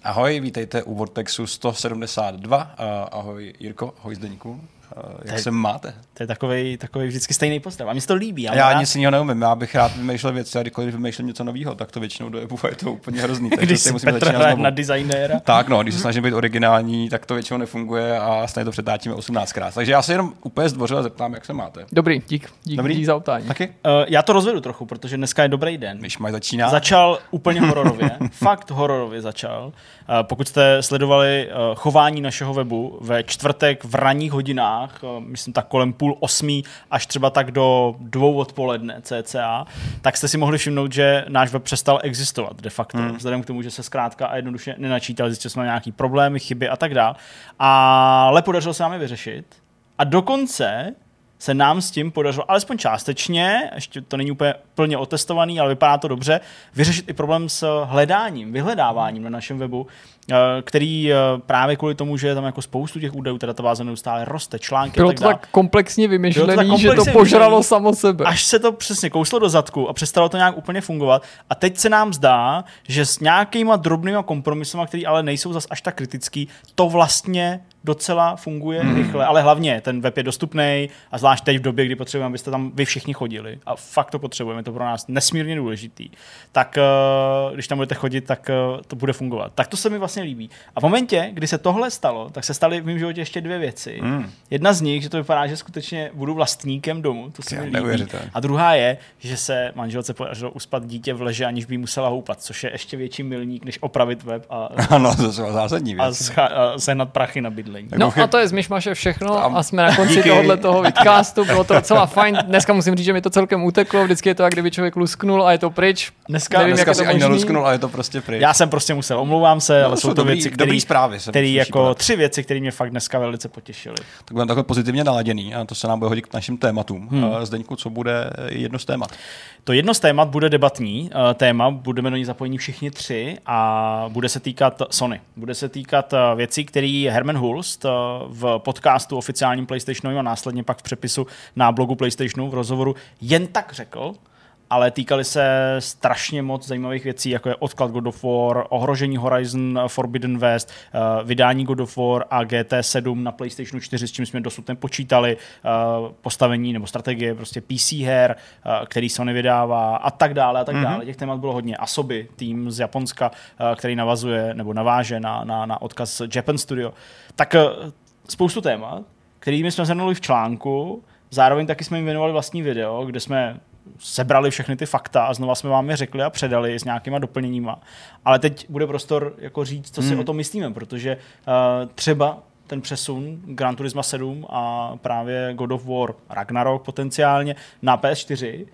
Ahoj, vítejte u Vortexu 172. Ahoj Jirko, ahoj Zdeňku. Jak se máte? To je takový vždycky stejný pozdrav. A mi se to líbí. Já nic jiného neumím. Já bych rád vymýšlel věci a kdykoliv vymýšlím něco nového, tak to většinou dojebu a je to úplně hrozný. Když si Petr hraje na designéra. Tak no, když se snažím být originální, tak to většinou nefunguje a stejně to přetáčíme 18krát. Takže já se jenom úplně zdvořile zeptám, jak se máte. Dobrý, dík za optání. Taky? Já to rozvedu trochu, protože dneska je dobrý den. Když máš začíná. Začal úplně hororově. Fakt hororově začal. Pokud jste sledovali chování našeho webu ve čtvrtek v ranních hodinách, myslím tak kolem 7:30 až třeba tak do 2 odpoledne cca, tak jste si mohli všimnout, že náš web přestal existovat de facto. Vzhledem k tomu, že se zkrátka a jednoduše nenačítal, zjistil jsme nějaký problémy, chyby a tak dále. Ale podařilo se nám je vyřešit. A dokonce se nám s tím podařilo, alespoň částečně, ještě to není úplně plně otestovaný, ale vypadá to dobře, vyřešit i problém s hledáním, vyhledáváním na našem webu, který právě kvůli tomu, že je tam jako spoustu těch údajů, ta databáze neustále roste, články bylo a tak dále. Bylo to tak komplexně vymyšlený, že to požralo samo sebe. Až se to přesně kouslo do zadku a přestalo to nějak úplně fungovat. A teď se nám zdá, že s nějakýma drobnýma kompromisama, který ale nejsou zas až tak kritický, to vlastně docela funguje rychle, ale hlavně ten web je dostupný a zvlášť teď v době, kdy potřebujeme, abyste tam vy všichni chodili a fakt to potřebujeme, to pro nás nesmírně důležitý, tak když tam budete chodit, tak to bude fungovat. Tak to se mi vlastně líbí. A v momentě, kdy se tohle stalo, tak se staly v mém životě ještě 2 věci. Jedna z nich, že to vypadá, že skutečně budu vlastníkem domu, to se mi líbí. A druhá je, že se manželce podařilo uspat dítě v leže, aniž by jí musela houpat, což je ještě větší milník, než opravit web a ano, to je zásadní věc. A sehnat prachy na bydlení. No a to je z myšmaše všechno a jsme na konci tohoto vidcastu, bylo to docela fajn. Dneska musím říct, že mi to celkem uteklo, vždycky je to, jak kdyby člověk lusknul a je to pryč. Dneska si ani nelusknul a je to prostě pryč. Já jsem prostě musel, omlouvám se, ale jsou to věci, které jako 3 věci, které mě fakt dneska velice potěšily. Tak budeme takhle pozitivně naladěný a to se nám bude hodit k našim tématům. Zdeňku, co bude jedno z témat? To jedno z témat bude debatní téma, budeme do ní zapojení všichni 3 a bude se týkat Sony. Bude se týkat věcí, které Herman Hulst v podcastu oficiálním PlayStationu a následně pak v přepisu na blogu PlayStationu v rozhovoru jen tak řekl, ale týkaly se strašně moc zajímavých věcí, jako je odklad God of War, ohrožení Horizon Forbidden West, vydání God of War a GT7 na PlayStationu 4, s čím jsme dosud nepočítali, postavení nebo strategie prostě PC her, který Sony vydává a tak dále a tak dále. Těch témat bylo hodně. Asobi, tým z Japonska, který navazuje nebo naváže na odkaz Japan Studio. Tak spoustu témat, kterými jsme zhrnuli v článku, zároveň taky jsme jim věnovali vlastní video, kde jsme sebrali všechny ty fakta a znova jsme vám je řekli a předali s nějakýma doplněníma. Ale teď bude prostor jako říct, co si o tom myslíme, protože třeba ten přesun Gran Turismo 7 a právě God of War Ragnarok potenciálně na PS4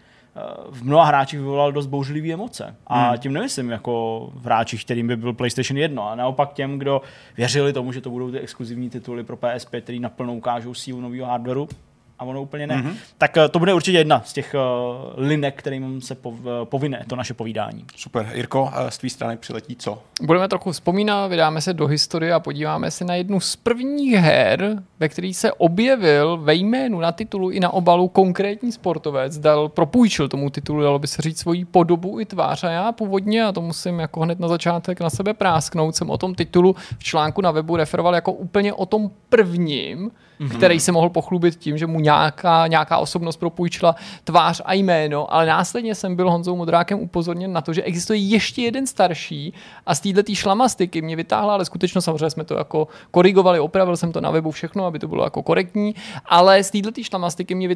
v mnoha hráčích vyvolal dost bouřlivý emoce. A tím nemyslím jako v hráčích, kterým by byl PlayStation 1, a naopak těm, kdo věřili tomu, že to budou ty exkluzivní tituly pro PS5, který naplno ukážou sílu nového hardwareu, a ono úplně ne. Tak to bude určitě jedna z těch linek, kterým se povine to naše povídání. Super. Jirko, z tvý strany přiletí co? Budeme trochu vzpomínat, vydáme se do historie a podíváme se na jednu z prvních her, ve který se objevil ve jménu, na titulu i na obalu konkrétní sportovec, propůjčil tomu titulu, dalo by se říct, svoji podobu i tvář. A já původně, a to musím jako hned na začátek na sebe prásknout, jsem o tom titulu v článku na webu referoval jako úplně o tom prvním, který se mohl pochlubit tím, že mu nějaká osobnost propůjčila tvář a jméno, ale následně jsem byl Honzou Modrákem upozorněn na to, že existuje ještě jeden starší a z této šlamastiky mě vytáhla, ale skutečně samozřejmě jsme to jako korigovali, opravil jsem to na webu všechno, aby to bylo jako korektní, ale z této šlamastiky mě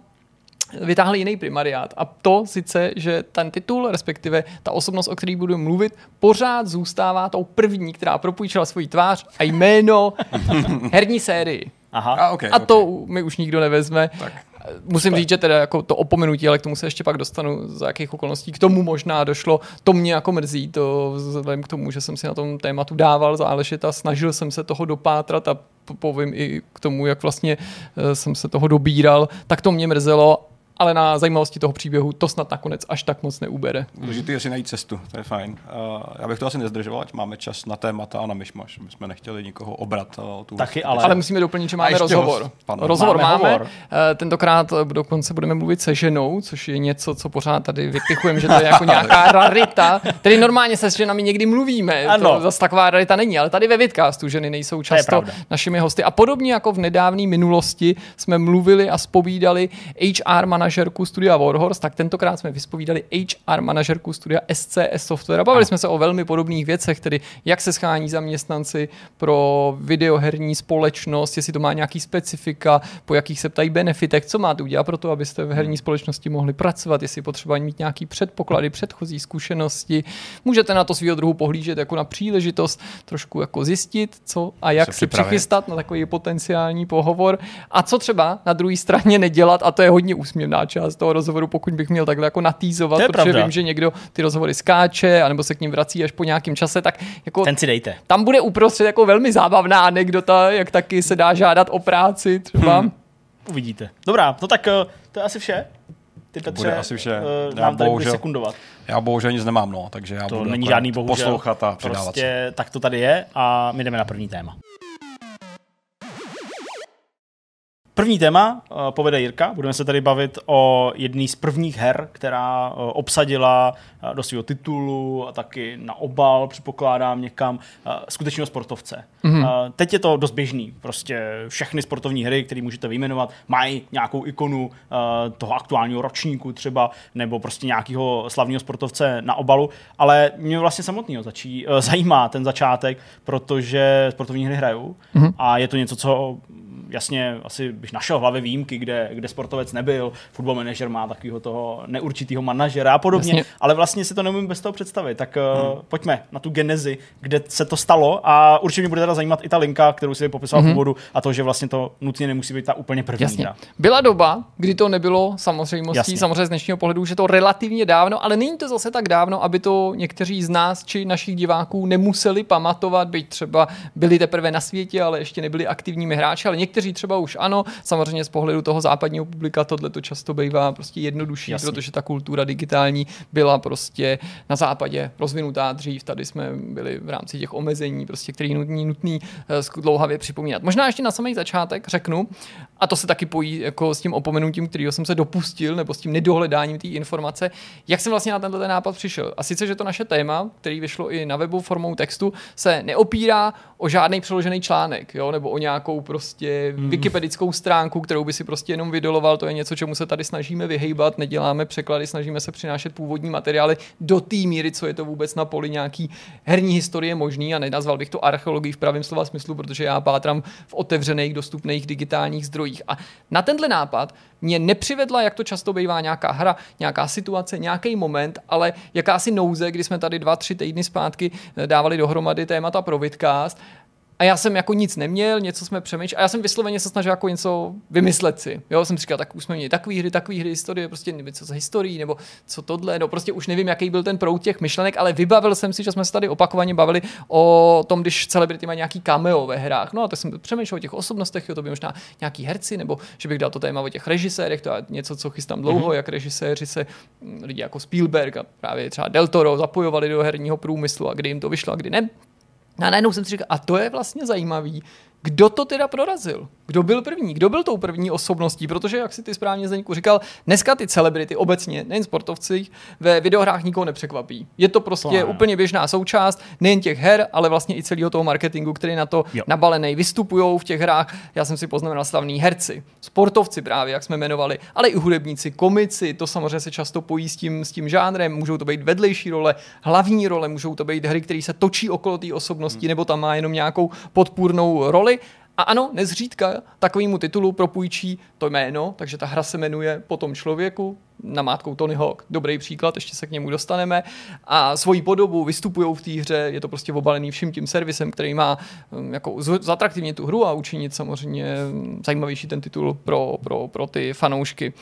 vytáhli jiný primariát. A to sice, že ten titul, respektive ta osobnost, o který budu mluvit, pořád zůstává tou první, která propůjčila svoji tvář a jméno herní sérii. Aha. A to mi už nikdo nevezme. Tak. Musím říct, že teda jako to opomenutí, ale k tomu se ještě pak dostanu, za jakých okolností k tomu možná došlo. To mě jako mrzí, to vzhledem k tomu, že jsem si na tom tématu dával záležet a snažil jsem se toho dopátrat a povím i k tomu, jak vlastně jsem se toho dobíral, tak to mě mrzelo. ale na zajímavosti toho příběhu to snad nakonec až tak moc neubere. Důležitý je si najít cestu, to je fajn. Já bych to asi nezdržoval, ať máme čas na témata a na myšmaš. My jsme nechtěli nikoho obrat. Taky, ale musíme doplnit, že máme rozhovor. Rozhovor máme. Tentokrát dokonce budeme mluvit se ženou, což je něco, co pořád tady vypichujeme, že to je jako nějaká rarita. Tedy normálně se s ženami někdy mluvíme, to zase taková rarita není, ale tady ve Vidcastu ženy nejsou často našimi hosty. A podobně jako v nedávné minulosti jsme mluvili a zpovídali HR manažerku studia Warhorse, tak tentokrát jsme vyspovídali HR manažerku studia SCS Software. A bavili jsme se o velmi podobných věcech, tedy jak se schání zaměstnanci pro videoherní společnost, jestli to má nějaký specifika, po jakých se ptají benefitech, co máte udělat pro to, abyste v herní společnosti mohli pracovat, jestli potřeba mít nějaký předpoklady, předchozí zkušenosti. Můžete na to svýho druhu pohlížet jako na příležitost trošku jako zjistit, co a jak si přichystat na takový potenciální pohovor a co třeba na druhé straně nedělat, a to je hodně úsměvná část toho rozhovoru, pokud bych měl takhle jako natýzovat, protože pravda. Vím, že někdo ty rozhovory skáče, anebo se k ním vrací až po nějakém čase, tak jako ten si dejte. Tam bude uprostřed jako velmi zábavná anekdota, jak taky se dá žádat o práci třeba. Uvidíte. Dobrá, no tak to je asi vše. Ty Petře, asi vše. Nám tady budeš sekundovat. Já bohužel nic nemám, no, takže já to budu není žádný bohužel, poslouchat a předávat prostě se. Tak to tady je a my jdeme na první téma. První téma povede Jirka. Budeme se tady bavit o jedné z prvních her, která obsadila do svého titulu a taky na obal, předpokládám někam, skutečného sportovce. Mm-hmm. Teď je to dost běžný. Prostě všechny sportovní hry, které můžete vyjmenovat, mají nějakou ikonu toho aktuálního ročníku třeba, nebo prostě nějakého slavného sportovce na obalu, ale mě vlastně samotného zajímá ten začátek, protože sportovní hry hrajou a je to něco, co jasně, asi bych našel v hlavě výjimky, kde sportovec nebyl, Football Manager má takového toho neurčitého manažera a podobně, jasně. Ale vlastně si to neumím bez toho představit, tak pojďme na tu genezi, kde se to stalo a určitě mě bude teda zajímat i ta linka, kterou si popisoval v úvodu a to, že vlastně to nutně nemusí být ta úplně první hra. Byla doba, kdy to nebylo samozřejmostí, samozřejmě z dnešního pohledu, že to relativně dávno, ale není to zase tak dávno, aby to někteří z nás či našich diváků nemuseli pamatovat, byť třeba byli teprve na světě, ale ještě nebyli aktivními hráči, ale někteří třeba už ano, samozřejmě z pohledu toho západního publika tohle to často bývá prostě jednodušší, protože ta kultura digitální byla prostě na západě rozvinutá dřív, tady jsme byli v rámci těch omezení, prostě, který nutný dlouhavě připomínat. Možná ještě na samý začátek řeknu, a to se taky pojí jako s tím opomenutím, kterého jsem se dopustil, nebo s tím nedohledáním té informace, jak jsem vlastně na tenhle nápad přišel. A sice, že to naše téma, který vyšlo i na webu formou textu, se neopírá o žádný přeložený článek, jo, nebo o nějakou prostě wikipedickou stránku, kterou by si prostě jenom vydoloval, to je něco, čemu se tady snažíme vyhejbat, neděláme překlady, snažíme se přinášet původní materiály do té míry, co je to vůbec na poli nějaký herní historie možný a nenazval bych to archeologií v pravém slova smyslu, protože já pátrám v otevřených, dostupných digitálních zdrojích. A na tenhle nápad mě nepřivedla, jak to často bývá, nějaká hra, nějaká situace, nějaký moment, ale jakási nouze, kdy jsme tady 2-3 týdny zpátky dávali dohromady témata pro Vidcast. A já jsem jako nic neměl, něco jsme přemýšleli a já jsem vysloveně se snažil jako něco vymyslet si. Jo, jsem říkal, tak už jsme měli takové hry, historie, prostě něco za historií, nebo co tohle, no prostě už nevím, jaký byl ten proud těch myšlenek, ale vybavil jsem si, že jsme se tady opakovaně bavili o tom, když celebrity mají nějaký cameo ve hrách. No a tak jsem přemýšlel o těch osobnostech, jo, to by možná nějaký herci, nebo že bych dal to téma o těch režisérech, to je něco, co chystám dlouho, jak režiséři se lidi jako Spielberg a právě třeba Del Toro zapojovali do herního průmyslu a kdy jim to vyšlo a kdy ne. A najednou jsem si říkal, a to je vlastně zajímavý, kdo to teda prorazil? Kdo byl první? Kdo byl tou první osobností? Protože, jak si ty správně, Zdeňku, říkal, dneska ty celebrity obecně, nejen sportovci, ve videohrách nikoho nepřekvapí. Je to prostě úplně běžná součást nejen těch her, ale vlastně i celého toho marketingu, který na to nabalený, vystupujou v těch hrách. Já jsem si poznamenal slavní herci, sportovci právě, jak jsme jmenovali, ale i hudebníci, komici, to samozřejmě se často pojí s tím žánrem, můžou to být vedlejší role, hlavní role, můžou to být hry, které se točí okolo té osobnosti, nebo tam má jenom nějakou podpůrnou roli. A ano, nezřídka takovému titulu propůjčí to jméno, takže ta hra se jmenuje Po tom člověku, namátkou Tony Hawk, dobrý příklad, ještě se k němu dostaneme, a svoji podobu vystupují v té hře, je to prostě obalený vším tím servisem, který má jako zatraktivnit tu hru a učinit samozřejmě zajímavější ten titul pro ty fanoušky.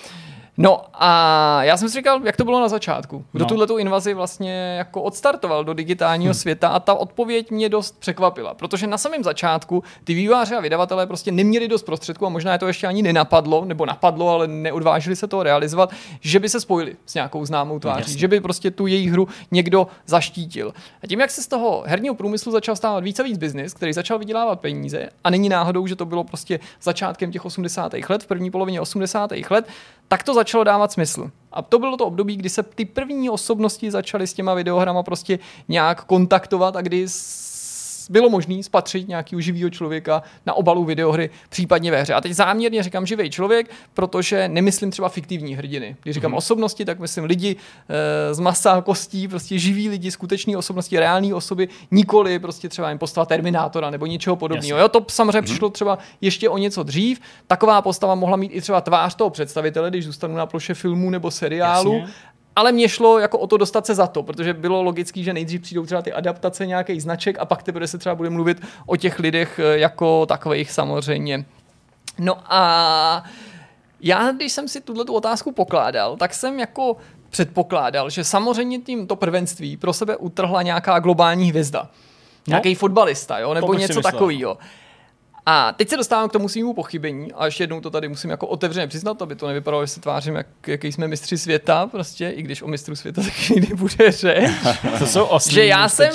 No a já jsem si říkal, jak to bylo na začátku. Kdo tuhletu invazi vlastně jako odstartoval do digitálního světa a ta odpověď mě dost překvapila, protože na samém začátku ty vývojáři a vydavatelé prostě neměli dost prostředků a možná je to ještě ani nenapadlo, nebo napadlo, ale neodvážili se to realizovat, že by se spojili s nějakou známou tváří, že by prostě tu jejich hru někdo zaštítil. A tím, jak se z toho herního průmyslu začal stávat víc a víc biznis, který začal vydělávat peníze a není náhodou, že to bylo prostě začátkem těch 80. let, v první polovině 80. let, tak to začalo dávat smysl. A to bylo to období, kdy se ty první osobnosti začaly s těma videohrama prostě nějak kontaktovat a kdy bylo možné spatřit nějakého živého člověka na obalu videohry, případně ve hře. A teď záměrně říkám živý člověk, protože nemyslím třeba fiktivní hrdiny. Když říkám osobnosti, tak myslím lidi z masa a kostí, prostě živí lidi, skuteční osobnosti, reální osoby, nikoli prostě třeba jen postava Terminátora nebo něčeho podobného. Jo, to samozřejmě přišlo třeba ještě o něco dřív. Taková postava mohla mít i třeba tvář toho představitele, když zůstanu na ploše filmů nebo seriálu. Jasně. Ale mě šlo jako o to dostat se za to, protože bylo logický, že nejdřív přijdou třeba ty adaptace nějakých značek a pak teprve se třeba bude mluvit o těch lidech jako takových samozřejmě. No a já, když jsem si tuto otázku pokládal, tak jsem jako předpokládal, že samozřejmě to prvenství pro sebe utrhla nějaká globální hvězda. Nějaký fotbalista, jo, nebo něco takového. A teď se dostávám k tomu svýmu pochybení a ještě jednou to tady musím jako otevřeně přiznat, aby to nevypadalo, že se tvářím, jaký jsme mistři světa, prostě, i když o mistru světa taky někdy bude řeč. To jsou oslí že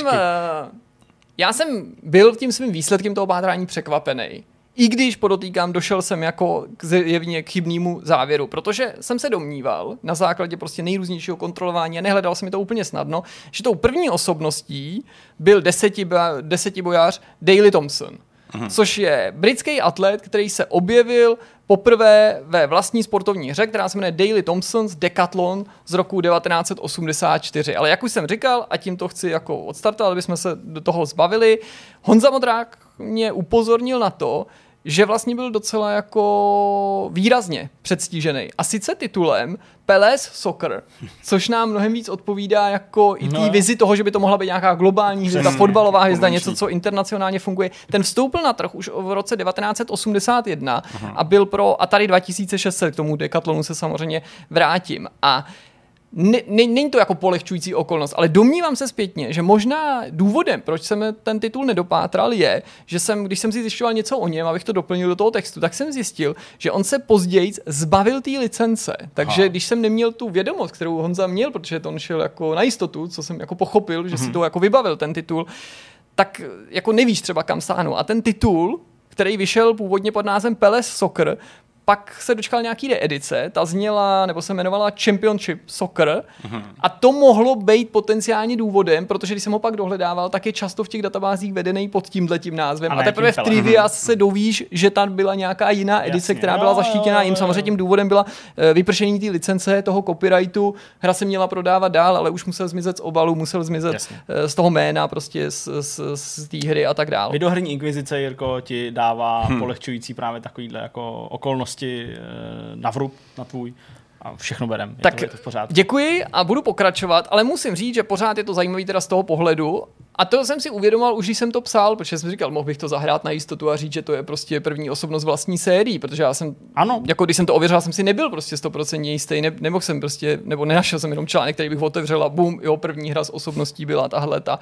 já jsem byl tím svým výsledkem toho pátrání překvapený. I když podotýkám, došel jsem jako zjevně k chybnému závěru, protože jsem se domníval na základě prostě nejrůznějšího kontrolování a nehledal jsem mi to úplně snadno, že tou první osobností byl desetibojář Daley Thompson. Což je britský atlet, který se objevil poprvé ve vlastní sportovní hře, která se jmenuje Daley Thompson's Decathlon z roku 1984. Ale jak už jsem říkal, a tím to chci jako odstartovat, aby jsme se do toho zbavili, Honza Modrák mě upozornil na to, že vlastně byl docela jako výrazně předstížený. A sice titulem Pelés Soccer, což nám mnohem víc odpovídá jako i té vizi toho, že by to mohla být nějaká globální hvězda, fotbalová hvězda, něco, co internacionálně funguje. Ten vstoupil na trh už v roce 1981 a byl pro Atari 2600, k tomu Decathlonu se samozřejmě vrátím. A není to jako polehčující okolnost, ale domnívám se zpětně, že možná důvodem, proč jsem ten titul nedopátral, je, že když jsem si zjišťoval něco o něm, abych to doplnil do toho textu, tak jsem zjistil, že on se později zbavil té licence. Takže když jsem neměl tu vědomost, kterou Honza měl, protože to on šel jako na jistotu, co jsem jako pochopil, že si to jako vybavil ten titul, tak jako nevíš třeba kam sáhnout. A ten titul, který vyšel původně pod názvem Pelés Soccer, pak se dočkal nějaký reedice, ta zněla, nebo se jmenovala Championship Soccer a to mohlo být potenciálně důvodem, protože když jsem ho pak dohledával, tak je často v těch databázích vedený pod tímhletím názvem a teprve v trivia se dovíš, že tam byla nějaká jiná edice, která byla zaštítěná jim. Samozřejmě tím důvodem byla vypršení té licence, toho copyrightu, hra se měla prodávat dál, ale už musel zmizet z obalu, musel zmizet z toho jména, prostě z té hry a tak dále. Videoherní inkvizice, Jirko, ti dává polehčující právě takovýhle jako okolnosti na vrub, na tvůj a všechno berem. Tak je to v pořádku. Děkuji a budu pokračovat, ale musím říct, že pořád je to zajímavý teda z toho pohledu a to jsem si uvědomoval už, když jsem to psal, protože jsem říkal, mohl bych to zahrát na jistotu a říct, že to je prostě první osobnost vlastní sérii, protože já jsem, jako když jsem to ověřil, jsem si nebyl prostě 100% jistý, nemohl jsem prostě, nebo nenašel jsem jenom článek, který bych otevřel a bum, jo, první hra s osobností byla tahleta.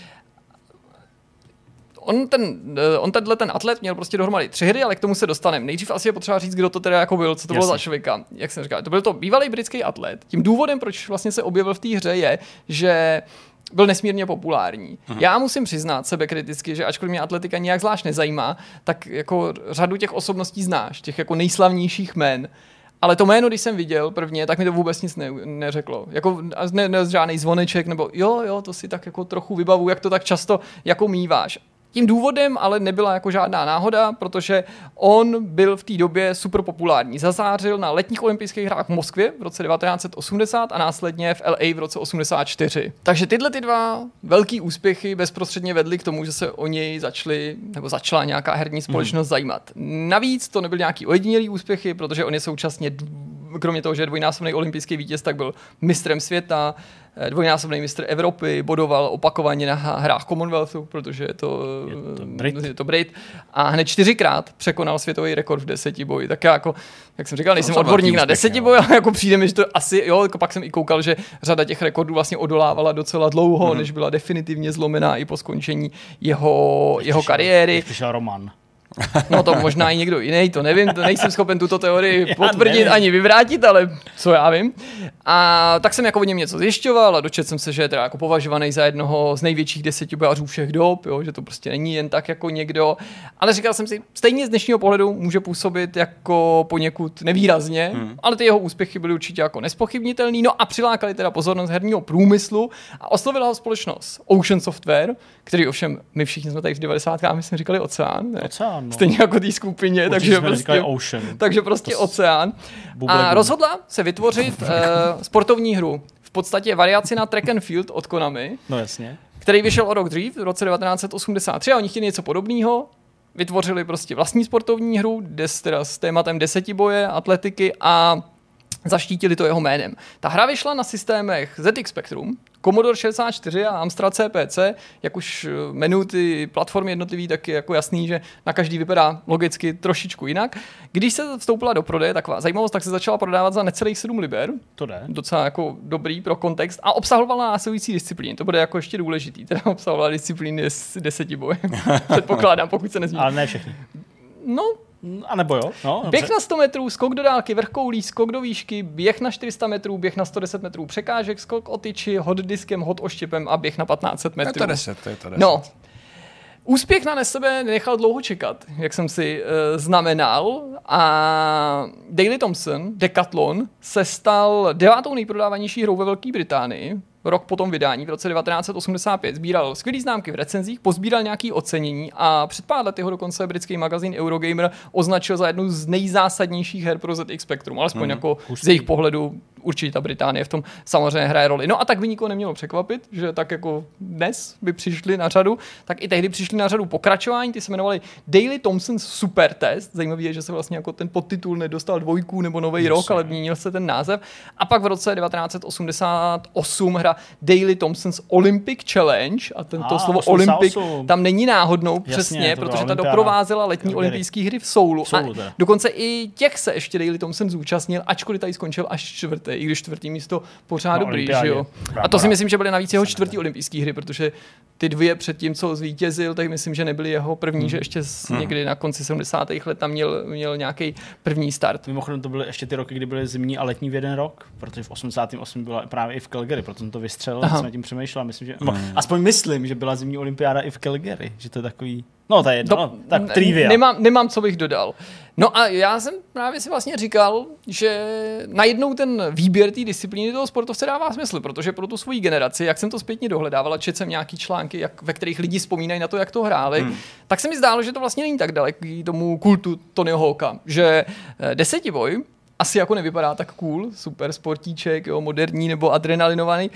On ten atlet měl prostě dohromady 3 hry, ale k tomu se dostaneme. Nejdřív asi je potřeba říct, kdo to teda jako byl, co to bylo za člověka. Jak jsem říkal, to byl to bývalý britský atlet. Tím důvodem, proč vlastně se objevil v té hře, je, že byl nesmírně populární. Já musím přiznat sebekriticky, že ačkoliv mě atletika nějak zvlášť nezajímá, tak jako řadu těch osobností znáš, těch jako nejslavnějších jmen. Ale to jméno, když jsem viděl prvně, tak mi to vůbec nic neřeklo. Jako žádný zvoneček, nebo jo, to si tak jako trochu vybavu, jak to tak často jako míváš. Tím důvodem ale nebyla jako žádná náhoda, protože on byl v té době super populární. Zazářil na letních olympijských hrách v Moskvě v roce 1980 a následně v LA v roce 1984. Takže tyhle ty dva velký úspěchy bezprostředně vedly k tomu, že se o něj začala nějaká herní společnost zajímat. Navíc to nebyly nějaký ojedinělý úspěchy, protože on je současně, kromě toho, že je dvojnásobný olympijský vítěz, tak byl mistrem světa, dvojnásobný mistr Evropy, bodoval opakovaně na hrách Commonwealthu, protože je to Brit. A hned 4krát překonal světový rekord v 10 boji. Tak já jako, jak jsem říkal, nejsem odborník na 10 boj, ale jako přijde mi, že to asi, jo, jako pak jsem i koukal, že řada těch rekordů vlastně odolávala docela dlouho, než byla definitivně zlomená i po skončení jeho kariéry. Přišel Roman. No to možná i někdo jiný, to nevím, to nejsem schopen tuto teorii potvrdit ani vyvrátit, ale co já vím. A tak jsem jako o něm něco zjišťoval a dočetl jsem se, že je teda jako považovaný za jednoho z největších 10 bojařů všech dob, jo, že to prostě není jen tak jako někdo. Ale říkal jsem si, stejně z dnešního pohledu může působit jako poněkud nevýrazně, ale ty jeho úspěchy byly určitě jako nespochybnitelný. No a přilákali teda pozornost herního průmyslu a oslovila ho společnost Ocean Software, který ovšem my všichni jsme tady v 90. myslím říkali Oceán. Ne? Oceán, no. Stejně jako té skupině, takže prostě Oceán. A rozhodla se vytvořit sportovní hru. V podstatě variaci na Track and Field od Konami. No jasně. Který vyšel o rok dřív, v roce 1983 a oni chtěli něco podobného. Vytvořili prostě vlastní sportovní hru, teda s tématem 10 boje, atletiky a zaštítili to jeho jménem. Ta hra vyšla na systémech ZX Spectrum, Commodore 64 a Amstrad CPC, jak už jmenují ty platformy jednotlivý, tak je jako jasný, že na každý vypadá logicky trošičku jinak. Když se vstoupila do prodeje, taková zajímavost, tak se začala prodávat za necelých 7 liber. To jde. Docela jako dobrý pro kontext a obsahovala následující disciplíny. To bude jako ještě důležitý. Teda obsahovala disciplíny z 10 bojů. Předpokládám, pokud se nezmíní. Ale ne všechny. No, a nebo jo? No, běh na 100 metrů, skok do dálky, vrchoulí, skok do výšky, běh na 400 metrů, běh na 110 metrů překážek, skok o tyči, hod diskem, hod oštěpem a běh na 1500 metrů. To je to 10. No, úspěch na sebe nenechal dlouho čekat, jak jsem si znamenal, a Daley Thompson, Decathlon, se stal 9. nejprodávanější hrou ve Velké Británii. Rok po tom vydání, v roce 1985, sbíral skvělý známky v recenzích, pozbíral nějaké ocenění a před pár lety ho dokonce britský magazín Eurogamer označil za jednu z nejzásadnějších her pro ZX Spectrum, alespoň jako z jejich pohledu určitě ta Británie v tom samozřejmě hraje roli. No a tak by nikoho nemělo překvapit, že tak jako dnes by přišli na řadu, tak i tehdy přišli na řadu pokračování, ty se jmenovali Daley Thompson's Super Test. Zajímavé je, že se vlastně jako ten podtitul nedostal 2 nebo Nový rok, ale měnil se ten název. A pak v roce 1988 hra Daley Thompson's Olympic Challenge a tento slovo Olympic tam není náhodnou, přesně, protože ta doprovázela letní olympijské hry v Soulu. A dokonce i těch se ještě Daley Thompson zúčastnil, ačkoliv tady skončil až 4., i když 4. místo pořád dobrý, že jo. A to si myslím, že byly navíc jeho 4. olympijské hry, protože ty 2 předtím, co zvítězil, tak myslím, že nebyly jeho první, že ještě někdy na konci 70. let tam měl nějaký první start. Mimochodem to byly ještě ty roky, kdy byly zimní a letní v jeden rok, protože v 88 byla právě i v Calgary, proto jsem to vystřelil, jsem tím přemýšlel, myslím, že aspoň myslím, že byla zimní olympiáda i v Calgary, že to je takový, no to je jedno, tak trivia. Nemám, co bych dodal. No a já jsem právě si vlastně říkal, že najednou ten výběr té disciplíny toho sportovce dává smysl, protože pro tu svoji generaci, jak jsem to zpětně dohledával, četl jsem nějaký články, ve kterých lidi vzpomínají na to, jak to hráli, tak se mi zdálo, že to vlastně není tak daleký tomu kultu Tonyho Hawka, že 10 boj asi jako nevypadá tak cool, super sportíček, jo, moderní nebo adrenalinový,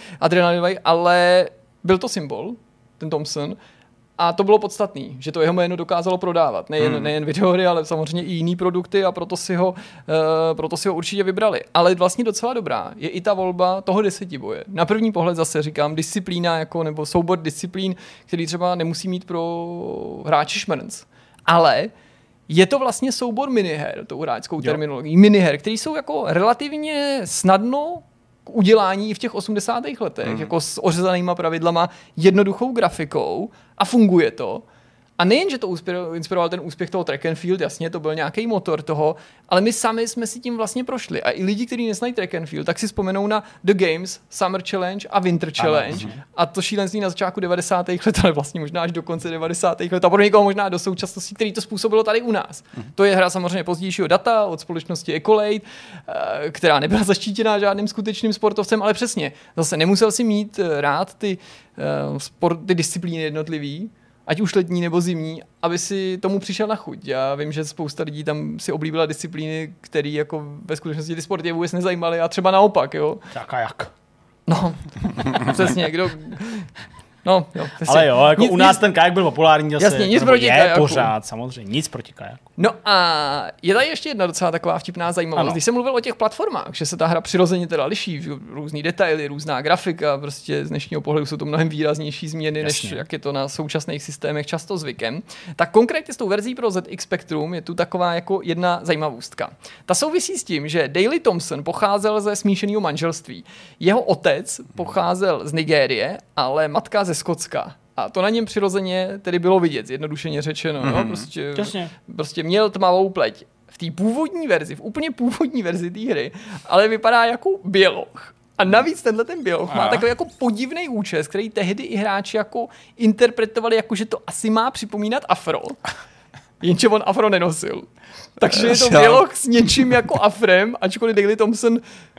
ale byl to symbol, ten Thompson. A to bylo podstatný, že to jeho jméno dokázalo prodávat. Nejen videohry, ale samozřejmě i jiný produkty a proto si ho určitě vybrali. Ale vlastně docela dobrá je i ta volba toho 10 boje. Na první pohled zase říkám disciplína jako, nebo soubor disciplín, který třeba nemusí mít pro hráče šmrnc. Ale je to vlastně soubor miniher, tou hráčskou terminologií. Miniher, který jsou jako relativně snadno k udělání v těch 80. letech, jako s ořezanýma pravidlama, jednoduchou grafikou a funguje to. A nejen, že to inspiroval ten úspěch toho Track and Field, jasně, to byl nějaký motor toho, ale my sami jsme si tím vlastně prošli. A i lidi, kteří neznají Track and Field, tak si vzpomenou na The Games, Summer Challenge a Winter Challenge. A to šílenství na začátku 90. let, ale vlastně možná až do konce 90. let. A pro někoho možná do současnosti, který to způsobilo tady u nás. To je hra samozřejmě pozdějšího data od společnosti Ecolate, která nebyla zaštítěná žádným skutečným sportovcem, ale přesně. Zase nemusel si mít rád ty disciplíny jednotlivý, ať už letní nebo zimní, aby si tomu přišel na chuť. Já vím, že spousta lidí tam si oblíbila disciplíny, které jako ve skutečnosti ty sporty vůbec nezajímaly a třeba naopak, jo. Tak a jak? No, přesně, No, jo, ale jo, jako u nás ten kajak byl populární zase. Jasně, nic proti je kajaku. Pořád, samozřejmě, nic proti kajaku. No a je tady ještě jedna docela taková vtipná zajímavost. Ano. Když jsem mluvil o těch platformách, že se ta hra přirozeně teda liší, různý detaily, různá grafika, prostě z dnešního pohledu jsou to mnohem výraznější změny, než jak je to na současných systémech často zvykem. Tak konkrétně s tou verzí pro ZX Spectrum je tu taková jako jedna zajímavostka. Ta souvisí s tím, že Daley Thompson pocházel ze smíšeného manželství. Jeho otec pocházel z Nigérie, ale matka ze Skotska. A to na něm přirozeně tedy bylo vidět, zjednodušeně řečeno. No? Prostě měl tmavou pleť. V té původní verzi, v úplně původní verzi té hry, ale vypadá jako běloch. A navíc tenhle ten běloch má takový jako podivný účes, který tehdy i hráči jako interpretovali, jako že to asi má připomínat afro. Jenže on afro nenosil. Takže je to běloch s něčím jako afrem, ačkoliv Daley Thompson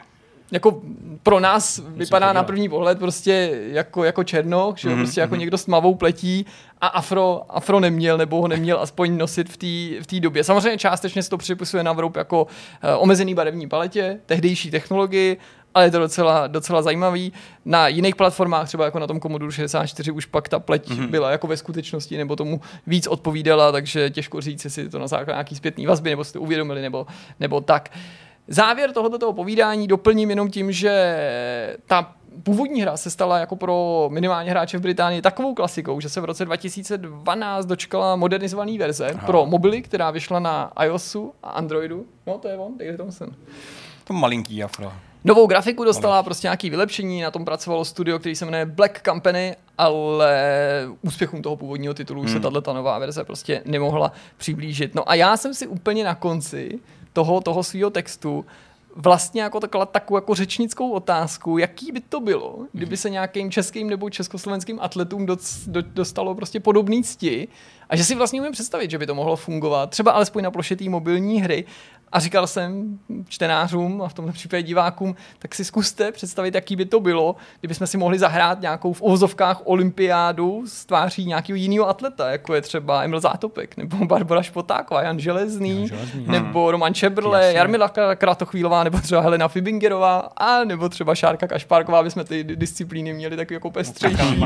jako pro nás vypadá na první pohled prostě jako černoch, že prostě jako někdo s tmavou pletí a afro neměl, nebo ho neměl aspoň nosit v té době. Samozřejmě částečně se to připisuje na vrub jako omezený barevní paletě, tehdejší technologii, ale je to docela zajímavý. Na jiných platformách, třeba jako na tom Commodore 64, už pak ta pleť byla jako ve skutečnosti, nebo tomu víc odpovídala, takže těžko říct, jestli to na základě nějaký zpětný vazby, nebo si to uvědomili, nebo tak. Závěr tohoto povídání doplním jenom tím, že ta původní hra se stala jako pro minimálně hráče v Británii takovou klasikou, že se v roce 2012 dočkala modernizovaný verze pro mobily, která vyšla na iOSu a Androidu. No to je on, Daley Thompson. To malinký afro. Novou grafiku dostala prostě nějaký vylepšení, na tom pracovalo studio, který se jmenuje Black Company, ale úspěchům toho původního titulu se tato nová verze prostě nemohla přiblížit. No a já jsem si úplně na konci toho svýho textu vlastně jako takovou jako řečnickou otázku, jaký by to bylo, kdyby se nějakým českým nebo československým atletům dostalo prostě podobný cti a že si vlastně umím představit, že by to mohlo fungovat, třeba alespoň na ploše té mobilní hry. A říkal jsem čtenářům a v tomhle případě divákům, tak si zkuste představit, jaký by to bylo, kdybychom si mohli zahrát nějakou v uvozovkách olympiádu s tváří nějakého jiného atleta, jako je třeba Emil Zátopek, nebo Barbora Špotáková, Jan Železný, nebo Roman Čebrle, Jarmila Kratochvílová, nebo třeba Helena Fibingerová, a nebo třeba Šárka Kašpárková, aby jsme ty disciplíny měli takový jako pestřejší.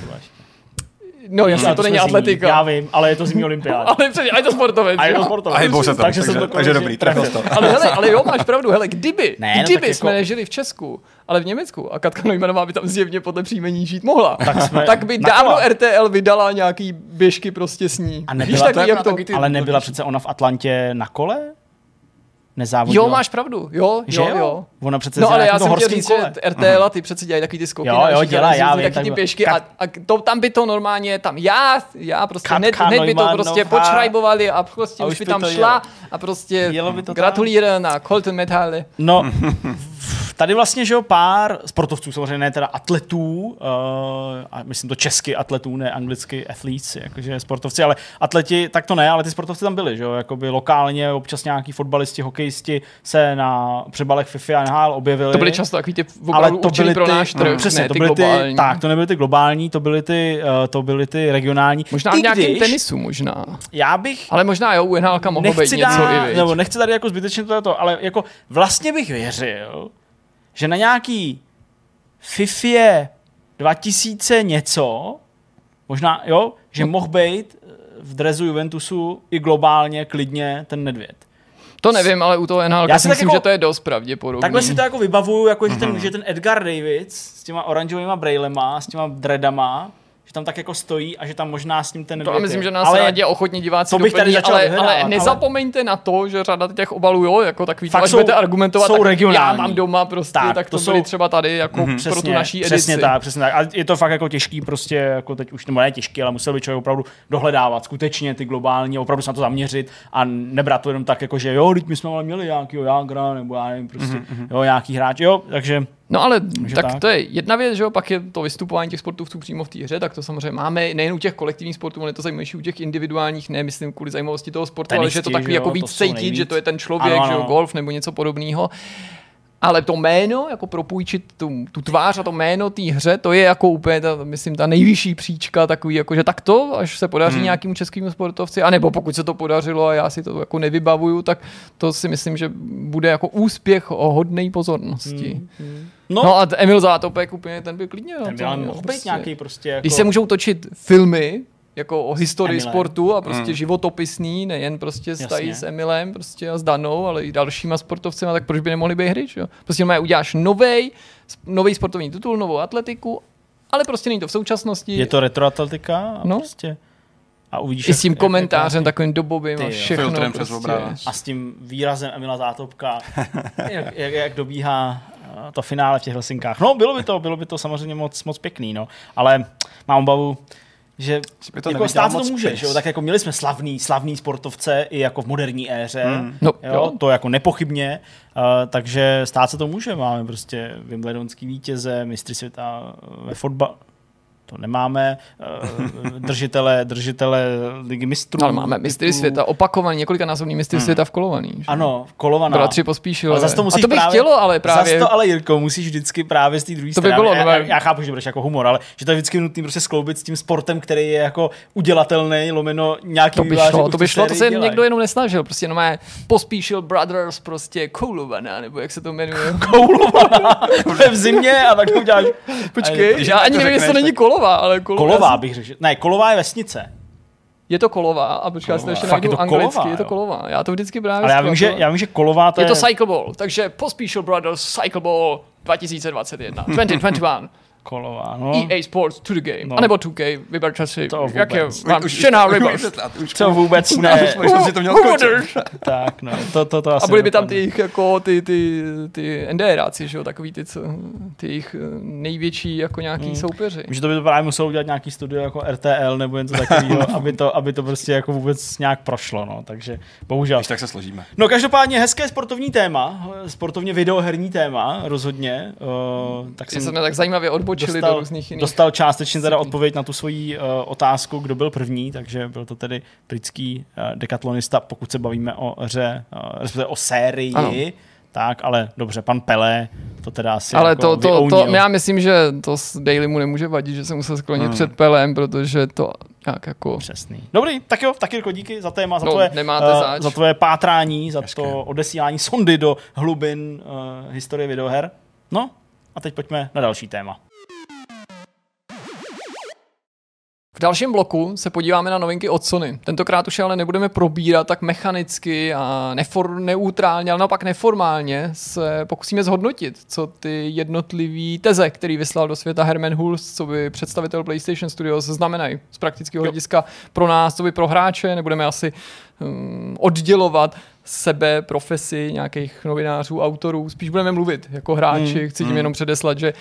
No jasně, to není atletika. Já vím, ale je to zimní olympiáda. Ale je to sportovec. A je to sportovec. Takže dobrý, trefil to. Ale jo, máš pravdu, hele, kdyby jsme nežili v Česku, ale v Německu a Katka Neumannová by tam zjevně podle příjmení žít mohla, tak by dávno RTL vydala nějaký běžky prostě s ní. A ale nebyla přece ona v Atlantě na kole? Nezávodila. Jo, máš pravdu. Jo. Ona přece no, ale já jsem chtěl říct, kole. že RTL a ty přece dělají takový ty skoky. Jo, dělá, já vím. Taky ty běžky a tam by to normálně, já prostě hned by to prostě počrajbovali a prostě už by tam šla a prostě gratulíre na Colton Medaille. No, tady vlastně, že jo, pár sportovců, samozřejmě ne teda atletů, a myslím to česky atletů, ne anglicky athletes, jakože sportovci, ale atleti, tak to ne, ale ty sportovci tam byli, že jo, jakoby lokálně, občas nějaký fotbalisti, hokejisti se na přebalech FIFA a NHL objevili. To byly často takový ty opravdu určený pro náš trh, přesně, ne to ty byly globální. Tak, to nebyly ty globální, to byly ty regionální. Možná v nějakém tenisu, možná. Ale možná jo, u NHLka mohlo být něco i víc. Nebo nechci tady jako zbytečně to, ale jako vlastně bych věřil, že na nějaký FIFA 2000 něco, možná, jo, že mohl být v dresu Juventusu i globálně klidně ten Nedvěd. To nevím, ale u toho NHLka si myslím, že to je dost pravděpodobný. Takhle si to jako vybavuju, jako že ten Edgar Davids s těma oranžovýma brejlema, s těma dreadama, že tam tak jako stojí a že tam možná s ním ten to myslím, že nás rádi ochotně diváci doplní, ale nezapomeňte na to, že řada těch obalů, jo, jako takový, až budete argumentovat, tak já mám doma prostě, tak to byly třeba tady jako pro tu naší edici. Přesně tak. A je to fakt jako těžký prostě, jako teď už, nebo ne těžký, ale musel by člověk opravdu dohledávat skutečně ty globální, opravdu se na to zaměřit a nebrat to jenom tak, jako že jo, teď my jsme ale měli nějakýho Jágra, nebo já nevím, prostě, jo, nějaký hráč, jo, takže... No ale tak to je jedna věc, že jo, pak je to vystupování těch sportovců přímo v té hře, tak to samozřejmě máme nejen u těch kolektivních sportů, ale je to zajímavější u těch individuálních, ne myslím kvůli zajímavosti toho sportu, ale že je to takový jako víc cítit, že to je ten člověk, ano. Že jo, golf nebo něco podobného. Ale to jméno, jako propůjčit tu tvář a to jméno té hře, to je jako úplně ta nejvyšší příčka, takový jako, že takto, až se podaří nějakému českému sportovci, anebo pokud se to podařilo a já si to jako nevybavuju, tak to si myslím, že bude jako úspěch o hodnej pozornosti. No a Emil Zátopek úplně, ten by klidně. Ten by ale mohl být nějaký prostě jako... Když se můžou točit filmy, jako o historii Emilem. sportu a prostě životopisný, nejen prostě stají s Emilem prostě a s Danou, ale i dalšíma sportovcema, tak proč by nemohli být hry, jo? Prostě uděláš novej sportovní titul, novou atletiku, ale prostě není to v současnosti. Je to retroatletika a prostě... A uvidíš, i s tím komentářem takovým dobovým a všechno. Filtrem přes obraz. A s tím výrazem Emila Zátopka, jak dobíhá to finále v těch Helsinkách. No, bylo by to samozřejmě moc pěkný, no. Ale mám obavu, že to jako stát to může, že jo? Tak jako měli jsme slavný sportovce i jako v moderní éře, jo? To jako nepochybně, takže stát se to může. Máme prostě wimbledonský vítěze, mistry světa ve fotbalu. To nemáme, držitele ligy mistrů. Ale máme mistry světa, opakovaný, několikanásobný mistry světa v kolovaný. Že? Ano, kolovaná. Bratři Pospíšilové. A to bych chtělo, ale právě... Zas to ale, Jirko, musíš vždycky právě z té druhé strany. To by bylo já chápu, že to budeš jako humor, ale že to je vždycky nutný prostě skloubit s tím sportem, který je jako udělatelný, lomeno nějaký vývářek. To by šlo, to se někdo jenom nesnažil. Prostě jenom má Pospíšil Brothers, prostě Koulovaná, nebo jak se to jmenuje. Koulovaná. v zimě a tak to uděláš. Počkej, já ani nevím, jestli to není Kolová, ale Kolová bych řekl. Ne, Kolová je vesnice. Je to Kolová a počkej, já si to ještě najdu anglicky, je to Kolová. Já to vždycky právě ale já vím, že Kolová to je to Cycle Ball, takže Pospíšil Brothers Cycle Ball 2021, 2021. Kolová, no. EA Sports to the game. No. A nebo 2K, vyberte si, jak je vám to vůbec ne. To měl tak, no, to asi a byly by tam ty NDRáci, že jo, takový ty jejich největší jako nějaký soupeři. Že to by to právě muselo udělat nějaký studio jako RTL nebo něco takového, aby to prostě jako vůbec nějak prošlo, no, takže bohužel. Tak se složíme. No každopádně hezké sportovní téma, sportovně videoherní téma, rozhodně. Tak jsme tak zajímavě dostal částečně teda odpověď na tu svoji otázku, kdo byl první, takže byl to tedy britský dekatlonista, pokud se bavíme o hře, respektive o sérii. Ano. Tak, ale dobře, pan Pelé to teda asi ale jako to já myslím, že to Daily mu nemůže vadit, že se musel sklonit před Pelem, protože to nějak jako... Přesný. Dobrý, tak jo, taky jako díky za téma, za tvoje pátrání, za to odesílání sondy do hlubin historie videoher. No, a teď pojďme na další téma. V dalším bloku se podíváme na novinky od Sony. Tentokrát už ale nebudeme probírat tak mechanicky a neutrálně, ale naopak neformálně se pokusíme zhodnotit, co ty jednotlivý teze, který vyslal do světa Herman Hulst, co by představitel PlayStation Studios, znamenají z praktického hlediska pro nás, co by pro hráče. Nebudeme asi oddělovat sebe, profesi nějakých novinářů, autorů. Spíš budeme mluvit jako hráči. Chci tím jenom předeslat, že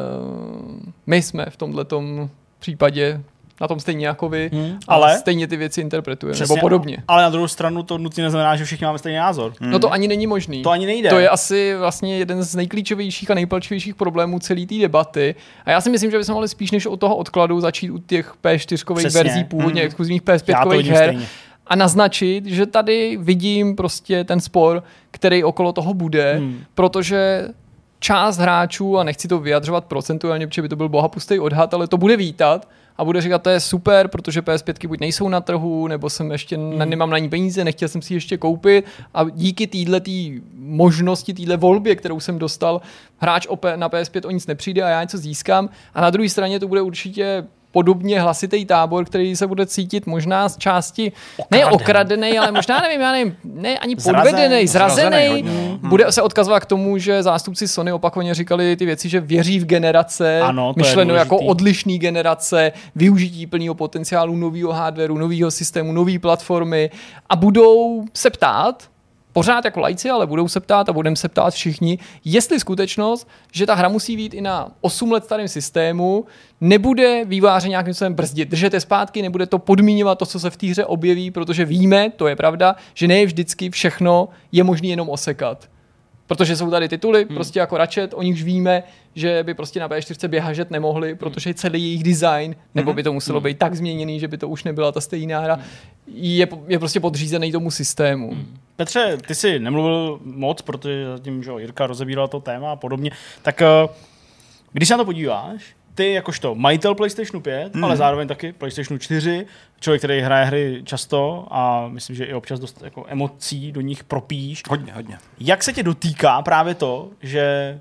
my jsme v tomhletom případě na tom stejně jako vy, ale stejně ty věci interpretujeme, přesně, nebo podobně. Ale na druhou stranu to nutně neznamená, že všichni máme stejný názor. No to ani není možný. To ani nejde. To je asi vlastně jeden z nejklíčovějších a nejpalčivějších problémů celé té debaty. A já si myslím, že bychom mohli spíš než od toho odkladu začít u těch P4 verzí původně exkluzivních PS5 her a naznačit, že tady vidím prostě ten spor, který okolo toho bude, protože část hráčů, a nechci to vyjadřovat procentuálně, protože by to byl bohapustý odhad, ale to bude vítat a bude říkat, to je super, protože PS5 buď nejsou na trhu, nebo jsem ještě nemám na ní peníze, nechtěl jsem si ještě koupit a díky této možnosti, této volbě, kterou jsem dostal, hráč na PS5 o nic nepřijde a já něco získám a na druhé straně to bude určitě podobně hlasitý tábor, který se bude cítit možná z části ne okradený, ale možná ne ani podvedený, zrazený. Bude se odkazovat k tomu, že zástupci Sony opakovaně říkali ty věci, že věří v generace, myšleno jako odlišný generace, využití plného potenciálu nového hardwareu, nového systému, nové platformy a budou se ptát, pořád jako lajci, ale budou se ptát a budeme se ptát všichni, jestli skutečnost, že ta hra musí být i na 8 let starém systému, nebude vývojáře nějakým způsobem brzdit. Držete zpátky, nebude to podmíňovat to, co se v té hře objeví, protože víme, to je pravda, že ne vždycky všechno je možné jenom osekat. Protože jsou tady tituly, prostě jako Ratchet, o nichž víme, že by prostě na P4 běhažet nemohli, protože celý jejich design, nebo by to muselo být tak změněný, že by to už nebyla ta stejná hra, je prostě podřízený tomu systému. Petře, ty jsi nemluvil moc, protože tím, že Jirka rozebíral to téma a podobně, tak když se na to podíváš, ty jakožto majitel PlayStationu 5, ale zároveň taky PlayStationu 4, člověk, který hraje hry často a myslím, že i občas dost jako emocí do nich propíš. Hodně. Jak se tě dotýká právě to, že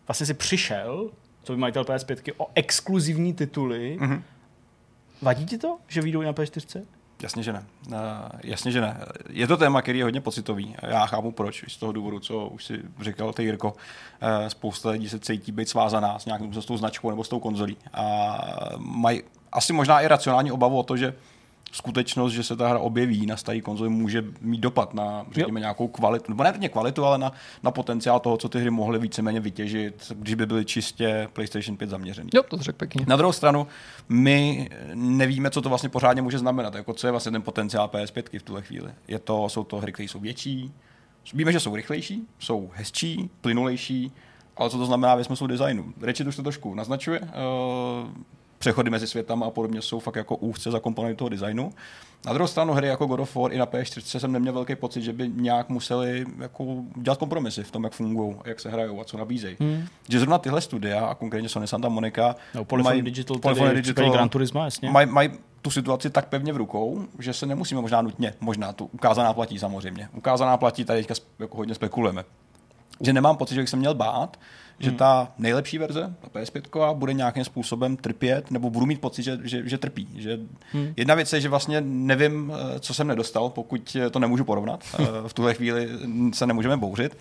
vlastně si přišel, co by majitel PS5, o exkluzivní tituly. Vadí ti to, že vyjdou i na PS4? Jasně, že ne. Jasně, že ne. Je to téma, který je hodně pocitový. Já chápu proč, z toho důvodu, co už si říkal ty, Jirko. Spousta lidí se cítí být svázaná s nějakým s tou značkou nebo s tou konzolí. A mají asi možná i racionální obavu o to, že skutečnost, že se ta hra objeví na staré konzoli, může mít dopad na, řekněme, nějakou kvalitu, nebo ne kvalitu, ale na potenciál toho, co ty hry mohly víceméně vytěžit, když by byly čistě PlayStation 5 zaměřený. Jo, to řekl pěkně. Na druhou stranu, my nevíme, co to vlastně pořádně může znamenat, jako co je vlastně ten potenciál PS5 v tuhle chvíli. Jsou to hry, které jsou větší, víme, že jsou rychlejší, jsou hezčí, plynulejší, ale co to znamená ve smyslu designu? Ratchet už to trošku naznačuje, přechody mezi světama a podobně jsou fakt jako úzce zakomponované toho designu. Na druhou stranu hry jako God of War i na PS4 jsem neměl velký pocit, že by nějak museli jako dělat kompromisy v tom, jak fungují, jak se hrajou a co nabízejí. Že zrovna tyhle studia, a konkrétně Sony Santa Monica, Polyphony Digital, Gran Turismo, jasně. Mají tu situaci tak pevně v rukou, že se nemusíme možná tu ukázaná platí samozřejmě. Ukázaná platí, tady teďka jako hodně spekulujeme. Že nemám pocit, že bych se měl bát, že ta nejlepší verze, ta PS5, bude nějakým způsobem trpět, nebo budu mít pocit, že trpí. Že jedna věc je, že vlastně nevím, co jsem nedostal, pokud to nemůžu porovnat. V tuhle chvíli se nemůžeme bouřit.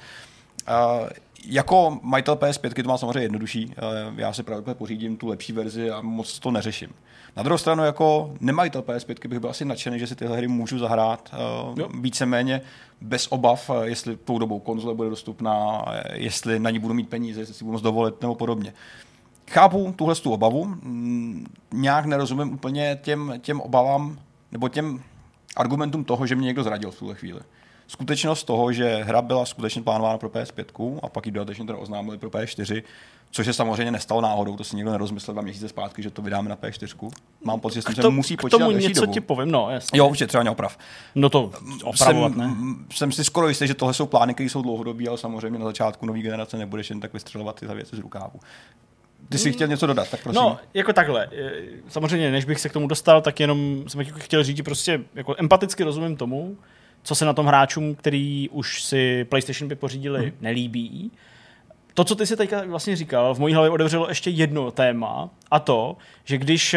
Jako majitel PS5 to má samozřejmě jednodušší. Já si právě pořídím tu lepší verzi a moc to neřeším. Na druhou stranu, jako nemajitel PS5 bych byl asi nadšený, že si tyhle hry můžu zahrát víceméně bez obav, jestli tou dobou konzole bude dostupná, jestli na ní budu mít peníze, jestli si budu moct dovolit nebo podobně. Chápu tuhle obavu, nějak nerozumím úplně těm obavám nebo těm argumentům toho, že mě někdo zradil v tuhle chvíli. Skutečnost toho, že hra byla skutečně plánována pro PS5 a pak ji dodatečně teda oznámili pro PS4, což se samozřejmě nestalo náhodou, to si někdo nerozmyslel 2 měsíce zpátky, že to vydáme na PS4. Mám pocit, že s tím se musí počítat delší dobu. K tomu něco ti povím, no jasně. Jo, určitě, třeba oprav. No to opravovat, ne? Jsem si skoro jistý, že tohle jsou plány, které jsou dlouhodobí, ale samozřejmě na začátku nový generace nebudeš jen tak vystřelovat tyhle věci z rukávu. Ty jsi chtěl něco dodat, tak prosím. No, jako takhle. Samozřejmě, než bych se k tomu dostal, tak jenom jsem chtěl říct, prostě jako empaticky rozumím tomu, co se na tom hráčům, který už si PlayStation 5 pořídili, nelíbí. To, co ty si teďka vlastně říkal, v mojí hlavě otevřelo ještě jedno téma, a to, že když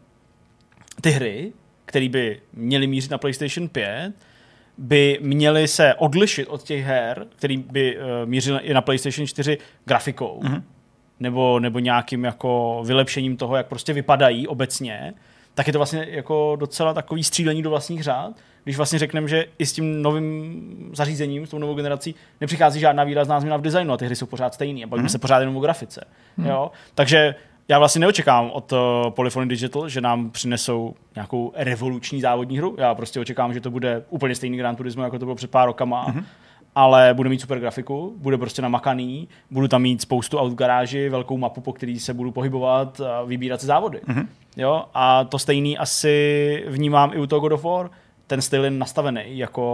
ty hry, které by měly mířit na PlayStation 5, by měly se odlišit od těch her, které by mířily i na PlayStation 4 grafikou, nebo nějakým jako vylepšením toho, jak prostě vypadají obecně, tak je to vlastně jako docela takový střílení do vlastních řád, když vlastně řekneme, že i s tím novým zařízením, s tou novou generací nepřichází žádná výrazná změna v designu a ty hry jsou pořád stejný a bavíme se pořád jenom o grafice. Jo? Takže já vlastně neočekávám od Polyphony Digital, že nám přinesou nějakou revoluční závodní hru. Já prostě očekávám, že to bude úplně stejný Gran Turismo, jako to bylo před pár rokama, ale bude mít super grafiku, bude prostě namakaný, budu tam mít spoustu aut v garáži, velkou mapu, po který se budu pohybovat a vybírat si závody. Jo? A to stejný asi vnímám i u toho God of War. Ten styl je nastavený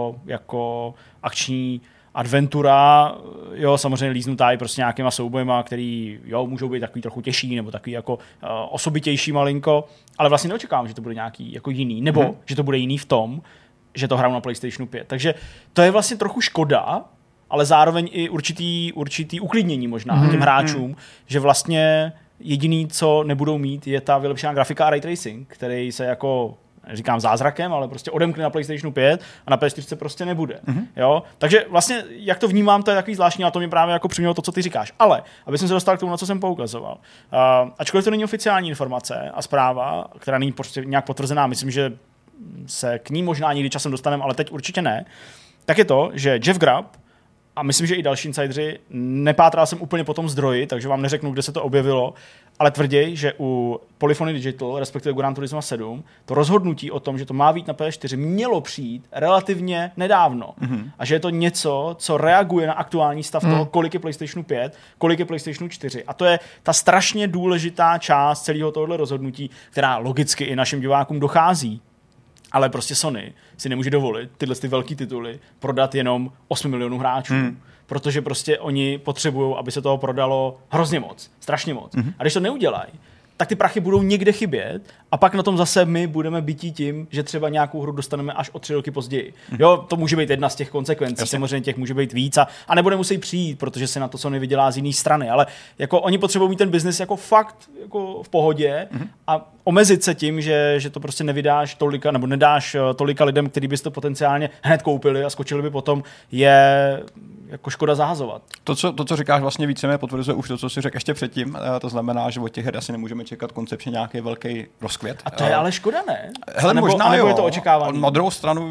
jako akční adventura, jo, samozřejmě líznutá i prostě nějakýma soubojema, který můžou být takový trochu těžší nebo takový jako osobitější malinko, ale vlastně neočekávám, že to bude nějaký jako jiný, nebo že to bude jiný v tom, že to hraju na PlayStationu 5. Takže to je vlastně trochu škoda, ale zároveň i určitý uklidnění možná těm hráčům, že vlastně jediný, co nebudou mít, je ta vylepšená grafika a ray tracing, který se jako říkám zázrakem, ale prostě odemkne na PlayStationu 5 a na PS4 prostě nebude. Jo? Takže vlastně, jak to vnímám, to je takový zvláštní, a to mě právě jako přimělo to, co ty říkáš. Ale, aby jsem se dostal k tomu, na co jsem poukazoval. Ačkoliv to není oficiální informace a zpráva, která není prostě nějak potvrzená, myslím, že se k ní možná někdy časem dostaneme, ale teď určitě ne, tak je to, že Jeff Grubb, a myslím, že i další insidři, nepátral jsem úplně po tom zdroji, takže vám neřeknu, kde se to objevilo, ale tvrději, že u Polyphony Digital, respektive Gran Turismo 7, to rozhodnutí o tom, že to má být na PS4, mělo přijít relativně nedávno. A že je to něco, co reaguje na aktuální stav toho, kolik je PlayStationu 5, kolik je PlayStationu 4. A to je ta strašně důležitá část celého tohohle rozhodnutí, která logicky i našim divákům dochází. Ale prostě Sony si nemůže dovolit tyhle velký tituly prodat jenom 8 milionů hráčů. Protože prostě oni potřebují, aby se toho prodalo hrozně moc, strašně moc. A když to neudělají, tak ty prachy budou někde chybět a pak na tom zase my budeme bytí tím, že třeba nějakou hru dostaneme až o 3 roky později. Jo, to může být jedna z těch konsekvencí, samozřejmě těch může být víc a nebo nemusí přijít, protože se na to Sony vydělá z jiné strany, ale jako oni potřebují mít ten biznis jako fakt jako v pohodě a omezit se tím, že to prostě nevydáš tolika, nebo nedáš tolika lidem, kteří bys to potenciálně hned koupili a skočili by potom, je jako škoda zahazovat. To, co říkáš, vlastně víceméně potvrzuje už to, co jsi řekl ještě předtím. To znamená, že od těch her asi nemůžeme čekat koncepčně nějaký velký rozkvět. A to je ale škoda, ne? Hele, možná nebo jo. Je to očekávání? Na druhou stranu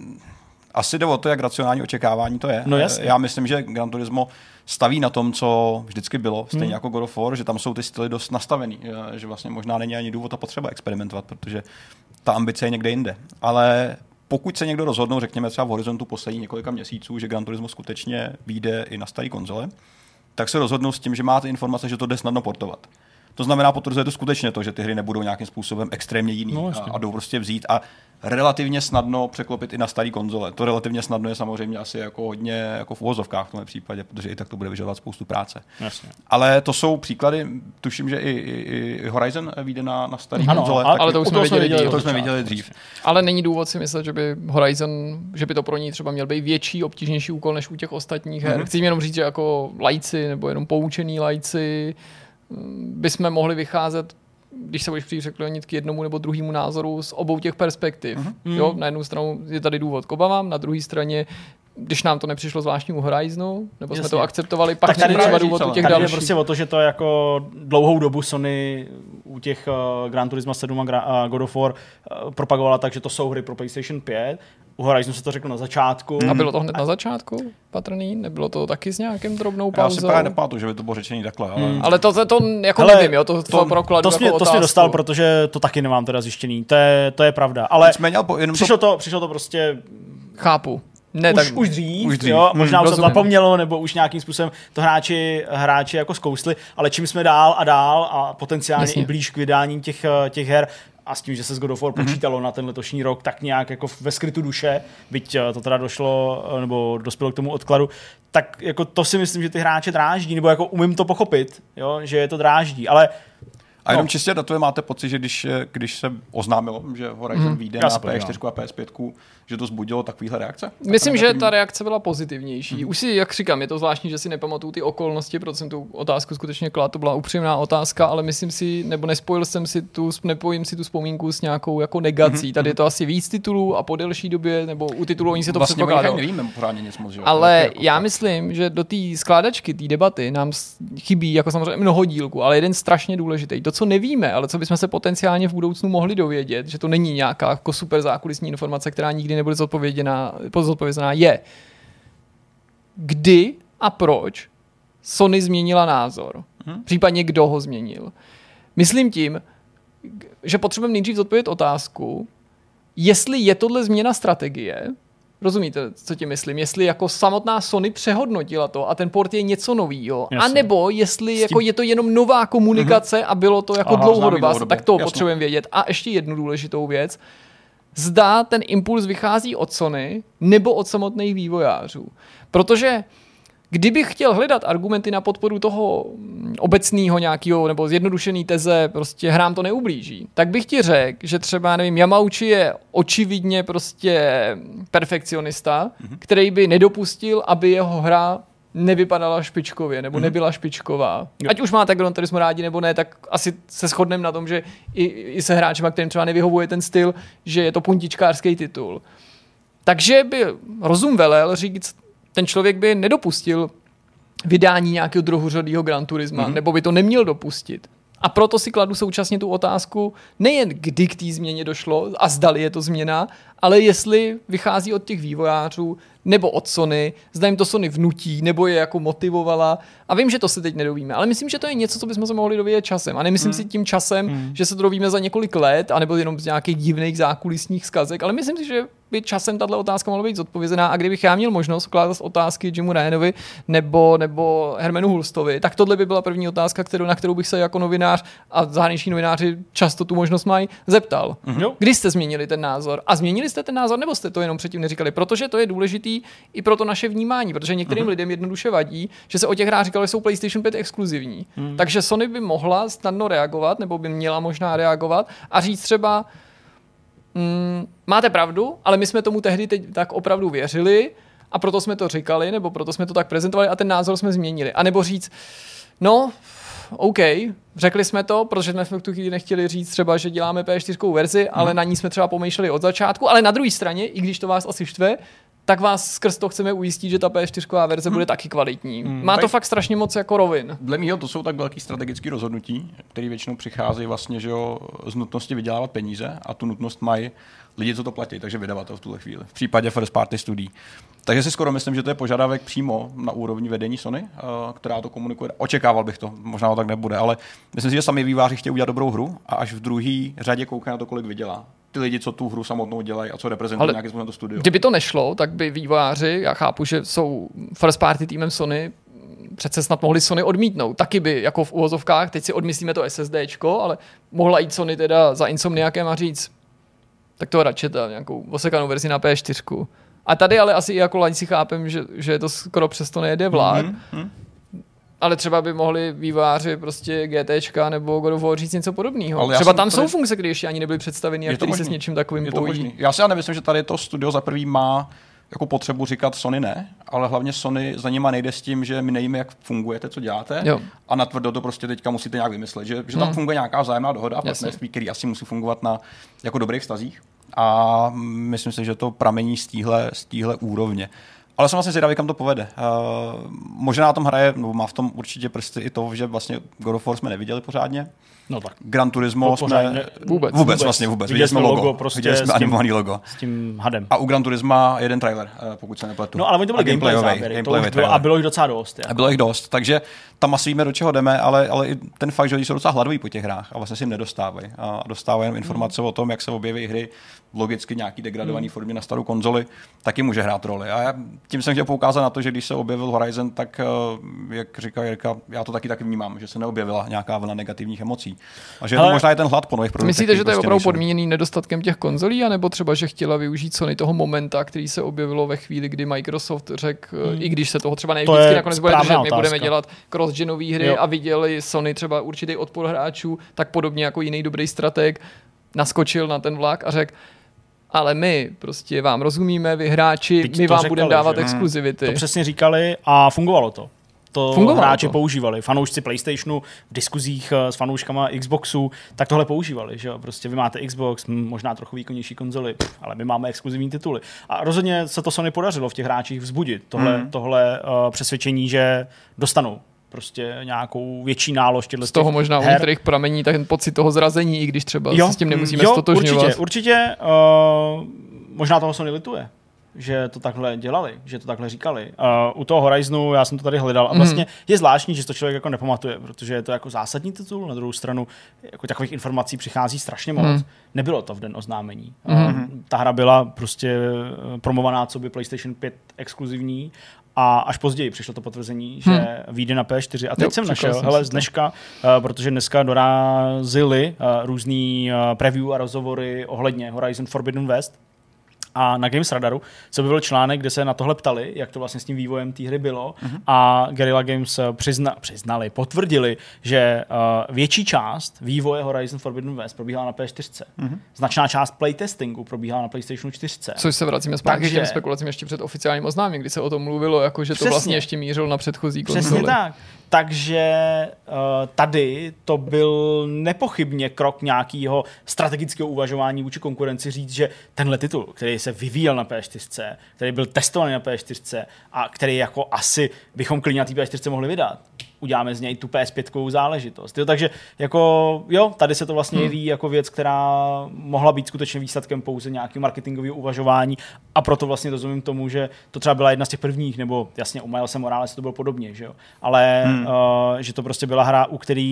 asi jde o to, jak racionální očekávání to je. No jasně. Já myslím, že Gran Turismo staví na tom, co vždycky bylo, stejně jako God of War, že tam jsou ty styly dost nastavený, že vlastně možná není ani důvod a potřeba experimentovat, protože ta ambice je někde jinde. Ale pokud se někdo rozhodnou, řekněme třeba v horizontu posledních několika měsíců, že Gran Turismo skutečně vyjde i na staré konzole, tak se rozhodnou s tím, že máte informace, že to jde snadno portovat. To znamená, potvrzuje to skutečně to, že ty hry nebudou nějakým způsobem extrémně jiný a jdou prostě vzít a relativně snadno překlopit i na staré konzole. To relativně snadno je samozřejmě asi jako hodně jako v uvozovkách v tomhle případě, protože i tak to bude vyžadovat spoustu práce. Jasně. Ale to jsou příklady, tuším, že i Horizon vyjde na staré konzole. Ale to už jsme viděli dřív. Ale není důvod si myslet, že by Horizon, že by to pro ní třeba měl být větší, obtížnější úkol než u těch ostatních her. Chci jenom říct, že jako lajci nebo jenom poučený lajci bychom mohli vycházet, když se budeš řekl k jednomu nebo druhému názoru z obou těch perspektiv. Jo, na jednu stranu je tady důvod k obavám, na druhé straně, když nám to nepřišlo zvláštní u Horizonu, nebo jsme to akceptovali, pak není třeba důvod u těch dalších. Tady je prostě o to, že to jako dlouhou dobu Sony u těch Gran Turismo 7 a God of War propagovala tak, že to jsou hry pro PlayStation 5. U Horizonu se to řeklo na začátku. A bylo to hned na začátku patrný? Nebylo to taky s nějakým drobnou pauzou? Já si právě nepamatuju, že by to bylo řečení takhle. Ale to jako nevím, jo, to prokladu to jako jsi mě dostal, protože to taky nemám teda zjištěný. To je pravda. Ale přišlo to prostě... Chápu. Ne, už dřív, jo, možná už se to zapomnělo, nebo už nějakým způsobem to hráči jako zkousli, ale čím jsme dál a potenciálně i blíž k vydání těch her, a s tím, že se z God of War počítalo na ten letošní rok, tak nějak jako ve skrytu duše, byť to teda došlo, nebo dospělo k tomu odkladu, tak jako to si myslím, že ty hráče dráždí, nebo jako umím to pochopit, jo, že je to dráždí, ale a jenom čistě datově máte pocit, že když se oznámilo, že Horizon vyjde na PS4 a PS5, že to vzbudilo takovýhle reakce? Myslím, že ta reakce byla pozitivnější. Už si, jak říkám, je to zvláštní, že si nepamatuju ty okolnosti, protože jsem tu otázku skutečně kladl, to byla upřímná otázka, ale myslím si, nebo nepojím si tu vzpomínku s nějakou jako negací. Tady je to asi víc titulů a po delší době, nebo u titulů oni se to vlastně předpokládalo. Nevíme pořádně nic moc, že? Ale jako já myslím, že do té skládačky, té debaty nám chybí jako samozřejmě mnoho dílků, ale jeden strašně důležitý. To, co nevíme, ale co bychom se potenciálně v budoucnu mohli dovědět, že to není nějaká jako super zákulisní informace, která nikdy nebude zodpovězená, je, kdy a proč Sony změnila názor. Případně kdo ho změnil. Myslím tím, že potřebujeme nejdřív zodpovědět otázku, jestli je tohle změna strategie. Rozumíte, co tím myslím? Jestli jako samotná Sony přehodnotila to a ten port je něco novýho, anebo jestli jako je to jenom nová komunikace a bylo to jako dlouhodobá, tak to potřebujeme vědět. A ještě jednu důležitou věc. Zda ten impuls vychází od Sony nebo od samotných vývojářů. Protože kdybych chtěl hledat argumenty na podporu toho obecného nějakého nebo zjednodušený teze, prostě hrám to neublíží, tak bych ti řekl, že třeba, nevím, Yamauchi je očividně prostě perfekcionista, který by nedopustil, aby jeho hra nevypadala špičkově, nebo nebyla špičková. Ať už máte Gran Turismo rádi, nebo ne, tak asi se shodneme na tom, že i se hráčima, kterým třeba nevyhovuje ten styl, že je to puntičkářský titul. Takže by rozum velel říct, ten člověk by nedopustil vydání nějakého druhořadého Gran Turisma, nebo by to neměl dopustit. A proto si kladu současně tu otázku, nejen kdy k té změně došlo a zdali je to změna, ale jestli vychází od těch vývojářů nebo od Sony, zda jim to Sony vnutí, nebo je jako motivovala. A vím, že to se teď nedovíme, ale myslím, že to je něco, co bychom se mohli dovědět časem. A nemyslím si tím časem, že se to dovíme za několik let, anebo jenom z nějakých divných zákulisních zkazek, ale myslím si, že by časem tato otázka mohla být zodpovězená a kdybych já měl možnost klást otázky Jimu Ryanovi nebo Hermanu Hulstovi, tak tohle by byla první otázka, na kterou bych se jako novinář a zahraniční novináři často tu možnost mají zeptal. Kdy jste změnili ten názor? A změnili jste ten názor, nebo jste to jenom předtím neříkali? Protože to je důležitý i pro to naše vnímání, protože některým lidem jednoduše vadí, že se o těch hrách říkalo, že jsou PlayStation 5 exkluzivní. Takže Sony by mohla snadno reagovat, nebo by měla možná reagovat a říct třeba máte pravdu, ale my jsme tomu tehdy teď tak opravdu věřili a proto jsme to říkali, nebo proto jsme to tak prezentovali a ten názor jsme změnili. A nebo říct, no, OK, řekli jsme to, protože jsme v tu chvíli nechtěli říct třeba, že děláme P4 verzi, ale na ní jsme třeba pomýšleli od začátku, ale na druhé straně, i když to vás asi štve, tak vás skrz to chceme ujistit, že ta P4 verze bude taky kvalitní. Má to fakt strašně moc jako rovin. Dle mýho to jsou tak velký strategický rozhodnutí, které většinou přichází vlastně, že jo, z nutnosti vydělávat peníze a tu nutnost mají lidi, co to platí, takže vydavatel v tuhle chvíli. V případě first party studií. Takže si skoro myslím, že to je požadavek přímo na úrovni vedení Sony, která to komunikuje. Očekával bych to, možná to tak nebude, ale myslím si, že sami vývojáři chtějí udělat dobrou hru a až v druhé řadě koukají na to, kolik vydělá. Ty lidi, co tu hru samotnou dělají a co reprezentují nějakým způsobem to studio. Kdyby to nešlo, tak by vývojáři, já chápu, že jsou first party týmem Sony, přece snad mohli Sony odmítnout. Taky by, jako v uvozovkách, teď si odmyslíme to SSDčko, ale mohla jít Sony teda za Insomniakem a říct, tak toho Ratcheta, nějakou osekanou verzi na P4. A tady ale asi i jako laňci chápem, že to skoro přesto nejede vlak. Ale třeba by mohli vývojáři prostě GTčka nebo God of War říct něco podobného. Třeba tam jsou funkce, které ještě ani nebyly představeny a které se s něčím takovým pojí. Já si nemyslím, že tady to studio za prvý má jako potřebu říkat Sony ne, ale hlavně Sony za nima nejde s tím, že my nevíme, jak fungujete, co děláte a natvrdo to prostě teďka musíte nějak vymyslet, že tam funguje nějaká vzájemná dohoda, partnerství, který asi musí fungovat na jako dobrých vztazích a myslím si, že to pramení z téhle úrovně. Ale jsem vlastně zvědavý, kam to povede. Možná na tom hraje, nebo má v tom určitě prsty i to, že vlastně God of War jsme neviděli pořádně. No tak. Gran Turismo jsme... Vůbec. Viděli jsme logo, prostě viděli jsme animovaný logo. S tím hadem. A u Gran Turisma jeden trailer, pokud se nepletu. No ale oni to byly gameplay záběry. A bylo jich docela dost. A bylo jich dost, takže tam asi víme, do čeho jdeme, ale i ten fakt, že oni jsou docela hladoví po těch hrách a vlastně si jim nedostávají. A dostávají jenom informace o tom, jak se objeví hry logicky nějaký degradovaný formě na starou konzoli, taky může hrát roli. A já tím jsem chtěl poukázat na to, že když se objevil Horizon, tak jak říká Jirka, já to taky vnímám, že se neobjevila nějaká vlna negativních emocí. A že to možná je ten hlad po nových produktech. Myslíte, že to je opravdu podmíněný nedostatkem těch konzolí, anebo třeba, že chtěla využít Sony toho momenta, který se objevilo ve chvíli, kdy Microsoft řekl, i když se toho třeba nevždycky nakonec bude držet, my budeme dělat cross-genové hry a viděli Sony třeba určitý odpor hráčů, tak podobně jako jiný dobrý strateg naskočil na ten vlak a řekl, ale my prostě vám rozumíme, vy hráči, my vám budeme dávat exkluzivity. To přesně říkali a fungovalo to. To hráči používali. Fanoušci PlayStationu v diskuzích s fanouškama Xboxu, tak tohle používali. Že? Prostě vy máte Xbox, možná trochu výkonnější konzoli, ale my máme exkluzivní tituly. A rozhodně se to Sony podařilo v těch hráčích vzbudit. Tohle přesvědčení, že dostanou prostě nějakou větší nálož. Z toho možná u některých pramení ten pocit toho zrazení, i když třeba se s tím nemusíme stotožňovat. Určitě. Možná toho Sony lituje, že to takhle dělali, že to takhle říkali. U toho Horizonu já jsem to tady hledal a vlastně je zvláštní, že to člověk jako nepamatuje, protože je to jako zásadní titul, na druhou stranu jako takových informací přichází strašně moc. Nebylo to v den oznámení. Ta hra byla prostě promovaná co by PlayStation 5 exkluzivní a až později přišlo to potvrzení, že vyjde na P4. A teď jsem našel, z dneška, protože dneska dorazily různý preview a rozhovory ohledně Horizon Forbidden West. A na Games Radaru se objevil článek, kde se na tohle ptali, jak to vlastně s tím vývojem té hry bylo. A Guerrilla Games potvrdili, že větší část vývoje Horizon Forbidden West probíhala na P4. Značná část playtestingu probíhala na PlayStationu 4. Což se vracíme zpátky k těm spekulacím ještě před oficiálním oznámením, kdy se o tom mluvilo, jako že to vlastně ještě mířilo na předchozí konzoli. Přesně tak. Takže tady to byl nepochybně krok nějakého strategického uvažování vůči konkurenci říct, že tenhle titul, který se vyvíjel na P4, který byl testovaný na P4 a který jako asi bychom klidně na té P4 mohli vydat, uděláme z něj tu PS5 záležitost. Takže jako, tady se to vlastně jeví jako věc, která mohla být skutečně výsledkem pouze nějakého marketingového uvažování a proto vlastně rozumím tomu, že to třeba byla jedna z těch prvních, nebo jasně u Milese Moralese to bylo podobně, že jo? Ale že to prostě byla hra, u který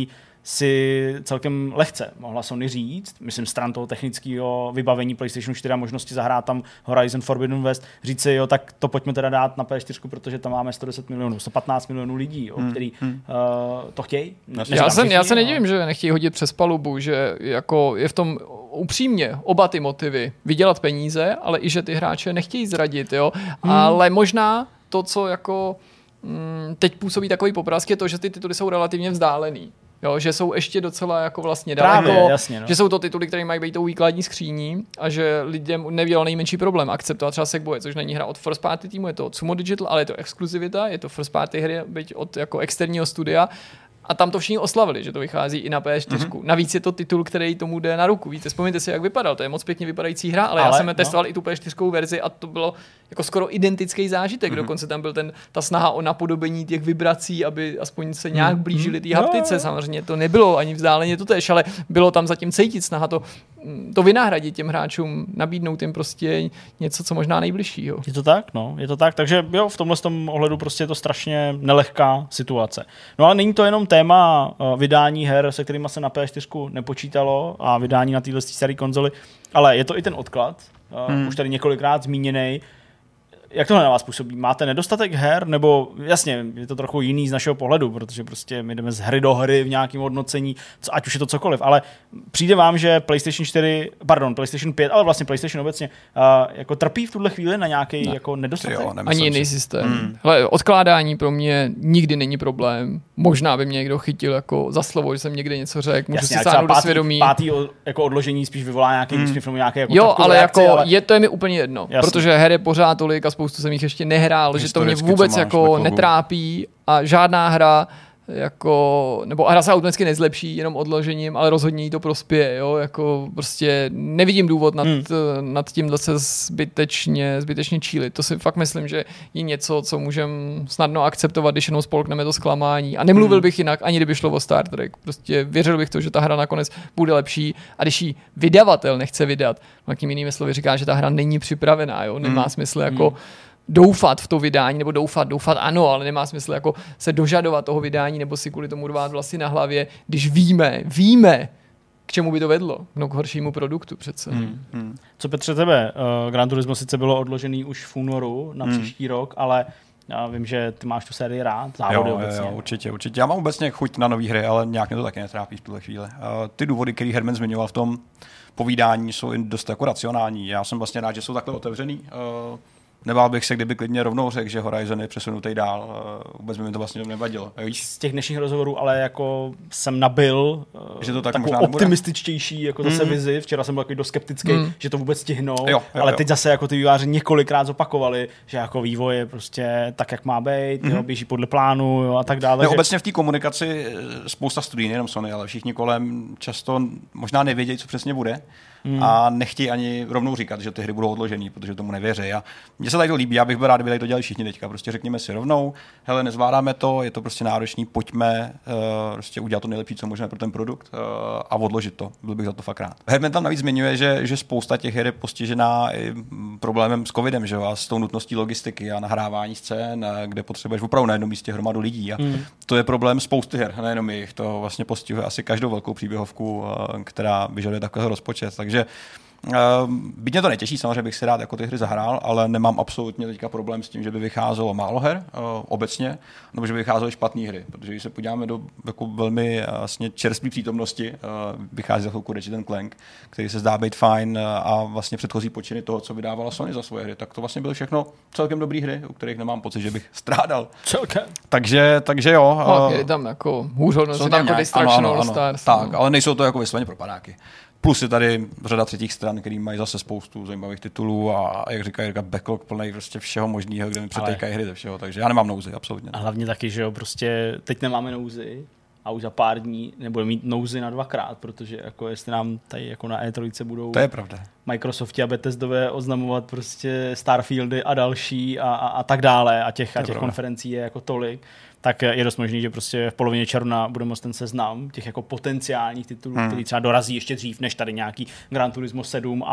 si celkem lehce mohla Sony říct, myslím stran toho technického vybavení PlayStation 4 a možnosti zahrát tam Horizon Forbidden West, říct si, jo, tak to pojďme teda dát na PS4, protože tam máme 110 milionů, 115 milionů lidí, jo, který to chtějí. Já se nedivím, že nechtějí hodit přes palubu, že jako je v tom upřímně oba ty motivy. Vydělat peníze, ale i že ty hráče nechtějí zradit, jo. Ale možná to, co jako teď působí takový poprask, je to, že ty tituly jsou relativně vzdálený. Jo, že jsou ještě docela jako vlastně daleko, právě, jasně, no. Že jsou to tituly, které mají být tou výkladní skříní a že lidem nedělal nejmenší problém akceptovat třeba Sackboy, což není hra od first party týmu, je to od Sumo Digital, ale je to exkluzivita, je to first party hry, byť od jako externího studia. A tam to všichni oslavili, že to vychází i na PS4. Navíc je to titul, který tomu jde na ruku. Víte, vzpomeňte si, jak vypadal. To je moc pěkně vypadající hra, ale já jsem testoval i tu PS4 verzi a to bylo jako skoro identický zážitek. Dokonce tam byl ta snaha o napodobení těch vibrací, aby aspoň se nějak blížili té haptice. Samozřejmě to nebylo ani vzdáleně totéž, ale bylo tam zatím cítit snaha to vynahradit těm hráčům, nabídnout jim prostě něco, co možná nejbližšího. Je to tak, no, je to tak. Takže jo, v tomhle ohledu prostě je to strašně nelehká situace. No ale není to jenom téma vydání her, se kterými se na PS4 nepočítalo a vydání na téhle staré konzoli, ale je to i ten odklad, už tady několikrát zmíněný. Jak tohle na vás působí? Máte nedostatek her? Nebo jasně, je to trochu jiný z našeho pohledu, protože prostě my jdeme z hry do hry v nějakém hodnocení, ať už je to cokoliv, ale přijde vám, že PlayStation 5, ale vlastně PlayStation obecně, jako trpí v tuhle chvíli na nějaký jako nedostatek? Jo, ani jiný systém. Hele, odkládání pro mě nikdy není problém. Možná by mě někdo chytil jako za slovo, že jsem někde něco řekl, můžu si sáhnout do svědomí. Pátý jako odložení spíš vyvolá nějaký úspěch nebo nějaké jako jo, ale reakci, jako to je mi úplně jedno, protože her je pořád tolik a spoustu jsem jich ještě nehrál, že to mě vůbec jako netrápí a žádná hra jako, nebo hra se automaticky nezlepší jenom odložením, ale rozhodně jí to prospěje, jo, jako prostě nevidím důvod nad tímhle se zbytečně čílit. To si fakt myslím, že je něco, co můžeme snadno akceptovat, když jenom spolkneme to zklamání. A nemluvil bych jinak, ani kdyby šlo o Star Trek. Prostě věřil bych to, že ta hra nakonec bude lepší a když ji vydavatel nechce vydat, tak jinými slovy říká, že ta hra není připravená, jo, nemá smysl jako doufat v to vydání, nebo doufat ano, ale nemá smysl jako se dožadovat toho vydání, nebo si kvůli tomu rvát vlasy na hlavě, když víme, k čemu by to vedlo. No k horšímu produktu přece. Co Petře tebe? Gran Turismo sice bylo odložený už v únoru na příští rok, ale já vím, že ty máš tu sérii rád, závody obecně. Jo, určitě. Já mám obecně chuť na nový hry, ale nějak mě to taky netrápí v tuhle chvíli. Ty důvody, který Herman zmiňoval v tom povídání, jsou dost jako racionální. Já jsem vlastně rád, že jsou takhle otevřený. Nebál bych se, kdyby klidně rovnou řekl, že Horizon je přesunutý dál. Vůbec by mi to vlastně nevadilo. Z těch dnešních rozhovorů ale jako jsem nabil že to tak takovou optimističtější jako zase vizi. Včera jsem byl takový dost skeptický, že to vůbec stihnou, ale teď zase jako ty vývojáři několikrát zopakovali, že jako vývoj je prostě tak, jak má být, jo, běží podle plánu, jo, a tak dále. Obecně v té komunikaci spousta studií, nejenom Sony, ale všichni kolem často možná nevědějí, co přesně bude. A nechtějí ani rovnou říkat, že ty hry budou odložený, protože tomu nevěří. A mně se tady to líbí, já bych byl rád, kdyby tady to dělali všichni teďka. Prostě řekněme si rovnou, hele, nezvládáme to, je to prostě náročný, pojďme prostě udělat to nejlepší, co můžeme pro ten produkt a odložit to. Byl bych za to fakt rád. Herman tam navíc zmiňuje, že spousta těch her je postižená i problémem s covidem, že jo, a s tou nutností logistiky a nahrávání scén, kde potřebuješ opravdu na jednom místě hromadu lidí. A to je problém spousty her, nejenom jich. To vlastně postihuje asi každou velkou příběhovku, která vyžaduje takový rozpočet. Takže byť mě to netěší, samozřejmě bych si rád jako ty hry zahrál, ale nemám absolutně teďka problém s tím, že by vycházelo málo her obecně, nebo že by vycházely špatné hry, protože když se podíváme do jako velmi vlastně čerstvé přítomnosti, vychází za chvilku Ratchet & Clank, který se zdá být fajn a vlastně předchozí počiny toho, co vydávala Sony za svoje hry, tak to vlastně byly všechno celkem dobré hry, u kterých nemám pocit, že bych strádal. Celkem. Takže jo. Je tam jako hůřhodnost, jako Distractional Stars. Tak, ale nejsou to jako vysloveně pro padáky. Plus je tady řada třetích stran, který mají zase spoustu zajímavých titulů a jak říkají, backlog plný prostě všeho možného, kde mi přetékají hry ze všeho, takže já nemám nouzi, absolutně. A hlavně taky, že jo, prostě teď nemáme nouzi a už za pár dní nebudeme mít nouzi na 2krát, protože jako jestli nám tady jako na E3 budou to je pravda. Microsofti a Bethesdové oznamovat prostě Starfieldy a další a tak dále a těch konferencí je jako tolik, tak je dost možný, že prostě v polovině června bude moct ten seznam těch jako potenciálních titulů, který třeba dorazí ještě dřív než tady nějaký Gran Turismo 7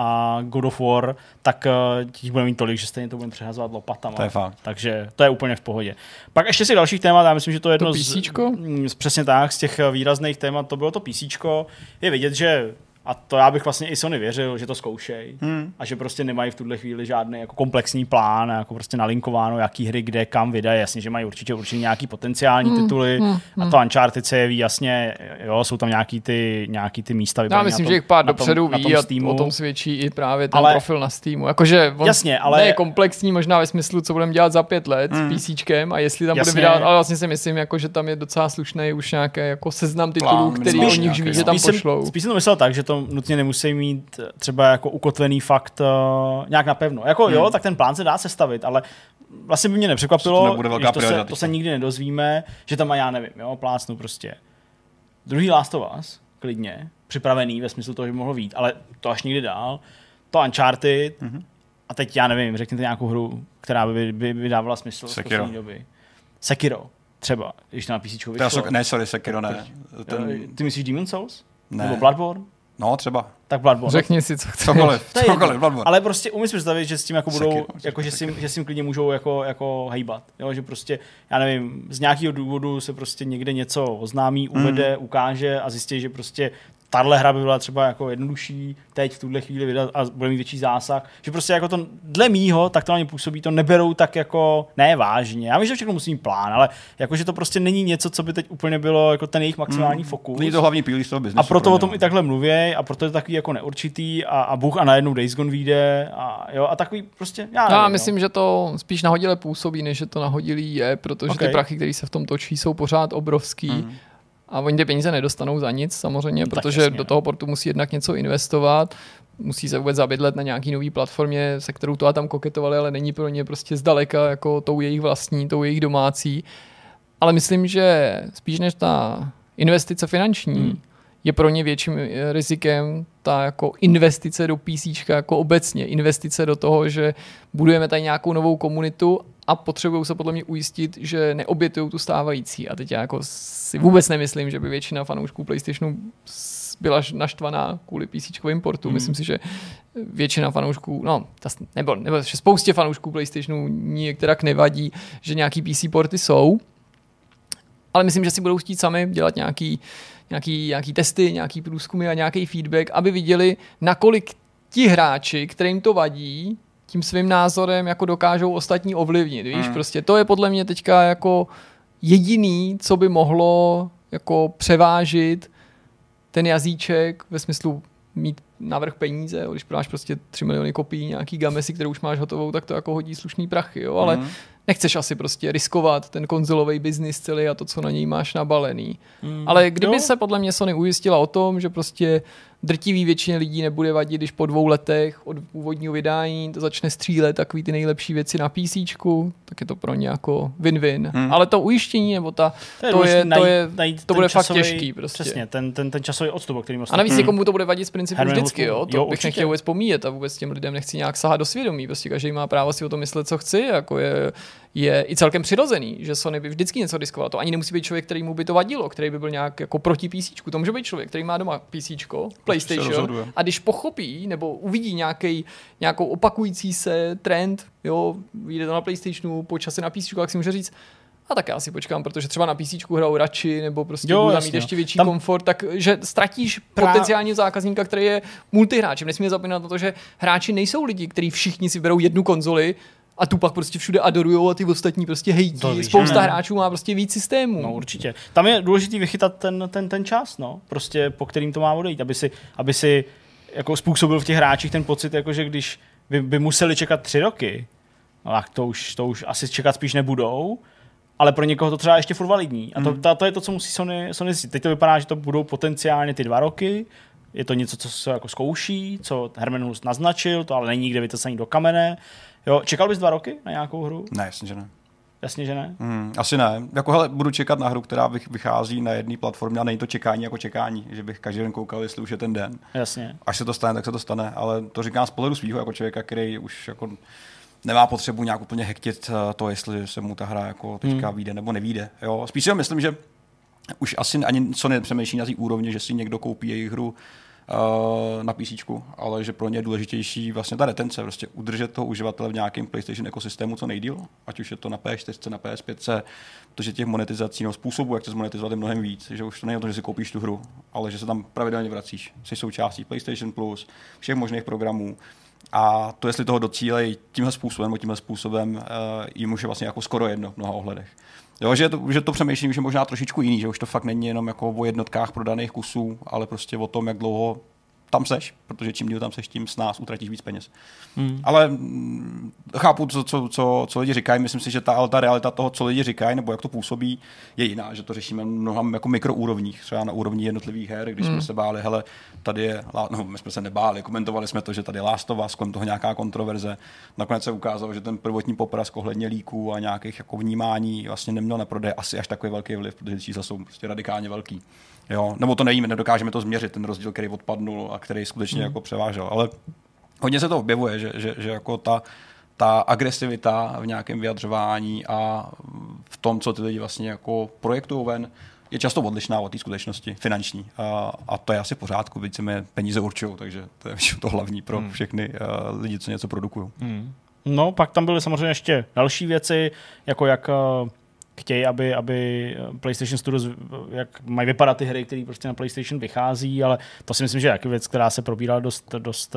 a God of War, tak těch budeme mít tolik, že stejně to budeme přehazovat lopatama. To je fakt. Takže to je úplně v pohodě. Pak ještě si dalších témat, já myslím, že to je jedno přesně tak, z těch výrazných témat, to bylo to PCčko. Je vidět, že a to já bych vlastně i Sony věřil, že to zkoušej a že prostě nemají v tuhle chvíli žádný jako komplexní plán, jako prostě nalinkováno, jaký hry, kde, kam vydají. Jasně, že mají určitě nějaký potenciální tituly a to Uncharted se jeví jasně, jo, jsou tam nějaký ty místa vybrané. Já myslím, že jich pár dopředu ví a o tom svědčí i právě ten profil na Steamu. Jakože on jasně, ale je komplexní možná ve smyslu, co budeme dělat za 5 let s PCčkem a jestli tam bude vydávat, ale vlastně si myslím, jako, že tam je docela slušný už nějaký jako seznam titulů, který o nich ví, že tam pošlou. Spíš jsem to myslel tak, že to nutně nemusí mít třeba jako ukotvený fakt nějak napevno. Jako jo, tak ten plán se dá sestavit, ale vlastně by mě nepřekvapilo, že to se nikdy nedozvíme, že tam má, já nevím, jo, plácnu prostě druhý Last of Us, klidně, připravený ve smyslu toho, že by mohlo být, ale to až nikdy dál, to Uncharted a teď já nevím, řekněte nějakou hru, která by dávala smysl v poslední doby. Sekiro, třeba, když to na PCčku vyšlo. Ne, sorry, Sekiro ne. Ty myslíš Demon's Souls? Ne. Nebo Bloodborne? No, třeba. Tak Bloodborne. Řekni si, co chceš. Cokoliv, Bloodborne. Ale prostě umím si představit, že s tím jako budou, jako, že s tím klidně můžou jako hejbat. Jo? Že prostě, já nevím, z nějakého důvodu se prostě někde něco oznámí, uvede, ukáže a zjistí, že prostě tahle hra by byla třeba jako jednodušší teď v tuhle chvíli vydat a bude mít větší zásah. Že prostě jako to dle mýho, tak to na ně působí, to neberou tak jako ne vážně. Já vím, že všechno musí mít plán, ale jakože to prostě není něco, co by teď úplně bylo jako ten jejich maximální fokus. Není to hlavní pilíř toho biznesu. A proto o tom i takhle mluví a proto je to takový jako neurčitý a Bůh a najednou Days Gone vyjde a takový prostě já myslím, že to spíš nahodile působí, než že to nahodilý je, protože ty prachy, které se v tom točí, jsou pořád obrovský. A oni ty peníze nedostanou za nic samozřejmě, protože jasně, do toho portu musí jednak něco investovat, musí se vůbec zabydlet na nějaký nový platformě, se kterou to a tam koketovali, ale není pro ně prostě zdaleka jako tou jejich vlastní, tou jejich domácí. Ale myslím, že spíš než ta investice finanční je pro ně větším rizikem ta jako investice do PCčka jako obecně, investice do toho, že budujeme tady nějakou novou komunitu a potřebují se podle mě ujistit, že neobětují tu stávající. A teď já jako si vůbec nemyslím, že by většina fanoušků PlayStationu byla naštvaná kvůli PCčkovým portu. Myslím si, že většina fanoušků, nebo že spoustě fanoušků PlayStationu některak nevadí, že nějaký PC porty jsou, ale myslím, že si budou chtít sami dělat nějaký testy, nějaký průzkumy a nějaký feedback, aby viděli, nakolik ti hráči, kterým to vadí, tím svým názorem jako dokážou ostatní ovlivnit. Víš, prostě to je podle mě teďka jako jediný, co by mohlo jako převážit ten jazyček ve smyslu mít navrch peníze, když prodáš prostě 3 miliony kopií nějaký gamesy, kterou už máš hotovou, tak to jako hodí slušný prachy, jo, ale nechceš asi prostě riskovat ten konzolový biznis celý a to, co na něj máš nabalený. Ale kdyby se podle mě Sony ujistila o tom, že prostě drtivý většině lidí nebude vadit, když po 2 letech od původního vydání to začne střílet takový ty nejlepší věci na PCčku, tak je to pro ně jako win-win. Ale to ujištění, nebo to bude fakt těžký. Prostě. Přesně, ten časový odstup, o kterým a navíc někomu to bude vadit z principu vždycky, jo? To bych nechtěl vůbec pomíjet a vůbec těm lidem nechci nějak sahat do svědomí. Prostě každý má právo si o tom myslet, co chci, jako je i celkem přirozený, že Sony by vždycky něco riskoval. To ani nemusí být člověk, kterýmu by to vadilo, který by byl nějak jako proti PCčku. To může být člověk, který má doma PCčko, PlayStation, a když pochopí nebo uvidí nějakou opakující se trend, jo, vyjde to na PlayStationu, po čase na PCčku, tak si může říct, a tak já si počkám, protože třeba na PCčku hrajou radši, nebo prostě budou tam mít ještě větší komfort, takže ztratíš potenciálního zákazníka, který je multihráčem. Nesmíme zapomínat na to, že hráči nejsou lidi, kteří všichni si berou jednu konzoli a tu pak prostě všude adorujou a ty ostatní prostě hejtí. Spousta hráčů má prostě víc systémů. No určitě. Tam je důležitý vychytat ten čas, no, prostě po kterým to má odejít, aby si jako způsobil v těch hráčích ten pocit, jako že když by museli čekat 3 roky, no, tak to už asi čekat spíš nebudou, ale pro někoho to třeba ještě furt validní. A to je to, co musí Sony zjistit. Teď to vypadá, že to budou potenciálně ty 2 roky, je to něco, co se jako zkouší, co Herman Hulst naznačil, to ale není nikde vytesaný do kamene. Jo, čekal bys 2 roky na nějakou hru? Ne, jasně, že ne. Jasně, že ne? Asi ne. Jako hele, budu čekat na hru, která vychází na jedné platformě a není to čekání jako čekání, že bych každý den koukal, jestli už je ten den. Jasně. Až se to stane, tak se to stane, ale to říkám z pohledu svýho jako člověka, který už jako nemá potřebu nějak úplně hektit to, jestli se mu ta hra jako teďka vyjde nebo nevyjde. Jo? Spíš si myslím, že už asi ani co nepřemýšlí na té úrovni, že si někdo koupí jejich hru na PC, ale že pro ně je důležitější vlastně ta retence, prostě udržet toho uživatele v nějakém PlayStation ekosystému co nejdýl, ať už je to na PS4, na PS5, protože těch monetizací, no, způsobů, jak to zmonetizovat, je mnohem víc, že už to není o tom, že si koupíš tu hru, ale že se tam pravidelně vracíš, jsi součástí PlayStation Plus, všech možných programů. A to, jestli toho docílejí tímhle způsobem, jim už je vlastně jako skoro jedno v mnoha ohledech. Jo, že to přemýšlím, že možná trošičku jiný, že už to fakt není jenom jako o jednotkách prodaných kusů, ale prostě o tom, jak dlouho tam seš, protože čím díl tam seš, tím s nás utratíš víc peněz. Ale chápu, co lidi říkají, myslím si, že ta realita toho, co lidi říkají, nebo jak to působí, je jiná, že to řešíme mnoha jako mikroúrovních, třeba na úrovni jednotlivých her, když jsme se báli, hele, tady je, no, my jsme se nebáli, komentovali jsme to, že tady je Last of Us, kolem toho nějaká kontroverze. Nakonec se ukázalo, že ten prvotní poprask ohledně líků a nějakých jako vnímání vlastně neměl na prodej asi až takový velký vliv, protože čísla jsou prostě radikálně velký. Jo, nebo to nevíme, nedokážeme to změřit, ten rozdíl, který odpadnul a který skutečně jako převážel. Ale hodně se to objevuje, že jako ta agresivita v nějakém vyjadřování a v tom, co ty lidi vlastně jako projektují ven, je často odlišná od té skutečnosti finanční. A to je asi v pořádku, byť se mi peníze určují, takže to je to hlavní pro všechny lidi, co něco produkují. No, pak tam byly samozřejmě ještě další věci, jako jak chtějí, aby PlayStation Studios, jak mají vypadat ty hry, které prostě na PlayStation vychází, ale to si myslím, že je taky věc, která se probírala dost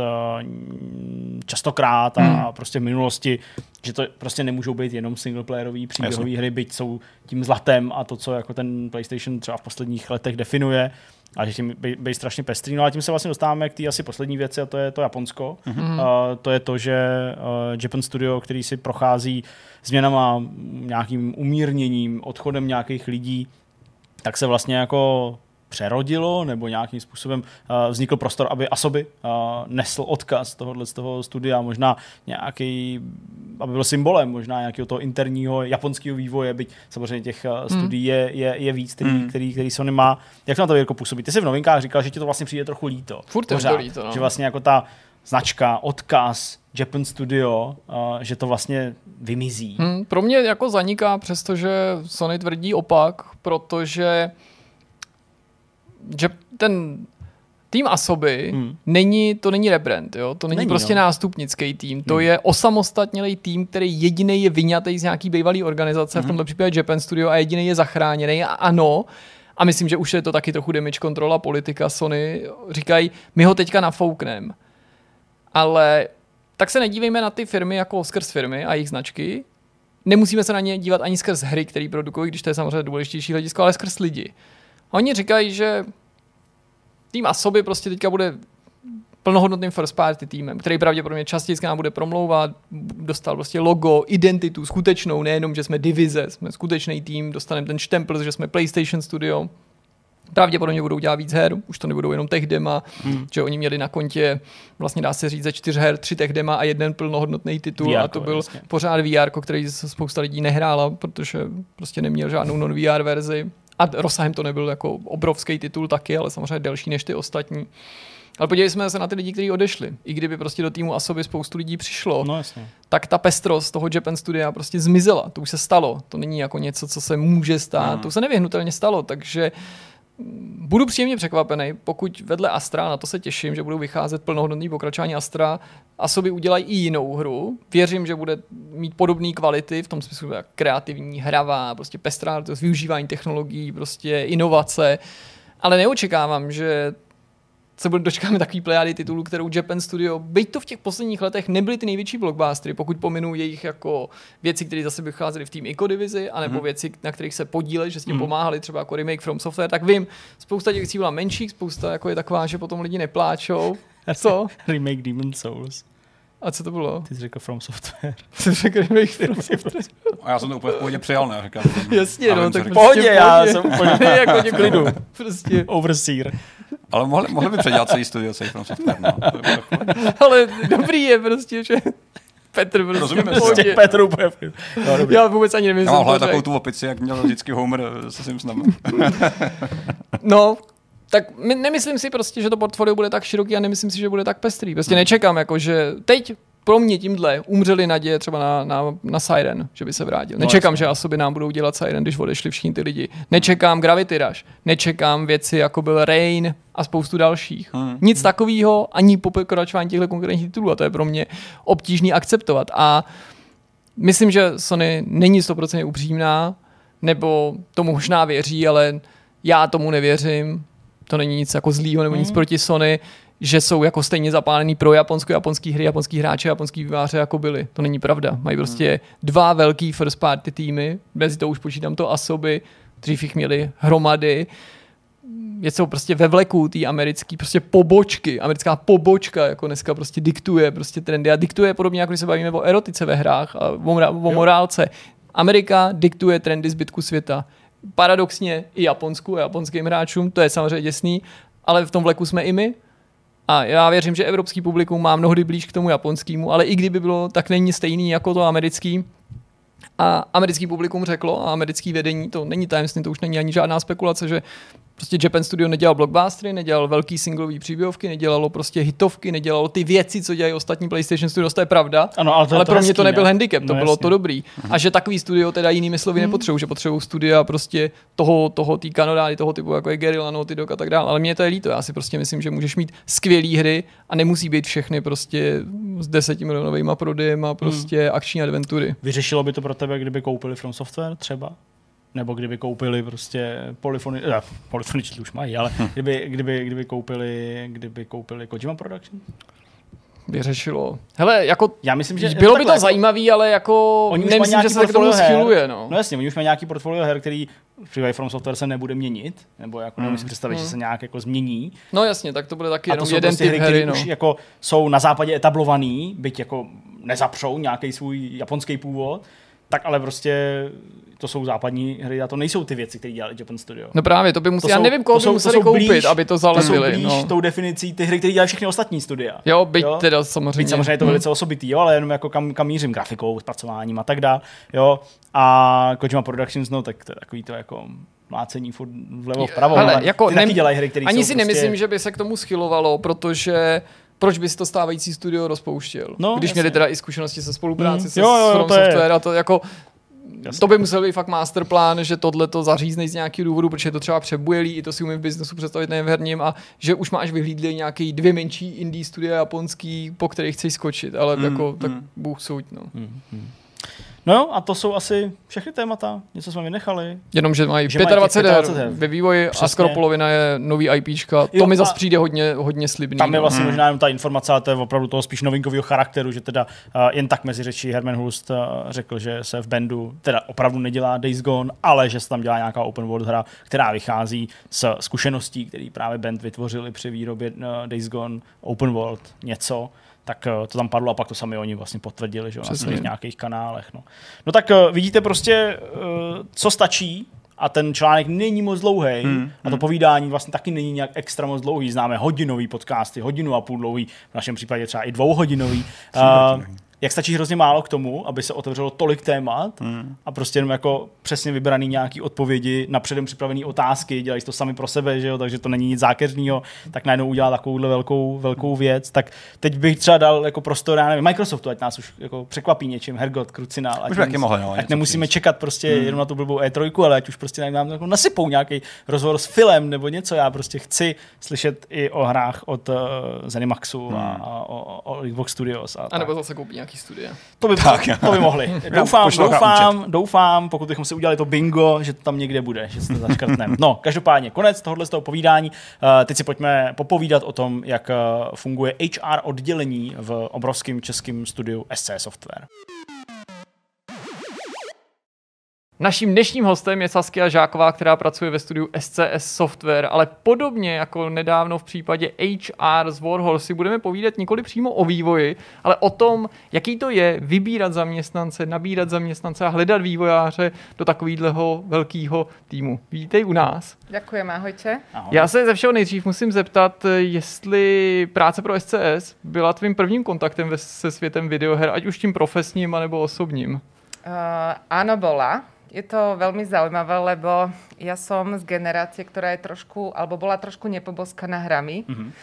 častokrát a prostě v minulosti, že to prostě nemůžou být jenom singleplayerový příběhový hry, byť jsou tím zlatem a to, co jako ten PlayStation třeba v posledních letech definuje, a že tím být strašně pestrý. No a tím se vlastně dostáváme k té asi poslední věci, a to je to Japonsko. To je to, že Japan Studio, který si prochází změnama, nějakým umírněním, odchodem nějakých lidí, tak se vlastně jako přerodilo, nebo nějakým způsobem vznikl prostor, aby Asobi nesl odkaz tohohle z toho studia, možná nějaký, aby byl symbolem možná nějakého toho interního japonského vývoje, byť samozřejmě těch studií je víc, který Sony má. Jak to na to, Jirko, působí? Ty jsi v novinkách říkal, že ti to vlastně přijde trochu líto. Furt je to líto, no. Že vlastně jako ta značka, odkaz, Japan Studio, že to vlastně vymizí. Pro mě jako zaniká, přestože Sony tvrdí opak, protože že ten tým Asobi to není rebrand, jo? To není prostě nástupnický tým, to je osamostatnělý tým, který jediný je vyňatý z nějaký bývalý organizace, v tomto případě Japan Studio, a jediný je zachráněný. A ano, a myslím, že už je to taky trochu damage control a politika Sony, říkají, my ho teďka nafoukneme. Ale tak se nedívejme na ty firmy jako skrz firmy a jejich značky. Nemusíme se na ně dívat ani skrz hry, které produkují, když to je samozřejmě důležitější hledisko, ale skrz lidi. Oni říkají, že tým Asobi prostě teďka bude plnohodnotným first party týmem, který pravděpodobně častěji k nám bude promlouvat, dostal prostě logo, identitu skutečnou, nejenom, že jsme divize, jsme skutečný tým, dostaneme ten štempl, že jsme PlayStation Studio. Pravděpodobně budou dělat víc her, už to nebudou jenom tech dema, že oni měli na kontě, vlastně dá se říct, ze 4 her 3 tech dema a jeden plnohodnotný titul, VR-ko, a to byl vlastně pořád VR, který spousta lidí nehrála, protože prostě neměl žádnou non-VR verzi. A rozsahem to nebyl jako obrovský titul taky, ale samozřejmě delší než ty ostatní. Ale podívejme se na ty lidi, kteří odešli. I kdyby prostě do týmu Asobi spoustu lidí přišlo, tak ta pestrost toho Japan Studia prostě zmizela. To už se stalo. To není jako něco, co se může stát. To se nevyhnutelně stalo, takže budu příjemně překvapený, pokud vedle Astra, na to se těším, že budou vycházet plnohodnotný pokračování Astra, Asobi udělají i jinou hru. Věřím, že bude mít podobné kvality, v tom smyslu kreativní, hravá, prostě pestrá, to využívání technologií, prostě inovace, ale neočekávám, že se dočkáme takový plejády titulů, kterou Japan Studio, byť to v těch posledních letech nebyly ty největší blockbustery, pokud pominu jejich jako věci, které zase vycházely v Team Ico divizi, anebo věci, na kterých se podíleli, že s tím pomáhali, třeba jako remake From Software, tak vím, spousta těch věcí byla menších, spousta jako je taková, že potom lidi nepláčou. Co? Remake Demon's Souls. A co to bylo? Ty jsi řekl From Software. Ty jsi řekl remake From Software. A já jsem to úplně v pohodě přijal, ne? Říkám, jasně, no, tak v pohodě, já jsem úplně jako tě klidu. Prostě. Overseer. Ale mohli by předělat celý studio, celý From Software, no. Ale dobrý je prostě, že Petr prostě. Rozumíme si. Petr úplně. Já vůbec ani nevím, já mám hlavně takovou tu opici, jak měl vždycky Homer se Simpsonem. No, tak nemyslím si prostě, že to portfolio bude tak široký a nemyslím si, že bude tak pestrý. Prostě nečekám, jako že teď pro mě tímhle umřeli naděje třeba na Siren, že by se vrátil. Nečekám, že Asoby nám budou dělat Siren, když odešli všichni ty lidi. Nečekám Gravity Rush. Nečekám věci, jako byl Rain a spoustu dalších. Nic takového ani po pokračování těchto konkrétních titulů a to je pro mě obtížný akceptovat. A myslím, že Sony není 100% upřímná, nebo tomu možná věří, ale já tomu nevěřím. To není nic jako zlýho nebo nic proti Sony, že jsou jako stejně zapálený pro Japonsko, japonský hry, japonský hráče, japonský výváře jako byli. To není pravda. Mají prostě 2 velký first party týmy, mezi to už počítám to Asoby, dřív jich měli hromady. Jsou prostě ve vleku té americké prostě pobočky, americká pobočka, jako dneska prostě diktuje prostě trendy a diktuje podobně, jako když se bavíme o erotice ve hrách a o morálce. Amerika diktuje trendy zbytku světa. Paradoxně i Japonsku a japonským hráčům, to je samozřejmě děsný, ale v tom vleku jsme i my. A já věřím, že evropský publikum má mnohdy blíž k tomu japonskému, ale i kdyby bylo, tak není stejný jako to americký. A americký publikum řeklo a americký vedení, to není tajemství, to už není ani žádná spekulace, že prostě Japan Studio nedělal blockbustery, nedělal velký singlový příběhovky, nedělalo prostě hitovky, nedělalo ty věci, co dělají ostatní PlayStation Studios, to je pravda. Ano, ale pro mě to nebyl handicap, no, to bylo to dobrý. A že takový studio teda jinými slovy nepotřebují, že potřebují studia prostě toho tý kanodály, toho typu jako je Guerrilla, Naughty Dog a tak dále. Ale mě to je líto, já si prostě myslím, že můžeš mít skvělé hry a nemusí být všechny prostě s 10 milionovými prodejem a prostě akční adventury. Vyřešilo by to pro tebe, kdyby koupili From Software třeba? Nebo kdyby koupili prostě Polyphony už mají, ale kdyby koupili Kojima Production? Vyřešilo. Hele, jako já myslím, že bylo by to zajímavý, ale jako nemyslím, že se k tomu schyluje, no. No jasně, oni už mají nějaký portfolio her, který v případě From Software se nebude měnit, nebo jako nemůžu si představit, že se nějak jako změní. No jasně, tak to bude taky jenom jeden prostě typ hry, no. Už jako jsou na západě etablovaný, byť jako nezapřou nějaký svůj japonský původ, tak ale prostě to jsou západní hry a to nejsou ty věci, které dělali Japan Studio. No právě, to by museli, já nevím, koho by museli koupit, aby to zalepili. To jsou blíž tou definicí ty hry, které dělají všechny ostatní studia. Jo, byť teda samozřejmě. Byť samozřejmě je to velice osobitý, jo, ale jenom jako kam mířím grafikou, zpracováním a tak dále. Jo. A Kojima Productions, no tak to je takový to jako mlácení furt vlevo vpravo. Hele, jako ty taky dělají hry, které ani jsou si prostě... nemyslím, že by se k tomu schylovalo, protože proč by si to stávající studio rozpouštěl? No, když měli teda i zkušenosti se spolupráci se From Software a to jako to by musel být fakt masterplán, že tohle to zaříznej z nějakého důvodu, protože je to třeba přebujelý, i to si umím v biznesu představit nejen v herním, a že už máš vyhlídlý nějaký 2 menší indie studia japonský, po kterých chceš skočit, ale jako tak Bůh suď, no. No jo, a to jsou asi všechny témata, něco jsme vynechali. Jenom, že mají 25 her ve vývoji. Přesně. A skoro polovina je nový IPčka. To mi zase přijde hodně slibný. Tam je vlastně možná jenom ta informace, ale to je opravdu toho spíš novinkového charakteru, že teda jen tak mezi řečí Herman Hulst řekl, že se v bandu teda opravdu nedělá Days Gone, ale že se tam dělá nějaká open world hra, která vychází z zkušeností, který právě band vytvořili při výrobě Days Gone open world něco. Tak to tam padlo a pak to sami oni vlastně potvrdili, že na svých nějakých kanálech. No tak vidíte prostě, co stačí, a ten článek není moc dlouhý a to povídání vlastně taky není nějak extra moc dlouhý. Známe hodinový podcasty, 1,5 hodiny dlouhý, v našem případě třeba i 2hodinový. Jak stačí hrozně málo k tomu, aby se otevřelo tolik témat a prostě jenom jako přesně vybraný nějaký odpovědi na předem připravené otázky, dělají to sami pro sebe, že jo, takže to není nic zákeřného, tak najednou udělá takovouhle velkou věc. Tak teď bych třeba dal jako prostor, já nevím, Microsoftu, ať nás už jako překvapí něčím, Hergot, Krucinál, ať nemusíme čekat prostě jenom na tu blbou E3, ale ať už prostě nám jako nasypou nějaký rozhovor s Filem nebo něco. Já prostě chci slyšet i o hrách od Zenimaxu a o Xbox Studios. A nebo zase koupí nějaký studia. To by mohli. Doufám, pokud bychom si udělali to bingo, že to tam někde bude, že se to zaškrtneme. No, každopádně, konec tohohle z toho povídání. Teď si pojďme popovídat o tom, jak funguje HR oddělení v obrovském českém studiu SC Software. Naším dnešním hostem je Saskia Žáková, která pracuje ve studiu SCS Software, ale podobně jako nedávno v případě HR z Warhol si budeme povídat nikoli přímo o vývoji, ale o tom, jaký to je vybírat zaměstnance, nabírat zaměstnance a hledat vývojáře do takového velkého týmu. Vítej u nás. Děkujeme, ahojte. Ahoj. Já se ze všeho nejdřív musím zeptat, jestli práce pro SCS byla tvým prvním kontaktem se světem videoher, ať už tím profesním, anebo osobním. Áno, bola. Je to veľmi zaujímavé, lebo ja som z generácie, ktorá je trošku, alebo bola trošku nepoboskaná hrami.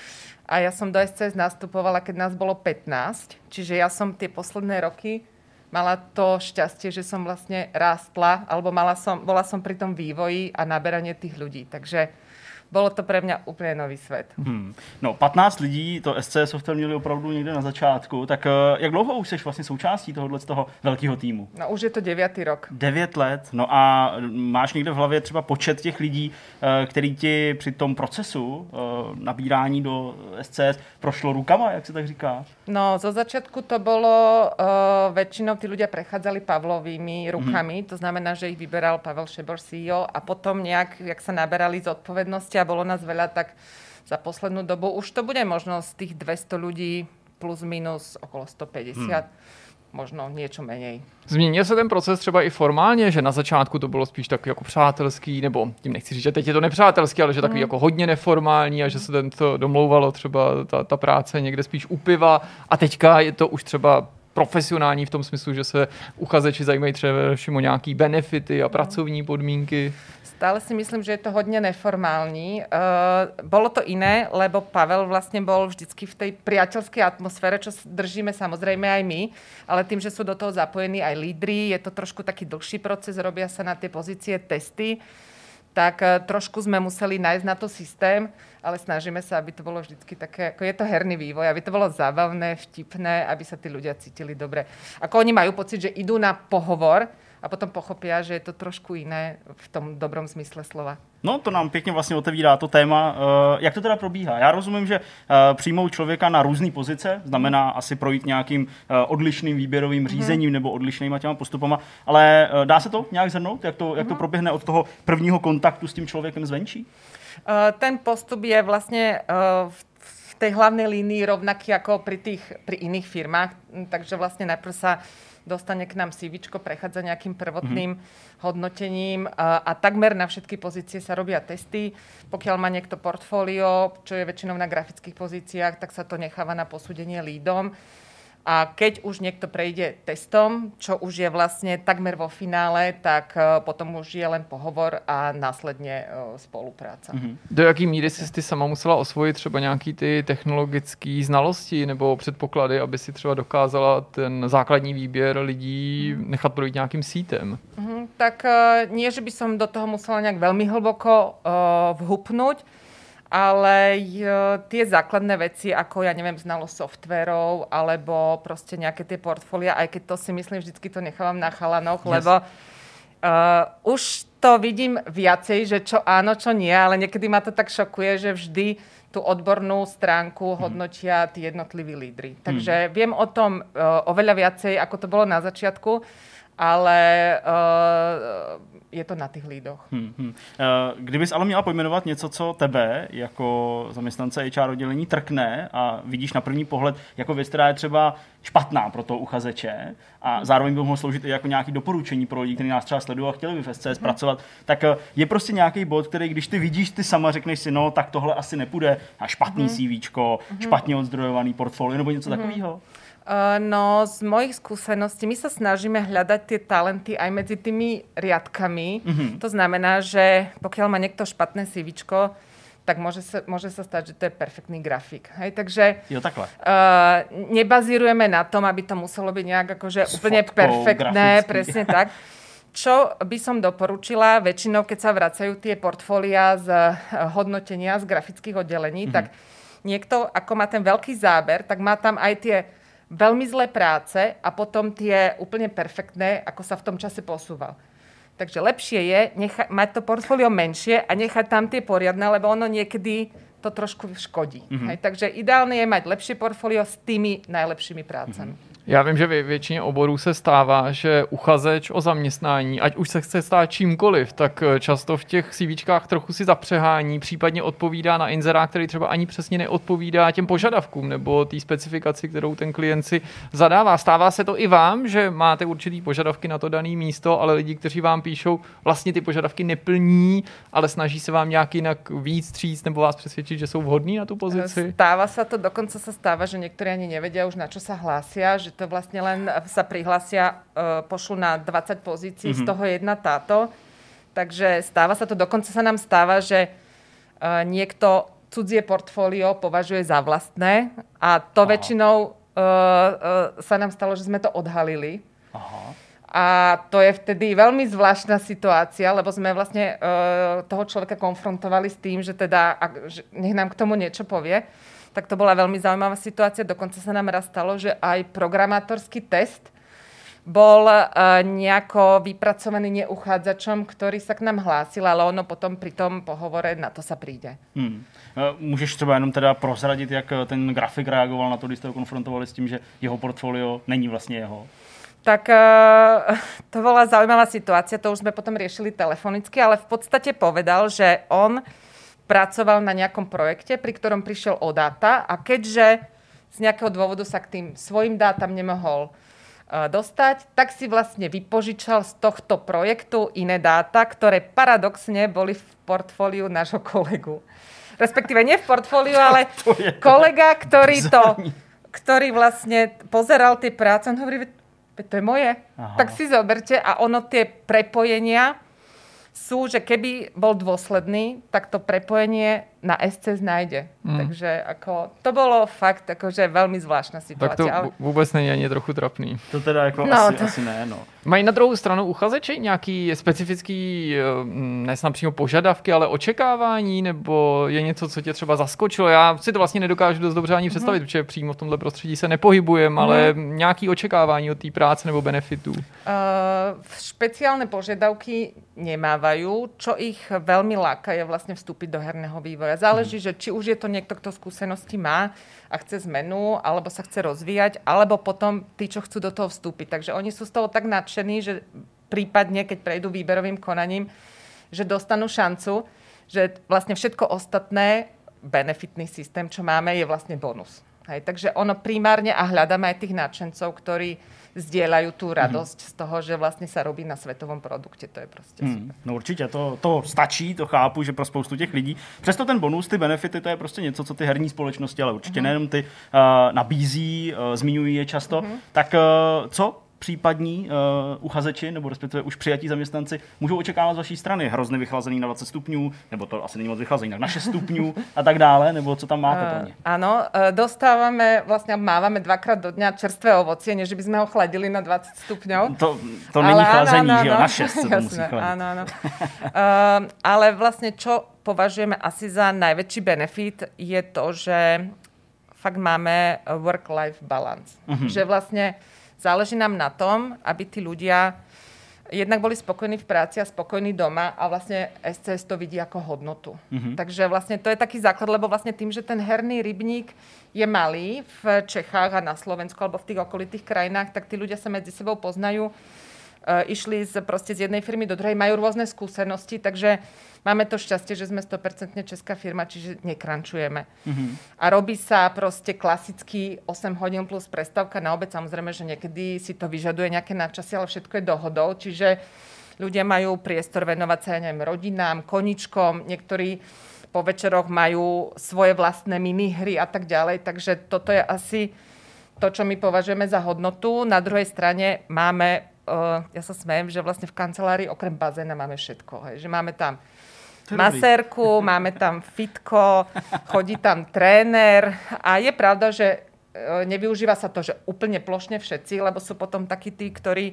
a ja som do SCS nastupovala, keď nás bolo 15, čiže ja som tie posledné roky mala to šťastie, že som vlastne rástla, alebo bola som pri tom vývoji a naberanie tých ľudí, takže bylo to pro mě úplně nový svět. No, 15 lidí, to SC Software měli opravdu někde na začátku, tak jak dlouho už jsi vlastně součástí tohohle z toho velkého týmu? No, už je to 9. rok. 9 let, no a máš někde v hlavě třeba počet těch lidí, který ti při tom procesu nabírání do SCS prošlo rukama, jak se tak říká? No, zo začiatku to bolo, väčšinou tí ľudia prechádzali Pavlovými rukami, to znamená, že ich vyberal Pavel Šebor, CEO, a potom nejak, jak sa naberali zodpovednosti a bolo nás veľa, tak za poslednú dobu už to bude možno z tých 200 ľudí plus minus okolo 150. Možno něco menej. Změnil se ten proces třeba i formálně, že na začátku to bylo spíš takový jako přátelský, nebo tím nechci říct, že teď je to nepřátelský, ale že takový jako hodně neformální a že se to domlouvalo třeba ta práce někde spíš u piva a teďka je to už třeba profesionální v tom smyslu, že se uchazeči zajímají třeba o nějaký benefity a pracovní podmínky. Stále si myslím, že je to hodně neformální. Bolo to iné, lebo Pavel vlastne bol vždycky v tej priateľskej atmosfére, čo držíme samozrejme aj my, ale tým, že sú do toho zapojení aj lídri, je to trošku taký dlhší proces, robia sa na tie pozície testy, tak trošku sme museli nájsť na to systém, ale snažíme sa, aby to bolo vždycky také, ako je to herný vývoj, aby to bolo zábavné, vtipné, aby sa tí ľudia cítili dobre. Ako oni majú pocit, že idú na pohovor, a potom pochopia, že je to trošku jiné v tom dobrom smysle slova. No, to nám pěkně vlastně otevírá to téma. Jak to teda probíhá? Já rozumím, že přijmou člověka na různé pozice, znamená asi projít nějakým odlišným výběrovým řízením nebo odlišnýma těma postupama, ale dá se to nějak zhrnout? Jak to proběhne od toho prvního kontaktu s tím člověkem zvenčí? Ten postup je vlastně v tej hlavnej línii rovnaký ako pri iných firmách, takže vlastne najprv sa dostane k nám CVčko, prechádza nejakým prvotným hodnotením a takmer na všetky pozície sa robia testy. Pokiaľ má niekto portfólio, čo je väčšinou na grafických pozíciách, tak sa to necháva na posúdenie lídom. A keď už niekto prejde testom, čo už je vlastne takmer vo finále, tak potom už je len pohovor a následne spolupráca. Do jaký míry jsi ty sama musela osvojit třeba nějaký ty technologické znalosti nebo předpoklady, aby si třeba dokázala ten základní výběr lidí nechat projít nějakým sítem? Tak nie, že by som do toho musela nejak veľmi hlboko vhupnúť, ale tie základné veci, ako ja neviem, znalosť softverov, alebo proste nejaké tie portfólia, aj keď to si myslím, vždycky to nechávam na chalanoch, lebo už to vidím viacej, že čo áno, čo nie, ale niekedy ma to tak šokuje, že vždy tú odbornú stránku hodnotia tí jednotliví lídri. Takže viem o tom oveľa viacej, ako to bolo na začiatku, ale je to na těch lídoch. Kdybys ale měla pojmenovat něco, co tebe jako zaměstnance HR oddělení trkne a vidíš na první pohled jako věc, která je třeba špatná pro toho uchazeče a zároveň by mohlo sloužit i jako nějaké doporučení pro lidi, kteří nás třeba sledují a chtěli by v SCS pracovat, tak je prostě nějaký bod, který když ty vidíš ty sama, řekneš si, no tak tohle asi nepůjde a špatný CVčko, špatně odzdrojovaný portfolio nebo něco takového? No, z mojich skúseností my sa snažíme hľadať tie talenty aj medzi tými riadkami. To znamená, že pokiaľ má niekto špatné CVčko, tak môže sa stať, že to je perfektný grafik. Hej, takže nebazírujeme na tom, aby to muselo byť nejak akože úplne perfektné, presne tak. Čo by som doporučila, väčšinou, keď sa vracajú tie portfólia z hodnotenia z grafických oddelení, tak niekto, ako má ten veľký záber, tak má tam aj tie veľmi zlé práce a potom tie úplne perfektné, ako sa v tom čase posúval. Takže lepšie je mať to portfólio menšie a nechať tam tie poriadne, lebo ono niekedy to trošku škodí. Hej, takže ideálne je mať lepšie portfólio s tými najlepšími prácami. Já vím, že ve většině oborů se stává, že uchazeč o zaměstnání, ať už se chce stát čímkoliv, tak často v těch CVčkách trochu si zapřehání, případně odpovídá na inzerát, který třeba ani přesně neodpovídá těm požadavkům nebo té specifikaci, kterou ten klient si zadává. Stává se to i vám, že máte určitý požadavky na to dané místo, ale lidi, kteří vám píšou, vlastně ty požadavky neplní, ale snaží se vám nějak jinak víc stříct nebo vás přesvědčit, že jsou vhodní na tu pozici? Stáva sa to, dokonca sa stáva, že niektorí ani nevedia už na čo sa hlásia, že to vlastne len sa prihlásia, pošlu na 20 pozícií, z toho jedna táto. Takže stáva sa to, dokonca sa nám stáva, že niekto cudzie portfólio považuje za vlastné a to väčšinou sa nám stalo, že sme to odhalili. Aha. A to je vtedy veľmi zvláštna situácia, lebo sme vlastne toho človeka konfrontovali s tým, že teda že nech nám k tomu niečo povie. Tak to bola veľmi zaujímavá situácia. Dokonca sa nám raz stalo, že aj programátorský test bol nejako vypracovaný neuchádzačom, ktorý sa k nám hlásil, ale ono potom pri tom pohovore na to sa príde. Můžeš třeba jenom teda prozradit, jak ten grafik reagoval na to, když jste ho konfrontovali s tím, že jeho portfolio není vlastně jeho? Tak to bola zaujímavá situácia, to už sme potom riešili telefonicky, ale v podstate povedal, že on pracoval na nejakom projekte, pri ktorom prišiel o dáta a keďže z nejakého dôvodu sa k tým svojim dátam nemohol dostať, tak si vlastne vypožičal z tohto projektu iné dáta, ktoré paradoxne boli v portfóliu nášho kolegu. Respektíve nie v portfóliu, ale kolega, ktorý vlastne pozeral tie práce, on hovorí, to je moje. Aha. Tak si zoberte a ono tie prepojenia sú, že keby bol dôsledný, tak to prepojenie na SC nájde. Takže ako, to bolo fakt akože veľmi zvláštna situácia. Tak to vůbec není ani trochu trapný. To teda jako asi ne, no. Mají na druhou stranu uchazeči nějaký specifický, nesnad přímo požadavky, ale očekávání, nebo je něco, co tě třeba zaskočilo? Já si to vlastně nedokážu dost dobře ani představit, protože přímo v tomhle prostředí se nepohybujem, ale nějaký očekávání od té práce nebo benefitů? Špeciálne požiadavky nemávajú. Čo ich veľmi láka je vlastne vstúpiť do herného vývoja. Záleží, že či už je to niekto, kto skúsenosti má a chce zmenu, alebo sa chce rozvíjať, alebo potom tí, čo chcú do toho vstúpiť. Takže oni sú z toho tak nadšení, že prípadne, keď prejdú výberovým konaním, že dostanú šancu, že vlastne všetko ostatné, benefitný systém, čo máme, je vlastne bonus. Hej, takže ono primárne a hľadáme aj tých nadšencov, ktorí zdieľajú tú radosť z toho, že vlastně sa robí na světovém produkte. To je prostě super. No určitě, to stačí, to chápu, že pro spoustu těch lidí. Přesto ten bonus, ty benefity, to je prostě něco, co ty herní společnosti, ale určitě nejenom ty nabízí, zmiňují je často. Tak co případní uchazeči, nebo respektive už přijatí zaměstnanci můžou očekávat z vaší strany? Hrozně vychlazený na 20 stupňů, nebo to asi není moc vychlazený, na 6 stupňů a tak dále, nebo co tam máte pro ně? Áno, dostávame, vlastne mávame 2krát do dňa čerstvé ovocie, než by sme ho chladili na 20 stupňov. To není chlazení, že jo? Na 6 se to musí chladit. Áno. Ale vlastne, čo považujeme asi za najväčší benefit, je to, že fakt máme work-life balance. Že vlastne záleží nám na tom, aby tí ľudia jednak boli spokojní v práci a spokojní doma a vlastne SCS to vidí ako hodnotu. Takže vlastne to je taký základ, lebo vlastne tým, že ten herný rybník je malý v Čechách a na Slovensku alebo v tých okolitých krajinách, tak tí ľudia sa medzi sebou poznajú. Išli z jednej firmy do druhej, majú rôzne skúsenosti, takže máme to šťastie, že sme 100% česká firma, čiže nekrančujeme. A robí sa proste klasicky 8 hodín plus prestávka na obed. Samozrejme, že niekedy si to vyžaduje nejaké nadčasy, ale všetko je dohodou, čiže ľudia majú priestor venovať sa, ja neviem, rodinám, koničkom, niektorí po večeroch majú svoje vlastné minihry a tak ďalej, takže toto je asi to, čo my považujeme za hodnotu. Na druhej strane máme ja sa smejem, že vlastne v kancelárii okrem bazéna máme všetko. Hej. Že máme tam masérku, máme tam fitko, chodí tam tréner a je pravda, že nevyužíva sa to, že úplne plošne všetci, lebo sú potom takí tí, ktorí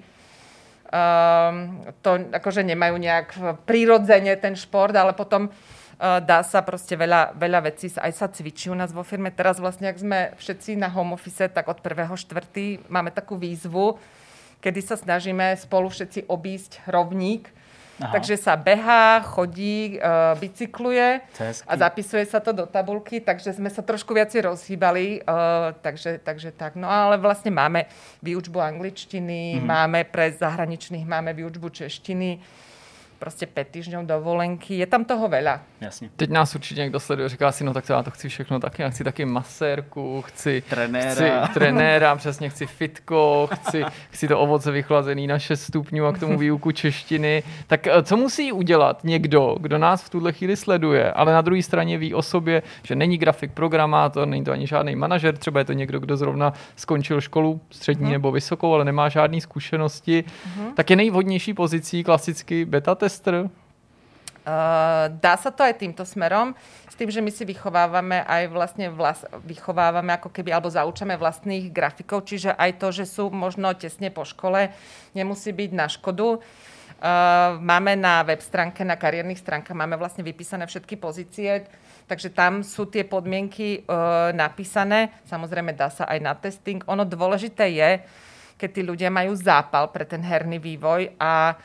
to akože nemajú nejak prirodzene ten šport, ale potom dá sa proste veľa vecí, aj sa cvičí u nás vo firme. Teraz vlastne, ak sme všetci na home office, tak od 1.4. máme takú výzvu, kedy sa snažíme spolu všetci obísť rovník. Aha. Takže sa behá, chodí, bicykluje a zapisuje sa to do tabulky, takže sme sa trošku viacej rozhýbali. Takže tak. No ale vlastne máme výučbu angličtiny, máme pre zahraničných, máme výučbu češtiny, prostě 5 týždňov dovolenky, je tam toho veľa. Jasně. Teď nás určitě někdo sleduje, říká si, no tak já to chci všechno taky, já chci taky masérku, chci trenéra, přesně chci fitko, chci to ovoce vychlazený na 6 stupňů a k tomu výuku češtiny. Tak co musí udělat někdo, kdo nás v tuhle chvíli sleduje, ale na druhé straně ví o sobě, že není grafik, programátor, není to ani žádný manažer, třeba je to někdo, kdo zrovna skončil školu střední nebo vysokou, ale nemá žádné zkušenosti, tak je nejvhodnější pozicí klasicky beta tester? Dá sa to aj týmto smerom, s tým, že my si vychovávame aj vychovávame ako keby, alebo zaučame vlastných grafikov, čiže aj to, že sú možno tesne po škole, nemusí byť na škodu. Máme na web stránke, na kariérnych stránkach máme vlastne vypísané všetky pozície, takže tam sú tie podmienky napísané. Samozrejme dá sa aj na testing. Ono dôležité je, keď tí ľudia majú zápal pre ten herný vývoj a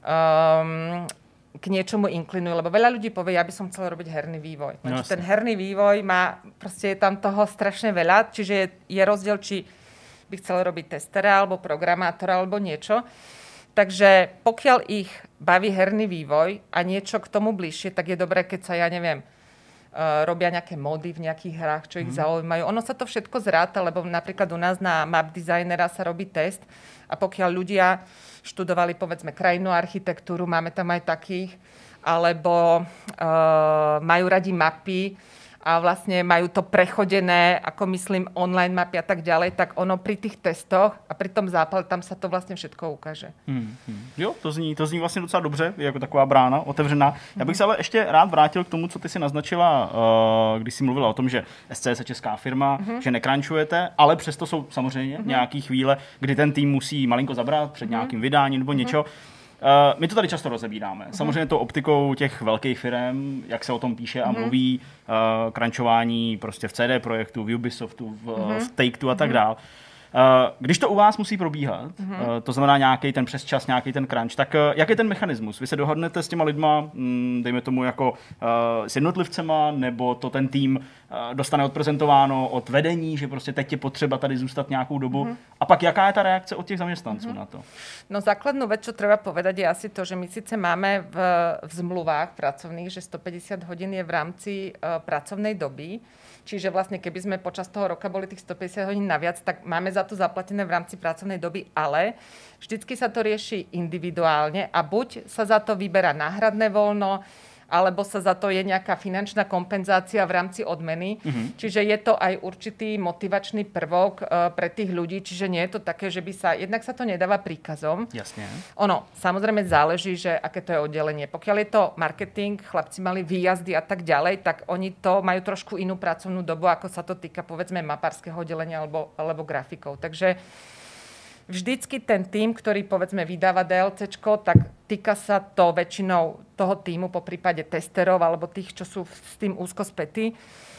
k niečomu inklinujú, lebo veľa ľudí povie, ja by som chcela robiť herný vývoj. No, ten herný vývoj má, proste je tam toho strašne veľa, čiže je rozdiel, či by chcel robiť testera, alebo programátora, alebo niečo. Takže pokiaľ ich baví herný vývoj a niečo k tomu bližšie, tak je dobré, keď sa, ja neviem, robia nejaké módy v nejakých hrách, čo ich zaujímajú. Ono sa to všetko zráta, lebo napríklad u nás na map designera sa robí test a pokiaľ ľudia študovali, povedzme, krajinnú architektúru, máme tam aj takých, alebo majú radi mapy a vlastne majú to prechodené, ako myslím, online mapy a tak ďalej, tak ono pri tých testoch a pri tom zápale, tam sa to vlastně všetko ukáže. Jo, to zní vlastně docela dobře, jako taková brána otevřená. Já bych se ale ještě rád vrátil k tomu, co ty si naznačila, když jsi mluvila o tom, že SCS je česká firma, že nekrančujete, ale přesto jsou samozřejmě nějaký chvíle, kdy ten tým musí malinko zabrat před nějakým vydáním nebo něčeho. My to tady často rozebíráme. Samozřejmě to optikou těch velkých firm, jak se o tom píše a mluví, crunchování prostě v CD Projektu, v Ubisoftu, v Take-Two a tak dál. Když to u vás musí probíhat, to znamená nějaký ten přesčas, nějaký ten crunch, tak jak je ten mechanismus? Vy se dohodnete s těma lidma, dejme tomu jako s jednotlivcema, nebo to ten tým dostane odprezentováno od vedení, že prostě teď je potřeba tady zůstat nějakou dobu. A pak jaká je ta reakce od těch zaměstnanců na to? No základnú vec, čo treba povedať, je asi to, že my síce máme v zmluvách pracovných, že 150 hodín je v rámci pracovnej doby, čiže vlastne keby sme počas toho roka boli tých 150 hodín naviac, tak máme za to zaplatené v rámci pracovnej doby, ale vždycky sa to rieši individuálne a buď sa za to vyberá náhradné voľno, alebo sa za to je nejaká finančná kompenzácia v rámci odmeny. Čiže je to aj určitý motivačný prvok pre tých ľudí, čiže nie je to také, že by sa, jednak sa to nedáva príkazom. Jasne. Ono, samozrejme záleží, že aké to je oddelenie. Pokiaľ je to marketing, chlapci mali výjazdy a tak ďalej, tak oni to majú trošku inú pracovnú dobu, ako sa to týka, povedzme, mapárskeho oddelenia alebo grafikov. Takže vždycky ten tým, ktorý povedzme vydáva DLCčko, tak týka sa to väčšinou toho týmu, po prípade testerov alebo tých, čo sú s tým úzko spätí,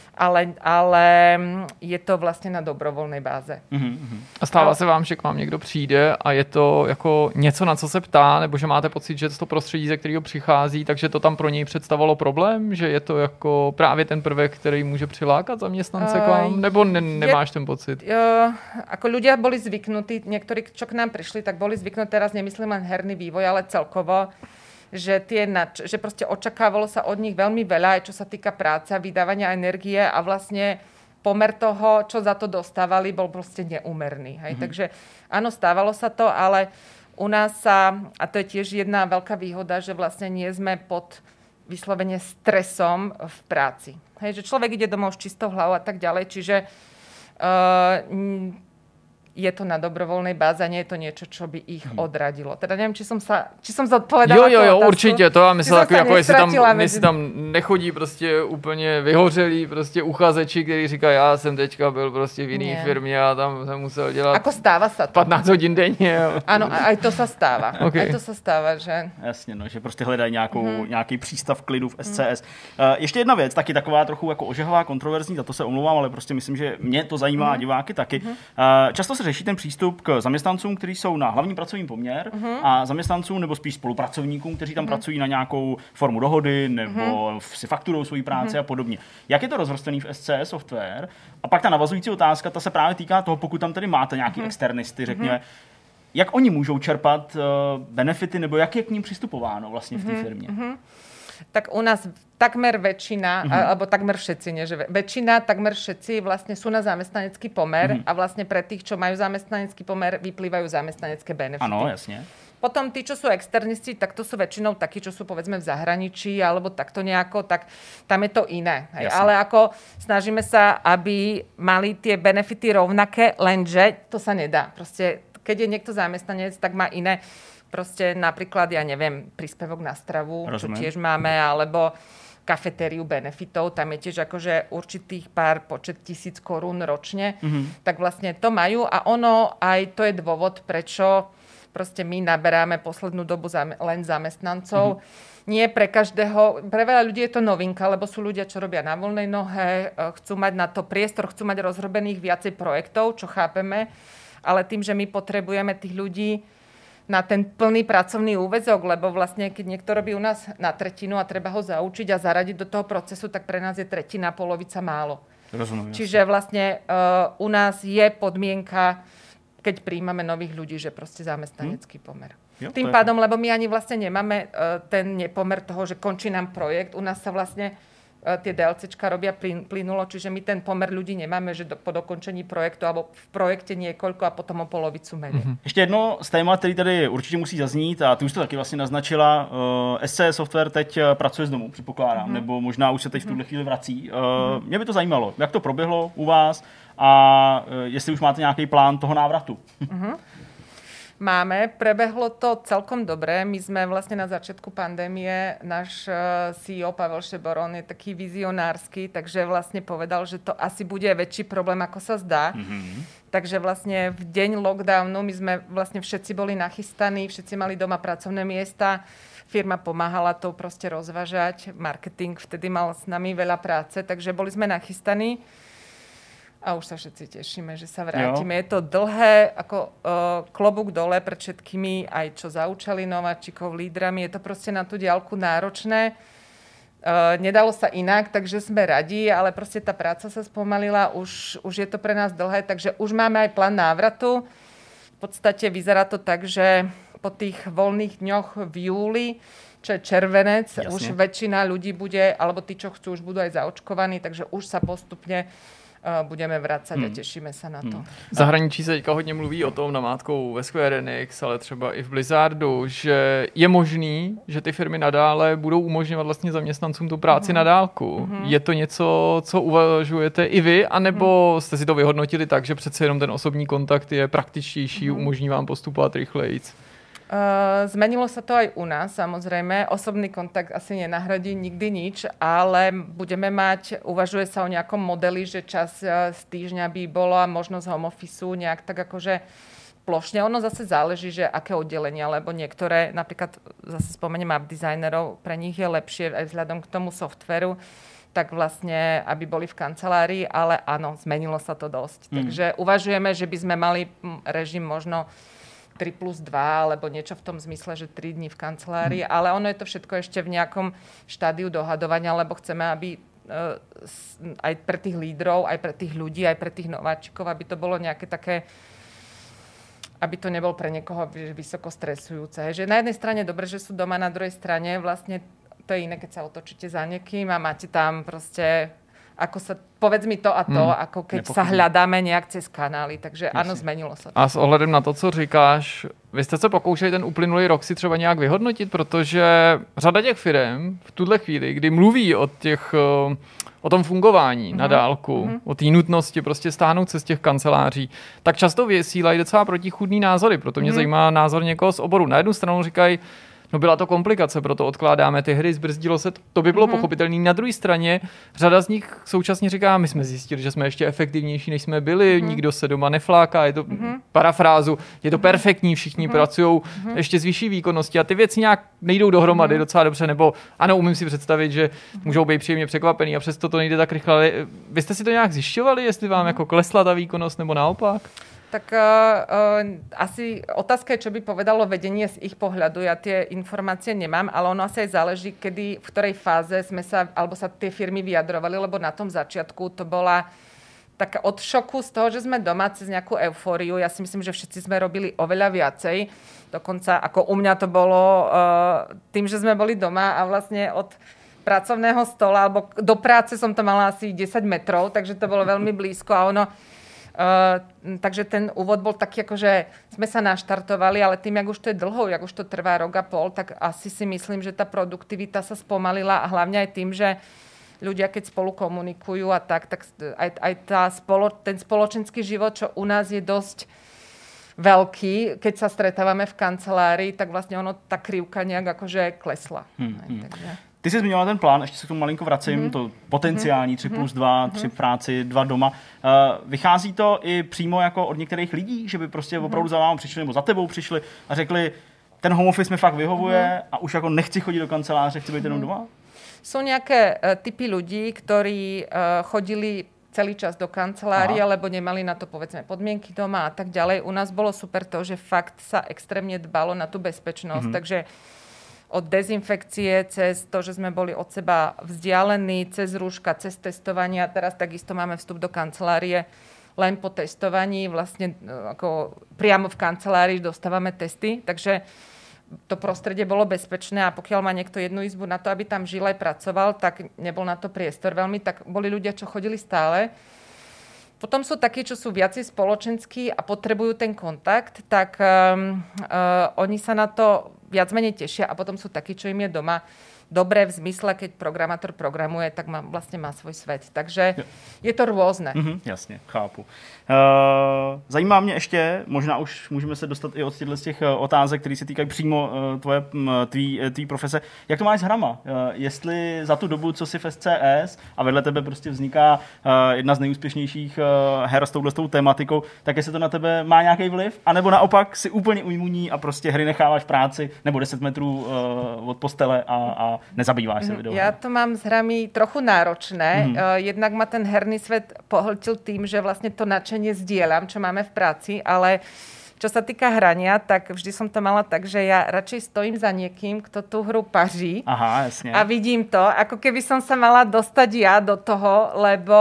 ale je to vlastně na dobrovolné báze. A stává se vám, že k vám někdo přijde a je to jako něco, na co se ptá, nebo že máte pocit, že to prostředí, ze kterého přichází, takže to tam pro něj představovalo problém, že je to jako právě ten prvek, který může přilákat zaměstnance k vám, nebo nemáš ten pocit? Ako ľudia boli zvyknutí, niektorí, čo k nám prišli, tak boli zvyknutí, teraz nemyslím len herný vývoj, ale celkovo, že že proste očakávalo sa od nich veľmi veľa, aj čo sa týka práce a vydávania energie a vlastne pomer toho, čo za to dostávali, bol proste neúmerný. Hej? Takže áno, stávalo sa to, ale u nás sa, a to je tiež jedna veľká výhoda, že vlastne nie sme pod vyslovene stresom v práci. Hej? Že človek ide domov s čistou hlavou a tak ďalej, čiže je to na dobrovoľnej báze, nie je to niečo, čo by ich odradilo. Teda neviem, či som zodpovedala Jo, určitě, to já myslím takový, jako jestli tam nechodí prostě úplně vyhořelí prostě uchazeči, který říká, já jsem teďka byl prostě v jiný firmě a tam jsem musel dělat ako stáva sa to. 15 hodin denně. Áno, aj to sa stáva. Okay. Aj to sa stáva, že... Jasně, no, že prostě hledají nějaký přístav klidu v SCS. Ještě jedna věc, taky taková trochu jako ožehavá, kontroverzní, za to se omlouvám, ale prostě myslím, že mě to zajímá a diváky taky. Často se řeší ten přístup k zaměstnancům, kteří jsou na hlavní pracovní poměr a zaměstnancům nebo spíš spolupracovníkům, kteří tam pracují na nějakou formu dohody nebo si fakturou svoji práci a podobně. Jak je to rozvrstvený v SCS Software? A pak ta navazující otázka, ta se právě týká toho, pokud tam tedy máte nějaký externisty, řekněme, jak oni můžou čerpat benefity nebo jak je k ním přistupováno vlastně v té firmě? Tak u nás takmer väčšina, alebo takmer všetci, nie že väčšina, takmer všetci vlastne sú na zamestnanecký pomer a vlastne pre tých, čo majú zamestnanecký pomer, vyplývajú zamestnanecké benefity. Áno, jasne. Potom tí, čo sú externisti, tak to sú väčšinou takí, čo sú povedzme v zahraničí alebo takto nejako, tak tam je to iné. Hej. Ale ako snažíme sa, aby mali tie benefity rovnaké, lenže to sa nedá. Proste, keď je niekto zamestnanec, tak má iné proste napríklad, ja neviem, príspevok na stravu, Rozumiem. čo tiež máme, alebo kafetériu benefitov, tam je tiež akože určitých pár počet 1000 korún ročne, tak vlastne to majú a ono aj to je dôvod, prečo proste my naberáme poslednú dobu len zamestnancov. Nie pre každého, pre veľa ľudí je to novinka, lebo sú ľudia, čo robia na voľnej nohe, chcú mať na to priestor, chcú mať rozrobených viacej projektov, čo chápeme, ale tým, že my potrebujeme tých ľudí na ten plný pracovný úväzok, lebo vlastne, keď niekto robí u nás na tretinu a treba ho zaučiť a zaradiť do toho procesu, tak pre nás je tretina, polovica málo. Rozumiem. Čiže vlastne u nás je podmienka, keď príjmame nových ľudí, že proste zamestnanecký pomer. Jo, Tým pádom, lebo my ani vlastne nemáme ten nepomer toho, že končí nám projekt. U nás sa vlastne tie DLCčka robia plynulo, čiže my ten pomer ľudí nemáme, že po dokončení projektu alebo v projekte niekoľko a potom o polovicu menej. Ještě jedno z témat, který tady určitě musí zaznít, a ty už to taky vlastně naznačila, SC Software teď pracuje z domu, předpokládám, nebo možná už se teď v tuhle chvíli vrací. Mě by to zajímalo, jak to proběhlo u vás a jestli už máte nějaký plán toho návratu. Máme, prebehlo to celkom dobre. My sme vlastne na začiatku pandémie, náš CEO Pavel Šeboron je taký vizionársky, takže vlastne povedal, že to asi bude väčší problém, ako sa zdá. Takže vlastne v deň lockdownu my sme vlastne všetci boli nachystaní, všetci mali doma pracovné miesta, firma pomáhala to proste rozvážať, marketing vtedy mal s nami veľa práce, takže boli sme nachystaní. A už sa všetci tešíme, že sa vrátime. Jo. Je to dlhé, ako klobúk dole pred všetkými, aj čo zaučali nováčikov, lídrami. Je to proste na tú diaľku náročné. Nedalo sa inak, takže sme radi, ale proste tá práca sa spomalila. Už je to pre nás dlhé, takže už máme aj plán návratu. V podstate vyzerá to tak, že po tých voľných dňoch v júli, čo je červenec, už väčšina ľudí bude, alebo tí, čo chcú, už budú aj zaočkovaní, takže už sa postupne budeme vracet a těšíme se na to. V zahraničí se teďka hodně mluví o tom namátkou ve Square Enix, ale třeba i v Blizzardu, že je možný, že ty firmy nadále budou umožňovat vlastně zaměstnancům tu práci na dálku. Je to něco, co uvažujete i vy, anebo jste si to vyhodnotili tak, že přece jenom ten osobní kontakt je praktičtější, umožní vám postupovat rychleji? Zmenilo sa to aj u nás, samozrejme. Osobný kontakt asi nenahradí nikdy nič, ale budeme mať, uvažuje sa o nejakom modeli, že čas z týždňa by bola možnosť home officeu nejak tak akože plošne. Ono zase záleží, že aké oddelenia, lebo niektoré, napríklad zase spomeniem app designerov, pre nich je lepšie aj vzhľadom k tomu softveru, tak vlastne, aby boli v kancelárii, ale áno, zmenilo sa to dosť. Takže uvažujeme, že by sme mali režim možno 3+2, alebo niečo v tom zmysle, že 3 dní v kancelárii, ale ono je to všetko ešte v nejakom štádiu dohadovania, lebo chceme, aby aj pre tých lídrov, aj pre tých ľudí, aj pre tých nováčikov, aby to bolo nejaké také, aby to nebol pre niekoho vysoko stresujúce. Že na jednej strane dobre, že sú doma, na druhej strane vlastne to je iné, keď sa otočíte za niekým a máte tam proste ako sa, povedz mi to a to, ako keď sa hľadáme nejak cez kanály. Takže ano, zmenilo se to. A s ohledem na to, co říkáš, vy jste se pokoušeli ten uplynulý rok si třeba nějak vyhodnotit, protože řada těch firem v tuhle chvíli, kdy mluví o tom fungování na dálku, o té nutnosti prostě stáhnout se z těch kanceláří, tak často vysílají docela protichůdný názory. Proto mě zajímá názor někoho z oboru. Na jednu stranu říkají, no byla to komplikace, proto odkládáme ty hry, zbrzdilo se, to by bylo pochopitelné. Na druhé straně řada z nich současně říká, my jsme zjistili, že jsme ještě efektivnější, než jsme byli, nikdo se doma nefláká, je to parafrázu, je to perfektní, všichni pracují ještě s vyšší výkonností a ty věci nějak nejdou dohromady docela dobře, nebo ano, umím si představit, že můžou být příjemně překvapený a přesto to nejde tak rychle, ale vy jste si to nějak zjišťovali, jestli vám jako klesla ta výkonnost nebo naopak? Tak asi otázka je, čo by povedalo vedenie z ich pohľadu. Ja tie informácie nemám, ale ono asi aj záleží, kedy, v ktorej fáze sme sa, alebo sa tie firmy vyjadrovali, lebo na tom začiatku to bola taká od šoku z toho, že sme doma cez nejakú eufóriu. Ja si myslím, že všetci sme robili oveľa viacej. Dokonca ako u mňa to bolo tým, že sme boli doma a vlastne od pracovného stola alebo do práce som to mala asi 10 metrov, takže to bolo veľmi blízko a ono takže ten úvod bol taký, akože sme sa naštartovali, ale tým, jak už to je dlho, jak už to trvá rok a pol, tak asi si myslím, že tá produktivita sa spomalila a hlavne aj tým, že ľudia, keď spolu komunikujú a tak aj ten spoločenský život, čo u nás je dosť veľký, keď sa stretávame v kancelárii, tak vlastne ono, tá krivka nejak akože klesla. Takže... Ty jsi zmiňovala ten plán, ještě se k tomu malinko vracím, to potenciální 3+2, 3 v práci, 2 doma. Vychází to i přímo jako od některých lidí, že by prostě opravdu za vámi přišli nebo za tebou přišli a řekli, ten home office mi fakt vyhovuje a už jako nechci chodit do kanceláře, chci být jenom doma? Sú nejaké typy ľudí, ktorí chodili celý čas do kancelárie, lebo nemali na to povedzme podmienky doma a tak ďalej. U nás bolo super to, že fakt sa extrémne dbalo na tú bezpečnosť, takže od dezinfekcie cez to, že sme boli od seba vzdialení, cez rúška, cez testovanie a teraz takisto máme vstup do kancelárie len po testovaní, vlastne ako priamo v kancelárii dostávame testy, takže to prostredie bolo bezpečné a pokiaľ má niekto jednu izbu na to, aby tam žil aj pracoval, tak nebol na to priestor veľmi, tak boli ľudia, čo chodili stále. Potom sú takí, čo sú viacej spoločenskí a potrebujú ten kontakt, tak oni sa na to viac menej tešia a potom sú takí, čo im je doma dobré v zmysle, keď programátor programuje, tak vlastně má svůj svět. Takže je to různé. Jasně, chápu. Zajímá mě ještě, možná už můžeme se dostat i od z těch otázek, které se týkají přímo tvý profese. Jak to máš s hrama? Jestli za tu dobu, co jsi v SCS a vedle tebe prostě vzniká jedna z nejúspěšnějších her s touhletou tématikou, tak jestli to na tebe má nějaký vliv? A nebo naopak si úplně imunní a prostě hry necháváš v práci nebo 10 metrů od postele a nezabýváš se videohrami? Ja to mám s hrami trochu náročné. Jednak ma ten herný svet pohltil tým, že vlastne to nadšenie zdieľam, čo máme v práci, ale čo sa týka hrania, tak vždy som to mala tak, že ja radšej stojím za niekým, kto tú hru paří. Aha, jasne. A vidím to, ako keby som sa mala dostať ja do toho, lebo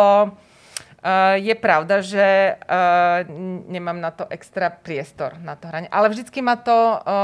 je pravda, že nemám na to extra priestor na to hranie. Ale vždycky ma to...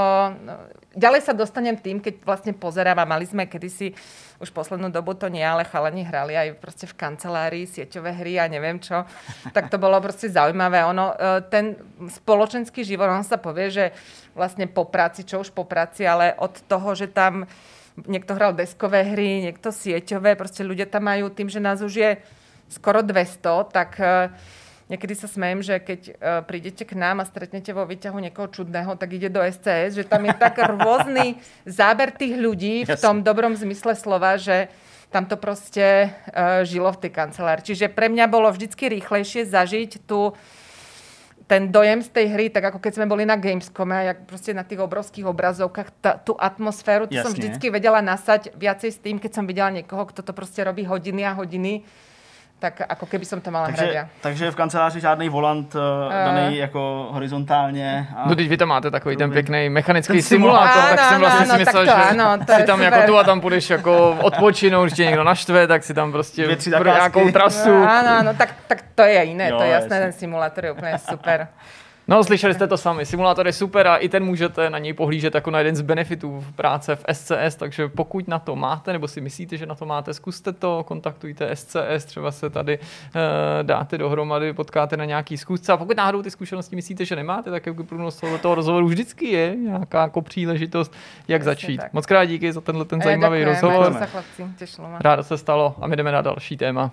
Ďalej sa dostanem tým, keď vlastne pozerám a mali sme kedysi, už poslednú dobu to nie, ale chalani hrali aj proste v kancelárii sieťové hry a neviem čo. Tak to bolo proste zaujímavé. Ono, ten spoločenský život, on sa povie, že vlastne po práci, čo už po práci, ale od toho, že tam niekto hral deskové hry, niekto sieťové, proste ľudia tam majú tým, že nás už je skoro 200, tak niekedy sa smejem, že keď prídete k nám a stretnete vo výťahu niekoho čudného, tak ide do SCS, že tam je tak rôzny záber tých ľudí v tom dobrom zmysle slova, že tam to proste žilo v tej kancelárii. Čiže pre mňa bolo vždycky rýchlejšie zažiť ten dojem z tej hry, tak ako keď sme boli na Gamescome, jak proste na tých obrovských obrazovkách, tú atmosféru, to som vždycky vedela nasať viacej s tým, keď som videla niekoho, kto to proste robí hodiny a hodiny, tak ako keby som to mala hrať ja. Takže v kanceláři žádný volant daný jako horizontálně. No teď vy tam máte takový ten pěkný mechanický simulátor, tak jsem vlastně si myslel, že si tam jako tu a tam půjdeš jako odpočinout, když tě někdo naštve, tak si tam prostě pro nějakou trasu. Ano, tak to je jiné, to je jasné, ten simulátor je úplně super. No, slyšeli jste to sami, simulátor je super a i ten můžete na něj pohlížet jako na jeden z benefitů práce v SCS, takže pokud na to máte, nebo si myslíte, že na to máte, zkuste to, kontaktujte SCS, třeba se tady dáte dohromady, potkáte na nějaký zkusce a pokud náhodou ty zkušenosti myslíte, že nemáte, tak jako průnos toho rozhovoru vždycky je nějaká jako příležitost, jak začít. Tak. Moc krát díky za ten zajímavý rozhovor. Ráda se stalo a my jdeme na další téma.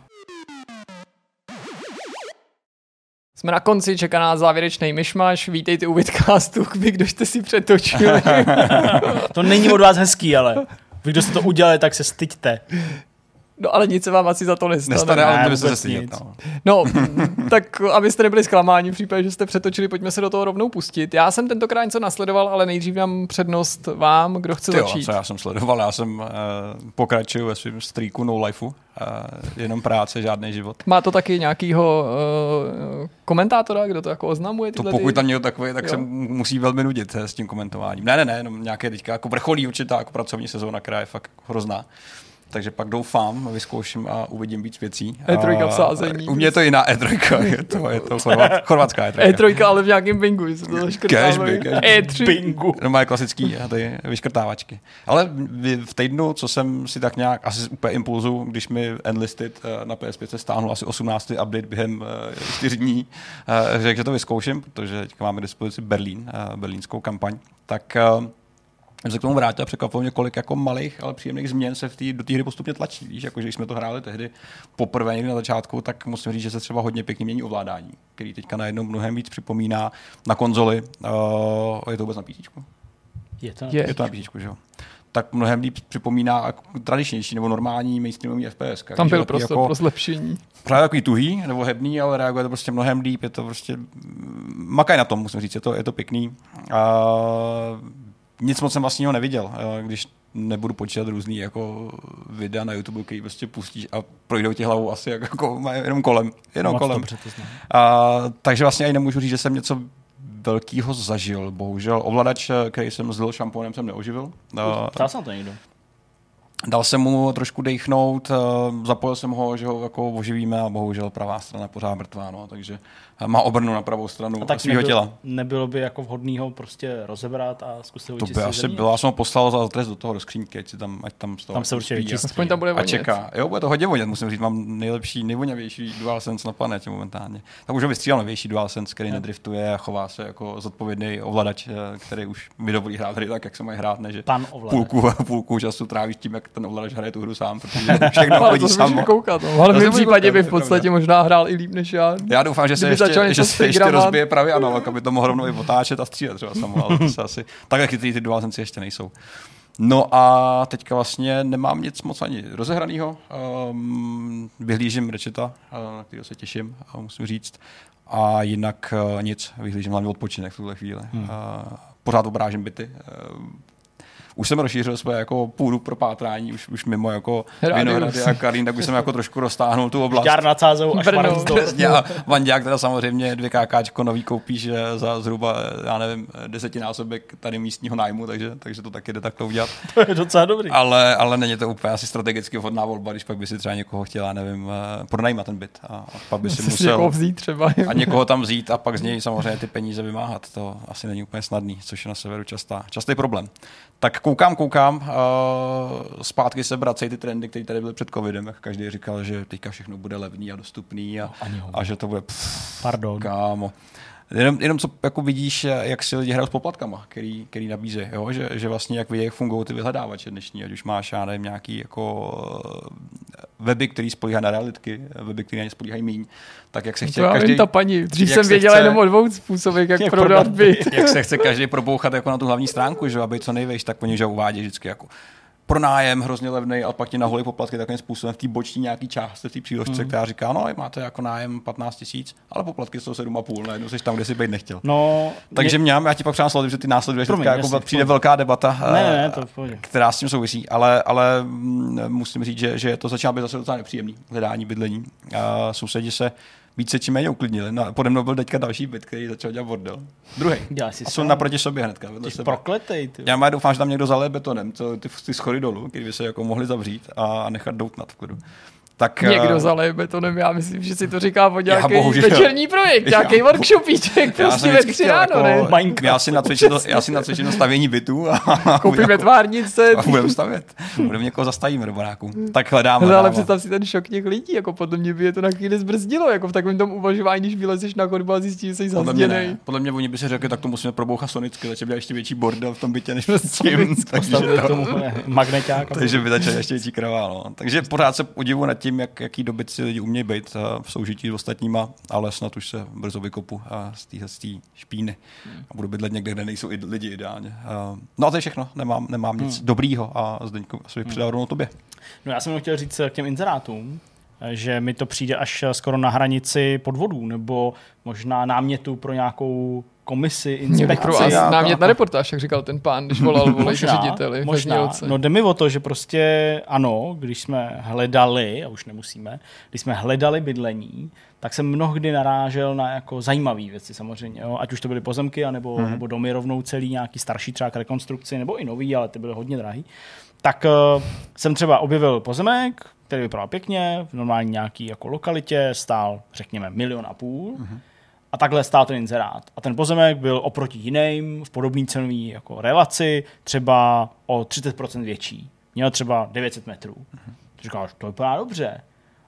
Jsme na konci, čeká nás závěrečný myšmaš. Vítejte u Vidcastu, vy, kdo jste si přetočili. To není od vás hezký, ale vy, kdo jste to udělali, tak se styďte. No ale nic se vám asi za to nestane. Ale to by se stydět. No, tak abyste nebyli zklamáni v případě, že jste přetočili, pojďme se do toho rovnou pustit. Já jsem tentokrát něco nasledoval, ale nejdřív dám přednost vám, kdo chce začít. Co já jsem sledoval, já jsem pokračuju ve svým streaku No Lifeu. Jenom práce, žádný život. Má to taky nějakýho komentátora, kdo to jako oznamuje? To pokud tam někdo takový, tak se musí velmi nudit s tím komentováním. Ne, jenom nějaké teďka jako vrcholí určitá jako pracovní sezóna, která je fakt hrozná. Takže pak doufám, vyzkouším a uvidím víc věcí. E3 v sázení. U mě je to jiná E3, je to chorvatská E3. E3, ale v nějakém bingu. Cashby. E3. Bingu. No má klasický ty vyškrtávačky. Ale v týdnu, co jsem si tak nějak, asi úplně impulzu, když mi Enlisted na PS5 se stáhnul asi 18. update během 4 dní, řekl, že to vyzkouším, protože teďka máme k dispozici berlínskou kampaň, tak jsem se k tomu vrátil a překvapilo mě, kolik jako malých, ale příjemných změn se do té hry postupně tlačí. Víš, jako, že když jsme to hráli tehdy poprvé někdy na začátku, tak musím říct, že se třeba hodně pěkně mění ovládání, který teďka najednou mnohem víc připomíná na konzoli. Je to vůbec na PC? Je to na PC, že jo? Tak mnohem líp připomíná tradičnější nebo normální mainstreamový FPS. Tam byl prostor pro zlepšení. Právě takový tuhý nebo hebný, ale reaguje to prostě mnohem líp. Je to prostě makaj na tom, musím říct, je to pěkný. Nic moc jsem vlastně ho neviděl, když nebudu počítat různý jako videa na YouTube, který prostě pustíš a projdou ti hlavou asi jako jenom kolem. Takže vlastně ani nemůžu říct, že jsem něco velkýho zažil. Bohužel ovladač, který jsem zlil šampónem, jsem neoživil. Ptal jsem to někdo. Dal jsem mu trošku dejchnout, zapojil jsem ho, že ho jako oživíme a bohužel pravá strana je pořád mrtvá, no, takže má obrnu na pravou stranu svého těla. Nebylo by jako vhodný ho prostě rozebrat a zkusit ho vyčistit? To by asi bylo, já jsem ho poslal za trest do toho do skřínky, ať tam z toho tam se určitě vyčistí. Aspoň tam bude vonět. A čeká. Jo, bude to hodně vonět, musím říct, mám nejvoňavější DualSense na planetě momentálně. Tak už ho vystřídal novější DualSense, který nedriftuje a chová se jako zodpovědný ovladač, který už mi dovolí hrát hry tak, jak se mají hrát, než půlku času trávíš tím, jak ten ovladač hraje tu hru sám, protože všechno chodí samo. Ale v mém případě by v podstatě možná hrál i líp než já. Já doufám, že se ještě rozbije pravý analog, aby to mohlo rovnou i otáčet a střílet třeba samo, ale to se asi takhle chytrý ty DualSense ještě nejsou. No a teďka vlastně nemám nic moc ani rozehranýho. Vyhlížím Ratcheta, na kterého se těším, musím říct. A jinak nic, vyhlížím hlavně odpočinek v tuhle chvíli. Pořád obrážím byty. Už jsem rozšířil své jako půdu pro pátrání, už mimo jako Vinohrady a Karín, tak už jsem jako trošku roztáhnul tu oblast. Žďár nad Sázou a Šmarnsdorf. A Vanďák teda samozřejmě 2 KKčko nový koupíš za zhruba, já nevím, 10násobek tady místního nájmu, takže to taky jde takto udělat. To je docela dobrý. Ale není to úplně asi strategicky vhodná volba, když pak by si třeba někoho chtěla, nevím, pronajímat ten byt a pak by si musel vzít třeba. A někoho tam vzít a pak z něj samozřejmě ty peníze vymáhat. To asi není úplně snadný, což je na severu častý problém. Tak koukám, zpátky se vracejí ty trendy, které tady byly před covidem, jak každý říkal, že teďka všechno bude levný a dostupný a že to bude Pardon. Kámo. Jenom co jako vidíš, jak si lidi hrajou s poplatkama, který nabízí, jo? Že vlastně jak vidí, jak fungují ty vyhledávače dnešní, ať už máš, já nevím, nějaký jako weby, který spolíhají na realitky, weby, který na ně spolíhají míň, tak jak se chce každý... ta paní, dřív jsem věděla jenom o 2 způsobech, jak prodat byt. Jak se chce každý probouchat jako na tu hlavní stránku, že aby co nejvíc, tak oni že uvádí vždycky jako pronájem hrozně levný a pak ti naholí poplatky takovým způsobem v té boční nějaký části, v té příložce, která říká, no máte jako nájem 15 000, ale poplatky jsou 7,5, najednou jsi tam, kde jsi být nechtěl. No, takže já ti pak přám že ty následuješ, teďka jako přijde velká debata, která s tím souvisí, ale musím říct, že to začíná být zase docela nepříjemný hledání bydlení. Sousedi se více či méně uklidnili. No, pode mnou byl teďka další byt, který začal dělat bordel. Druhý. A jsou naproti sobě hnedka. Ty prokletej. Ty. Já doufám, že tam někdo zaleje betonem, ty schody dolů, který by se jako mohli zavřít a nechat doutnat v klidu. Tak, někdo zaleje betonem, já myslím, že si to říká o nějaký večerní projekt, nějaký workshopíček, prostě ve 3 ráno, ne? Já si nacvičím stavění bytů a koupíme tvárnice. A budeme stavět. Budeme někoho zastavíme do baráku. Tak hledáme. Ale představ si ten šok těch lidí, jako podle mě by je to na chvíli zbrzdilo, jako v takovém tom uvažování, když vylezeš na chodbu a zjistíš, že jsi zazděnej. Podle mě oni by si řekli, tak to musíme probouchat sonicky, takže by ještě větší bordel v tom bytě než tím. Takže by začal ještě větší kravál. Takže pořád se podivuju nad tím, jaký dobyt si lidi umějí být v soužití s ostatníma, ale snad už se brzo vykopu z té špíny a budu bydlet někde, kde nejsou lidi ideálně. No a to je všechno, nemám nic dobrýho a Zdeňku asi bych předal rovnou tobě. No já jsem chtěl říct k těm inzerátům, že mi to přijde až skoro na podvodů, nebo možná námětu pro nějakou komisi, inspekci. Námět na reportáž, jak říkal ten pán, když volal řediteli. Možná. No jde mi o to, že prostě ano, když jsme hledali, a už nemusíme, když jsme hledali bydlení, tak jsem mnohdy narážel na jako zajímavé věci samozřejmě. Jo? Ať už to byly pozemky, nebo domy rovnou celý, nějaký starší třeba k rekonstrukci, nebo i nový, ale ty byly hodně drahý. Tak jsem třeba objevil pozemek, který vypadal pěkně, v normální nějaký jako lokalitě, stál, řekněme, 1,5 milionu. A takhle stál ten inzerát. A ten pozemek byl oproti jiným v podobné cenové jako relaci třeba o 30% větší. Měl třeba 900 metrů. Říkáš, to vypadá dobře.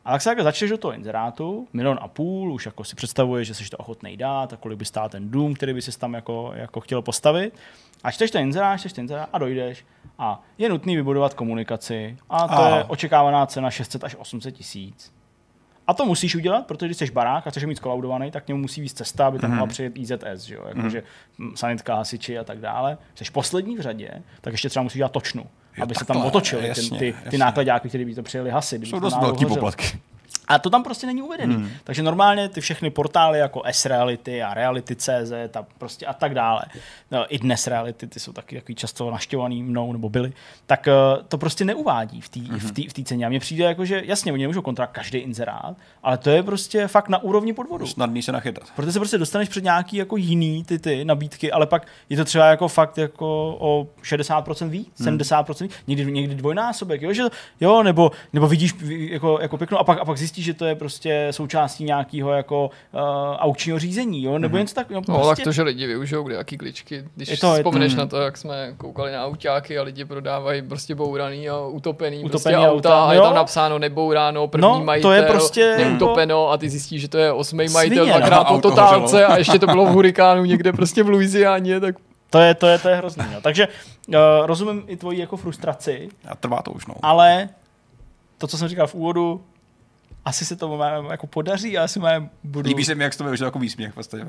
A tak se jako začneš do toho inzerátu, 1,5 milionu, už jako si představuješ, že jsi to ochotnej dát a kolik by stál ten dům, který by si tam jako chtěl postavit. A čteš ten inzerát a dojdeš a je nutný vybudovat komunikaci a to je očekávaná cena 600 až 800 tisíc. A to musíš udělat, protože když jsi barák a chceš mít skolaudovaný, tak k němu musí víc cesta, aby tam mohla přijet IZS, že jo? Jakože sanitka, hasiči a tak dále. Jsi poslední v řadě, tak ještě třeba musíš dělat točnu, aby se tam otočili ty nákladáky, které by to přijeli hasit. Jsou dost velký poplatky. A to tam prostě není uvedený. Takže normálně ty všechny portály jako S-Reality a Reality.cz a prostě a tak dále, no, i dnes Reality, ty jsou taky často naštěvaný mnou nebo byly, tak to prostě neuvádí v té ceně. A mně přijde jako, že jasně, oni nemůžou kontrolovat každý inzerát, ale to je prostě fakt na úrovni podvodu. Snadný se nachytat. Protože se prostě dostaneš před nějaký jako jiný ty nabídky, ale pak je to třeba jako fakt jako o 60% víc, 70% víc, někdy dvojnásobek, jo, že jo, nebo vidíš jako pěknou a pak zjistíš, že to je prostě součástí nějakého jako aukčního řízení, jo, nebo něco takového. No, tak to, že lidi využijou nějaký kličky, když vzpomeneš na to, jak jsme koukali na autáky a lidi prodávají prostě bouraný a utopený prostě auta a je tam napsáno nebouráno, první majitel, to je prostě neutopeno a ty zjistíš, že to je 8. majitel, dvakrát po totálce a ještě to bylo v hurikánu někde prostě v Louisianě, tak to je hrozný. No. Takže rozumím i tvoji jako frustraci. A trvá to už, no. Ale to, co jsem říkal v úvodu, asi se to jako podaří a asi budu... Líbí se mi, jak to je už jako výsměch. Vlastně,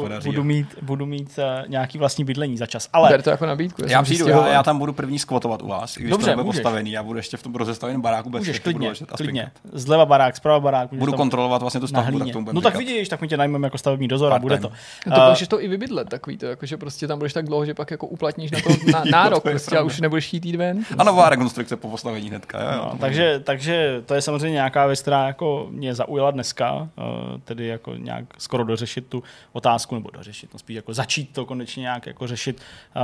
budu mít nějaký vlastní bydlení za čas. Ale ber to jako nabídku. Já tam budu první skvotovat u vás, i když dobře, to nebude postavený. Já budu ještě v tom rozestaveném baráku bez můžeš, klidně. Zleva barák, zprava barák. Budu kontrolovat vlastně tu stavbu, tak tomu no tak vidíš, tak my tě najmeme jako stavební dozor a bude to. To můžeš to i vybydlet takový to, jakože prostě tam budeš tak dlouho, že pak jako uplatníš na to nárok, prostě a už nebudeš chtít ven. A nová rekonstrukce po postavení hnedka. Takže to je samozřejmě nějaká věc, která jako mě zaujala dneska, tedy jako nějak skoro dořešit tu otázku, nebo dořešit, no spíš jako začít to konečně nějak jako řešit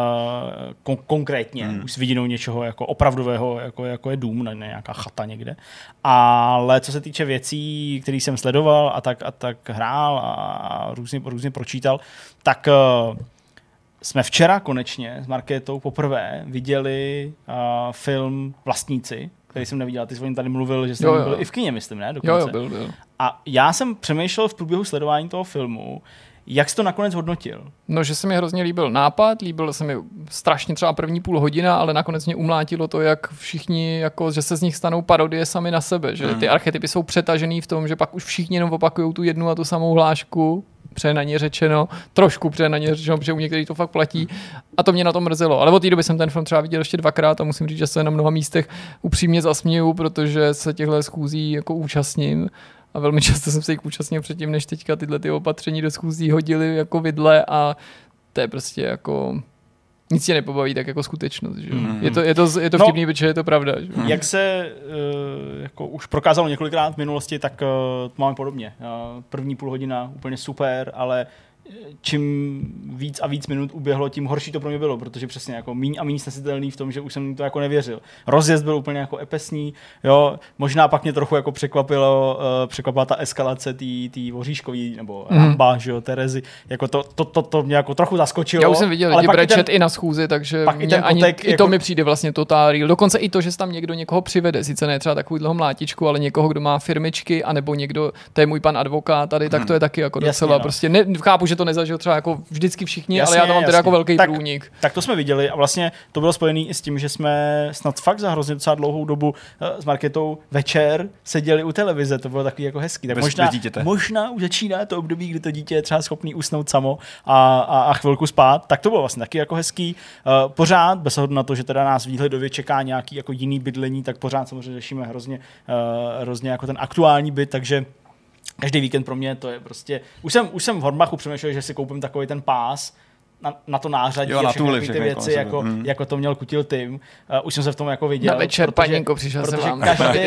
konkrétně, už s vidinou něčeho jako opravdového, jako je dům, ne nějaká chata někde. Ale co se týče věcí, které jsem sledoval a tak hrál a různě pročítal, tak jsme včera konečně s Markétou poprvé viděli film Vlastníci, který jsem neviděl. Ty jsi o něm tady mluvil, že jsi byl i v kině, myslím, ne? Dokonce. Jo, byl. A já jsem přemýšlel v průběhu sledování toho filmu, jak jsi to nakonec hodnotil? No, že se mi hrozně líbil nápad, líbil se mi strašně třeba první půl hodina, ale nakonec mě umlátilo to, jak všichni, jako, že se z nich stanou parodie sami na sebe, že ty archetypy jsou přetažený v tom, že pak už všichni jenom opakujou tu jednu a tu samou hlášku, trošku přehnaně řečeno, protože u některých to fakt platí a to mě na to mrzelo. Ale od té doby jsem ten film třeba viděl ještě 2krát a musím říct, že se na mnoha místech upřímně zasměju, protože se těchto schůzí jako účastním a velmi často jsem se jich účastnil předtím, než teďka tyhle ty opatření do schůzí hodili jako vidle a to je prostě jako nic tě nepobaví tak jako skutečnost. Že? Je to vtipný, protože je to pravda. Že? Jak se jako už prokázalo několikrát v minulosti, tak to máme podobně. První půl hodina úplně super, ale čím víc a víc minut uběhlo, tím horší to pro mě bylo, protože přesně jako míň a míň snesitelný v tom, že už jsem to jako nevěřil. Rozjezd byl úplně jako epesní, jo, možná pak mě trochu jako překvapila ta eskalace té Voříškový nebo Ramba, že jo, Terezy, jako to mě jako trochu zaskočilo. Já už jsem viděl lidi brečet i na schůzi, takže i to mi přijde vlastně totál real. Dokonce i to, že tam někdo někoho přivede, sice ne třeba takovýhle mlátičku, ale někoho, kdo má firmičky, anebo někdo, to je můj pan advokát tady, tak to je taky jako docela prostě chápu, že to nezažil třeba jako vždycky všichni, jasně, ale já to mám teda jako velký průnik. Tak to jsme viděli a vlastně to bylo spojené i s tím, že jsme snad fakt za hrozně docela dlouhou dobu s Markétou večer seděli u televize, to bylo takový jako hezký. Tak možná už začíná to období, kdy to dítě je třeba schopný usnout samo a chvilku spát, tak to bylo vlastně taky jako hezký. Pořád, bez ohledu na to, že teda nás výhledově čeká nějaký jako jiný bydlení, tak pořád samozřejmě řešíme hrozně jako ten aktuální byt, takže každý víkend pro mě to je prostě... Už jsem v Hornbachu přemýšlel, že si koupím takový ten pás na to nářadí a všechny ty věci, jako to měl Kutil Tim. Už jsem se v tom jako viděl. Na večer, paninko, přišel jsem vám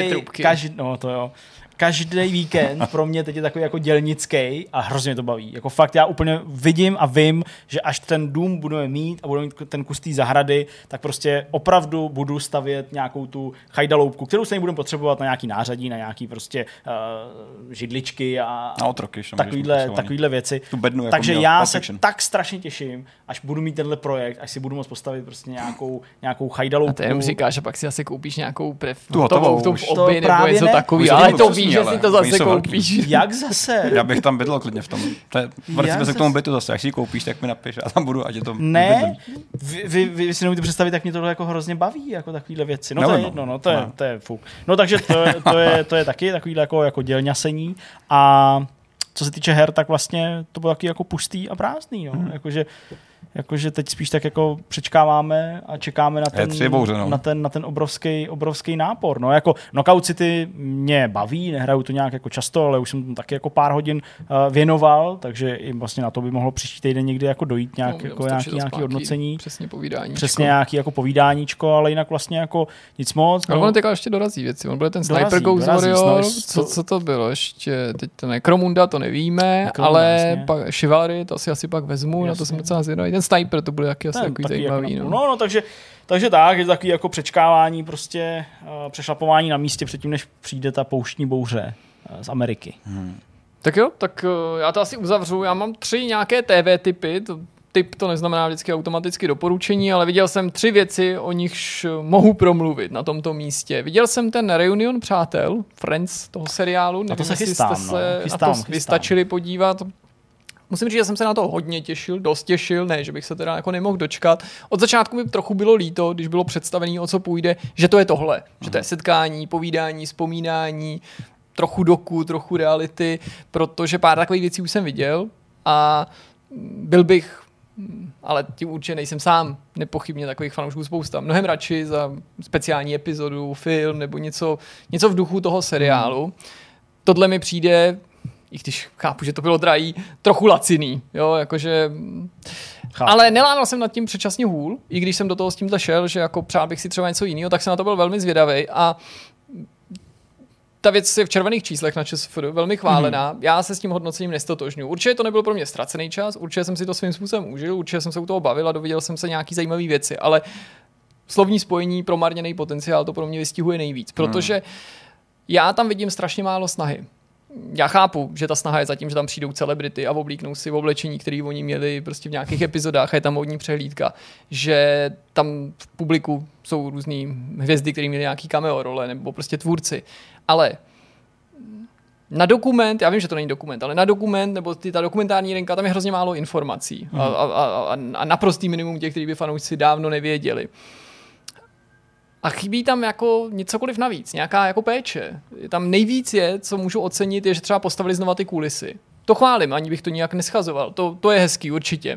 každý víkend pro mě teď je takový jako dělnický a hrozně to baví. Jako fakt já úplně vidím a vím, že až ten dům budeme mít a budeme mít ten kus té zahrady, tak prostě opravdu budu stavět nějakou tu chajdaloupku, kterou se budeme potřebovat na nějaký nářadí, na nějaký prostě židličky a otroky, takovýhle věci. Bednu, takže já se tak strašně těším, až budu mít tenhle projekt, až si budu moct postavit prostě nějakou chajdaloupku. A ty jenom říkáš, že pak si asi koupíš nějakou hotovou v tom obě nebo něco takový, ale to jasný, že ale si to oni zase jsou velký. koupíš. Jak zase? Já bych tam bydlel klidně v tom. Vracíme se k tomu bytu zase. Jak si ji koupíš, tak mi napiš. Já tam budu, ať je to Ne, vy si nemůžete představit, jak mě tohle jako hrozně baví, jako takovýhle věci. No to je jedno, no, to je fuk. No takže to je taky takovýhle jako dělňasení. A co se týče her, tak vlastně to bylo taky jako pustý a prázdný. No. Jakože teď spíš tak jako přečkáváme a čekáme na ten obrovský nápor. No jako Knockout City mě baví, nehraju to nějak jako často, ale už jsem tam taky jako pár hodin věnoval, takže i vlastně na to by mohlo příští týden někdy jako dojít nějaký hodnocení. Přesně povídáníčko. Přesně nějaký jako povídáníčko, ale jinak vlastně jako nic moc. Ale on teďka ještě dorazí věci. On bude ten Sniper Ghost Warrior. Co to bylo ještě? Teď to Necromunda, to nevíme, ale pak Chivalry, to asi pak vezmu, na to jsem docela zvědavý. Ten Sniper, to bude taky asi takový zajímavý. Jako no, takže tak, je to takový jako přečkávání, prostě přešlapování na místě předtím, než přijde ta pouštní bouře z Ameriky. Tak jo, tak já to asi uzavřu. Já mám 3 nějaké TV typy. Tip to neznamená vždycky automaticky doporučení, ale viděl jsem 3 věci, o nichž mohu promluvit na tomto místě. Viděl jsem ten Reunion přátel, Friends toho seriálu. Na to se chystám. Vystačili podívat. Musím říct, že jsem se na to hodně těšil, dost těšil, ne, že bych se teda jako nemohl dočkat. Od začátku mi trochu bylo líto, když bylo představené, o co půjde, že to je tohle. Že to je setkání, povídání, vzpomínání, trochu doku, trochu reality, protože pár takových věcí už jsem viděl a byl bych, ale tím určitě nejsem sám, nepochybně takových fanoušků spousta, mnohem radši za speciální epizodu, film nebo něco v duchu toho seriálu. Tohle mi přijde, i když chápu, že to bylo drahý, trochu laciný, jo, jakože... Chápu. Ale nelánal jsem nad tím předčasně hůl, i když jsem do toho s tímhle šel, že jako přál bych si třeba něco jiného, tak jsem na to byl velmi zvědavý a ta věc je v červených číslech na ČSFD velmi chválená. Já se s tím hodnocením nestotožňuji. Určitě to nebyl pro mě ztracený čas, určitě jsem si to svým způsobem užil, určitě jsem se u toho bavil a dověděl jsem se nějaký zajímavé věci, ale slovní spojení, promarněný potenciál, to pro mě vystihuje nejvíc, protože já tam vidím strašně málo snahy. Já chápu, že ta snaha je zatím, že tam přijdou celebrity a oblíknou si v oblečení, které oni měli prostě v nějakých epizodách a je tam módní přehlídka, že tam v publiku jsou různý hvězdy, které měly nějaký cameo role nebo prostě tvůrci. Ale na dokument, já vím, že to není dokument, ale na dokument nebo ta dokumentární linka, tam je hrozně málo informací a naprostý minimum těch, který by fanoušci dávno nevěděli. A chybí tam jako něcokoliv navíc, nějaká jako péče. Tam nejvíc co můžu ocenit, je, že třeba postavili znova ty kulisy. To chválím, ani bych to nijak neschazoval. To je hezký, určitě.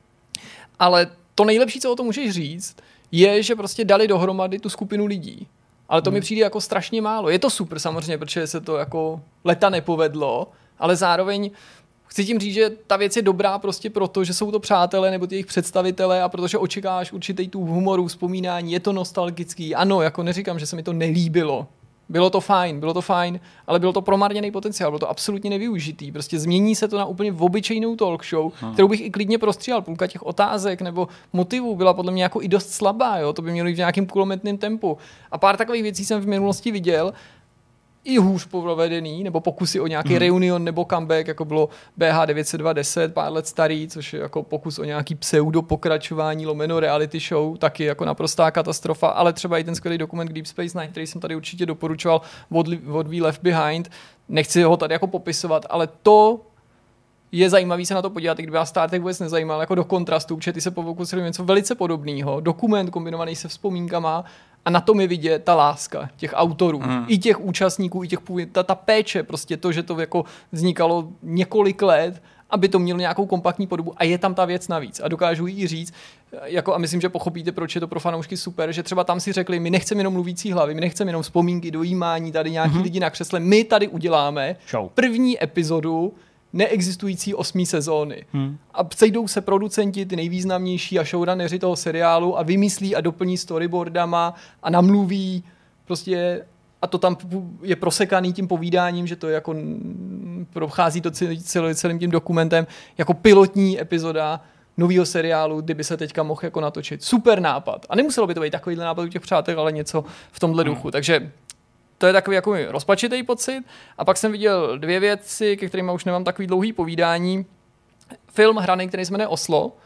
Ale to nejlepší, co o tom můžeš říct, je, že prostě dali dohromady tu skupinu lidí. Ale to mi přijde jako strašně málo. Je to super samozřejmě, protože se to jako leta nepovedlo, ale zároveň chci tím říct, že ta věc je dobrá prostě proto, že jsou to přátelé nebo ty jejich představitelé a protože očekáváš určitý tu humoru, vzpomínání, je to nostalgický. Ano, jako neříkám, že se mi to nelíbilo. Bylo to fajn, ale bylo to promarněný potenciál, bylo to absolutně nevyužitý. Prostě změní se to na úplně obyčejnou talk show, kterou bych i klidně prostříhal. Půlka těch otázek nebo motivů byla podle mě jako i dost slabá, jo? To by mělo jít v nějakém kulometném tempu. A pár takových věcí jsem v minulosti viděl, i hůř provedený, nebo pokusy o nějaký reunion nebo comeback, jako bylo BH 90210, pár let starý, což je jako pokus o nějaký pseudo pokračování lomeno reality show, taky jako naprostá katastrofa, ale třeba i ten skvělý dokument Deep Space Nine, který jsem tady určitě doporučoval, What We Left Behind, nechci ho tady jako popisovat, ale to je zajímavý se na to podívat, i kdyby vás Star Trek vůbec nezajímal, jako do kontrastu, protože ty se pokusili něco velice podobného, dokument kombinovaný se vzpomínkama a na tom je vidět ta láska těch autorů, i těch účastníků, i těch ta péče, prostě to, že to jako vznikalo několik let, aby to mělo nějakou kompaktní podobu a je tam ta věc navíc. A dokážu jí říct, jako, a myslím, že pochopíte, proč je to pro fanoušky super, že třeba tam si řekli, my nechceme jenom mluvící hlavy, my nechceme jenom vzpomínky, dojímání, tady nějaký lidi na křesle, my tady uděláme první epizodu neexistující 8 sezóny. A sejdou se producenti, ty nejvýznamnější a showrunneři toho seriálu a vymyslí a doplní storyboardama a namluví prostě a to tam je prosekaný tím povídáním, že to jako prochází to celým tím dokumentem jako pilotní epizoda nového seriálu, kdyby se teďka mohl jako natočit. Super nápad. A nemuselo by to být takovýhle nápad u těch přátel, ale něco v tomhle duchu. Takže to je takový jako rozpačitý pocit. A pak jsem viděl 2 věci, ke kterým už nemám takový dlouhý povídání. Film hraný, který se jmenuje Oslo.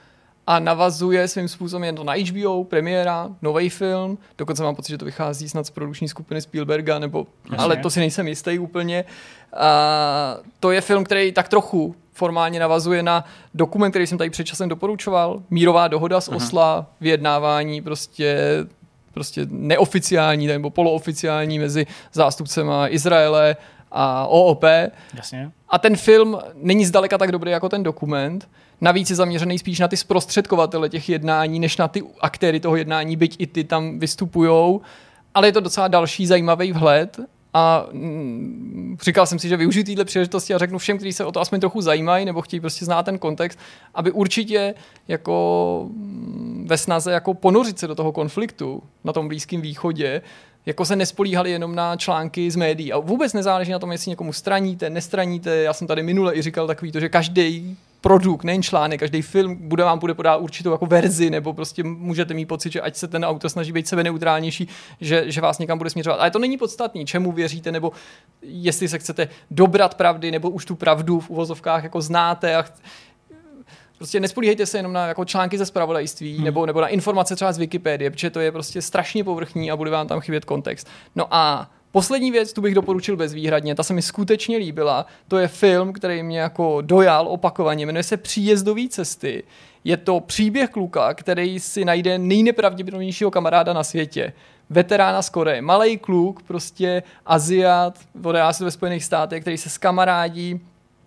a navazuje svým způsobem jen to na HBO, premiéra, nový film, dokonce mám pocit, že to vychází snad z produkční skupiny Spielberga, nebo, ale to si nejsem jistý úplně. To je film, který tak trochu formálně navazuje na dokument, který jsem tady před časem doporučoval, Mírová dohoda z Osla, vyjednávání prostě neoficiální nebo polooficiální mezi zástupcema Izraele a OOP. Jasně. A ten film není zdaleka tak dobrý jako ten dokument. Navíc je zaměřený spíš na ty zprostředkovatele těch jednání, než na ty aktéry toho jednání, byť i ty tam vystupujou. Ale je to docela další zajímavý vhled. A říkal jsem si, že využiju téhle příležitosti a řeknu všem, kteří se o to aspoň trochu zajímají nebo chtějí prostě znát ten kontext, aby určitě jako ve snaze jako ponořit se do toho konfliktu na tom Blízkém východě, jako se nespolíhali jenom na články z médií. A vůbec nezáleží na tom, jestli někomu straníte, nestraníte. Já jsem tady minule i říkal takový to, že každý produkt, nejen článek, každý film vám bude podat určitou jako verzi, nebo prostě můžete mít pocit, že ať se ten autor snaží být sebeneutrálnější, že vás někam bude směřovat. Ale to není podstatný, čemu věříte, nebo jestli se chcete dobrat pravdy, nebo už tu pravdu v uvozovkách jako znáte a prostě nespolíhejte se jenom na jako články ze zpravodajství nebo na informace třeba z Wikipedie, protože to je prostě strašně povrchní a bude vám tam chybět kontext. No a poslední věc, tu bych doporučil bezvýhradně, ta se mi skutečně líbila, to je film, který mě jako dojal opakovaně, jmenuje se Příjezdové cesty. Je to příběh kluka, který si najde nejnepravděpodobnějšího kamaráda na světě. Veterána z Koreje. Malej kluk, prostě Aziat, odehrává se ve Spojených státech, který se skamarádí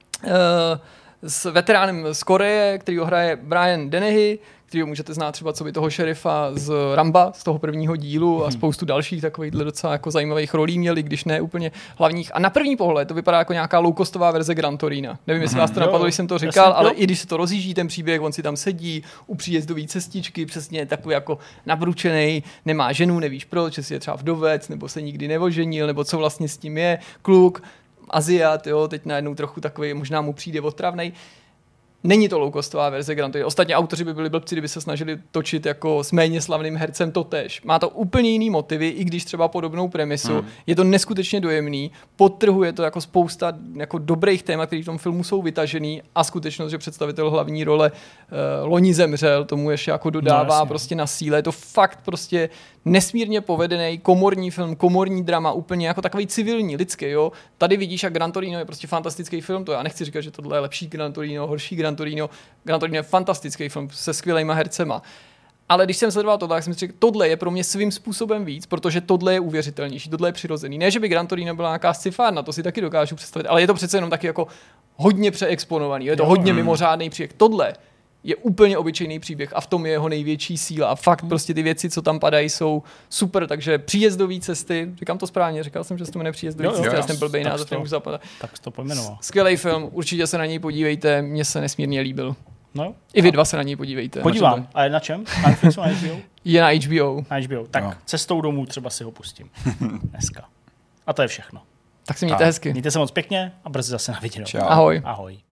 s veteránem z Koreje, který ho hraje Brian Dennehy, kterýho můžete znát třeba co by toho šerifa z Ramba, z toho prvního dílu a spoustu dalších takových docela jako zajímavých rolí měli, když ne úplně hlavních. A na první pohled to vypadá jako nějaká low-costová verze Gran Torina. Nevím, jestli vás to napadlo, když jsem to říkal, jasně, ale i když se to rozjíždí ten příběh, on si tam sedí u příjezdové cestičky, přesně takový jako nabručenej, nemá ženu, nevíš proč, jestli je třeba vdovec, nebo se nikdy neoženil, nebo co vlastně s tím je, kluk, Aziat, jo, teď najednou trochu takový, možná mu přijde otravnej. Není to low-costová verze Gran Torino. Ostatně autoři by byli blbci, kdyby se snažili točit jako s méně slavným hercem totéž. Má to úplně jiný motivy, i když třeba podobnou premisu. Je to neskutečně dojemný, podtrhuje to jako spousta jako dobrých témat, které v tom filmu jsou vytažený a skutečnost, že představitel hlavní role loni zemřel, tomu ještě jako dodává prostě na síle. Je to fakt prostě nesmírně povedený komorní film, komorní drama, úplně jako takový civilní, lidský, jo. Tady vidíš, jak Gran Torino je prostě fantastický film, to já nechci říkat, že tohle je lepší Gran Torino, horší Gran Torino. Gran Torino je fantastický film se skvělejma hercema. Ale když jsem sledoval tohle, tak jsem si řekl, tohle je pro mě svým způsobem víc, protože tohle je uvěřitelnější, tohle je přirozený. Ne, že by Gran Torino byla nějaká sci-fi, to si taky dokážu představit, ale je to přece jenom taky jako hodně přeexponovaný, je to hodně mimořádný příběh. Tohle je úplně obyčejný příběh a v tom je jeho největší síla. A fakt prostě ty věci, co tam padají, jsou super. Takže Příjezdové cesty, říkám to správně, říkal jsem, že se to jmenuje Příjezdové cesty, já jsem blbej název, nemůžu zapadat. Tak to pojmenoval. Skvělý film, určitě se na něj podívejte, mně se nesmírně líbil. No. I vy dva se na něj podívejte. Podívám. A je na čem? Na Netflixu, na HBO? Je na HBO. Na HBO. Tak cestou domů třeba si ho pustím. Dneska. A to je všechno. Tak si mějte hezky. Mějte se moc pěkně a brzy zase na viděnou. Ahoj. Ahoj.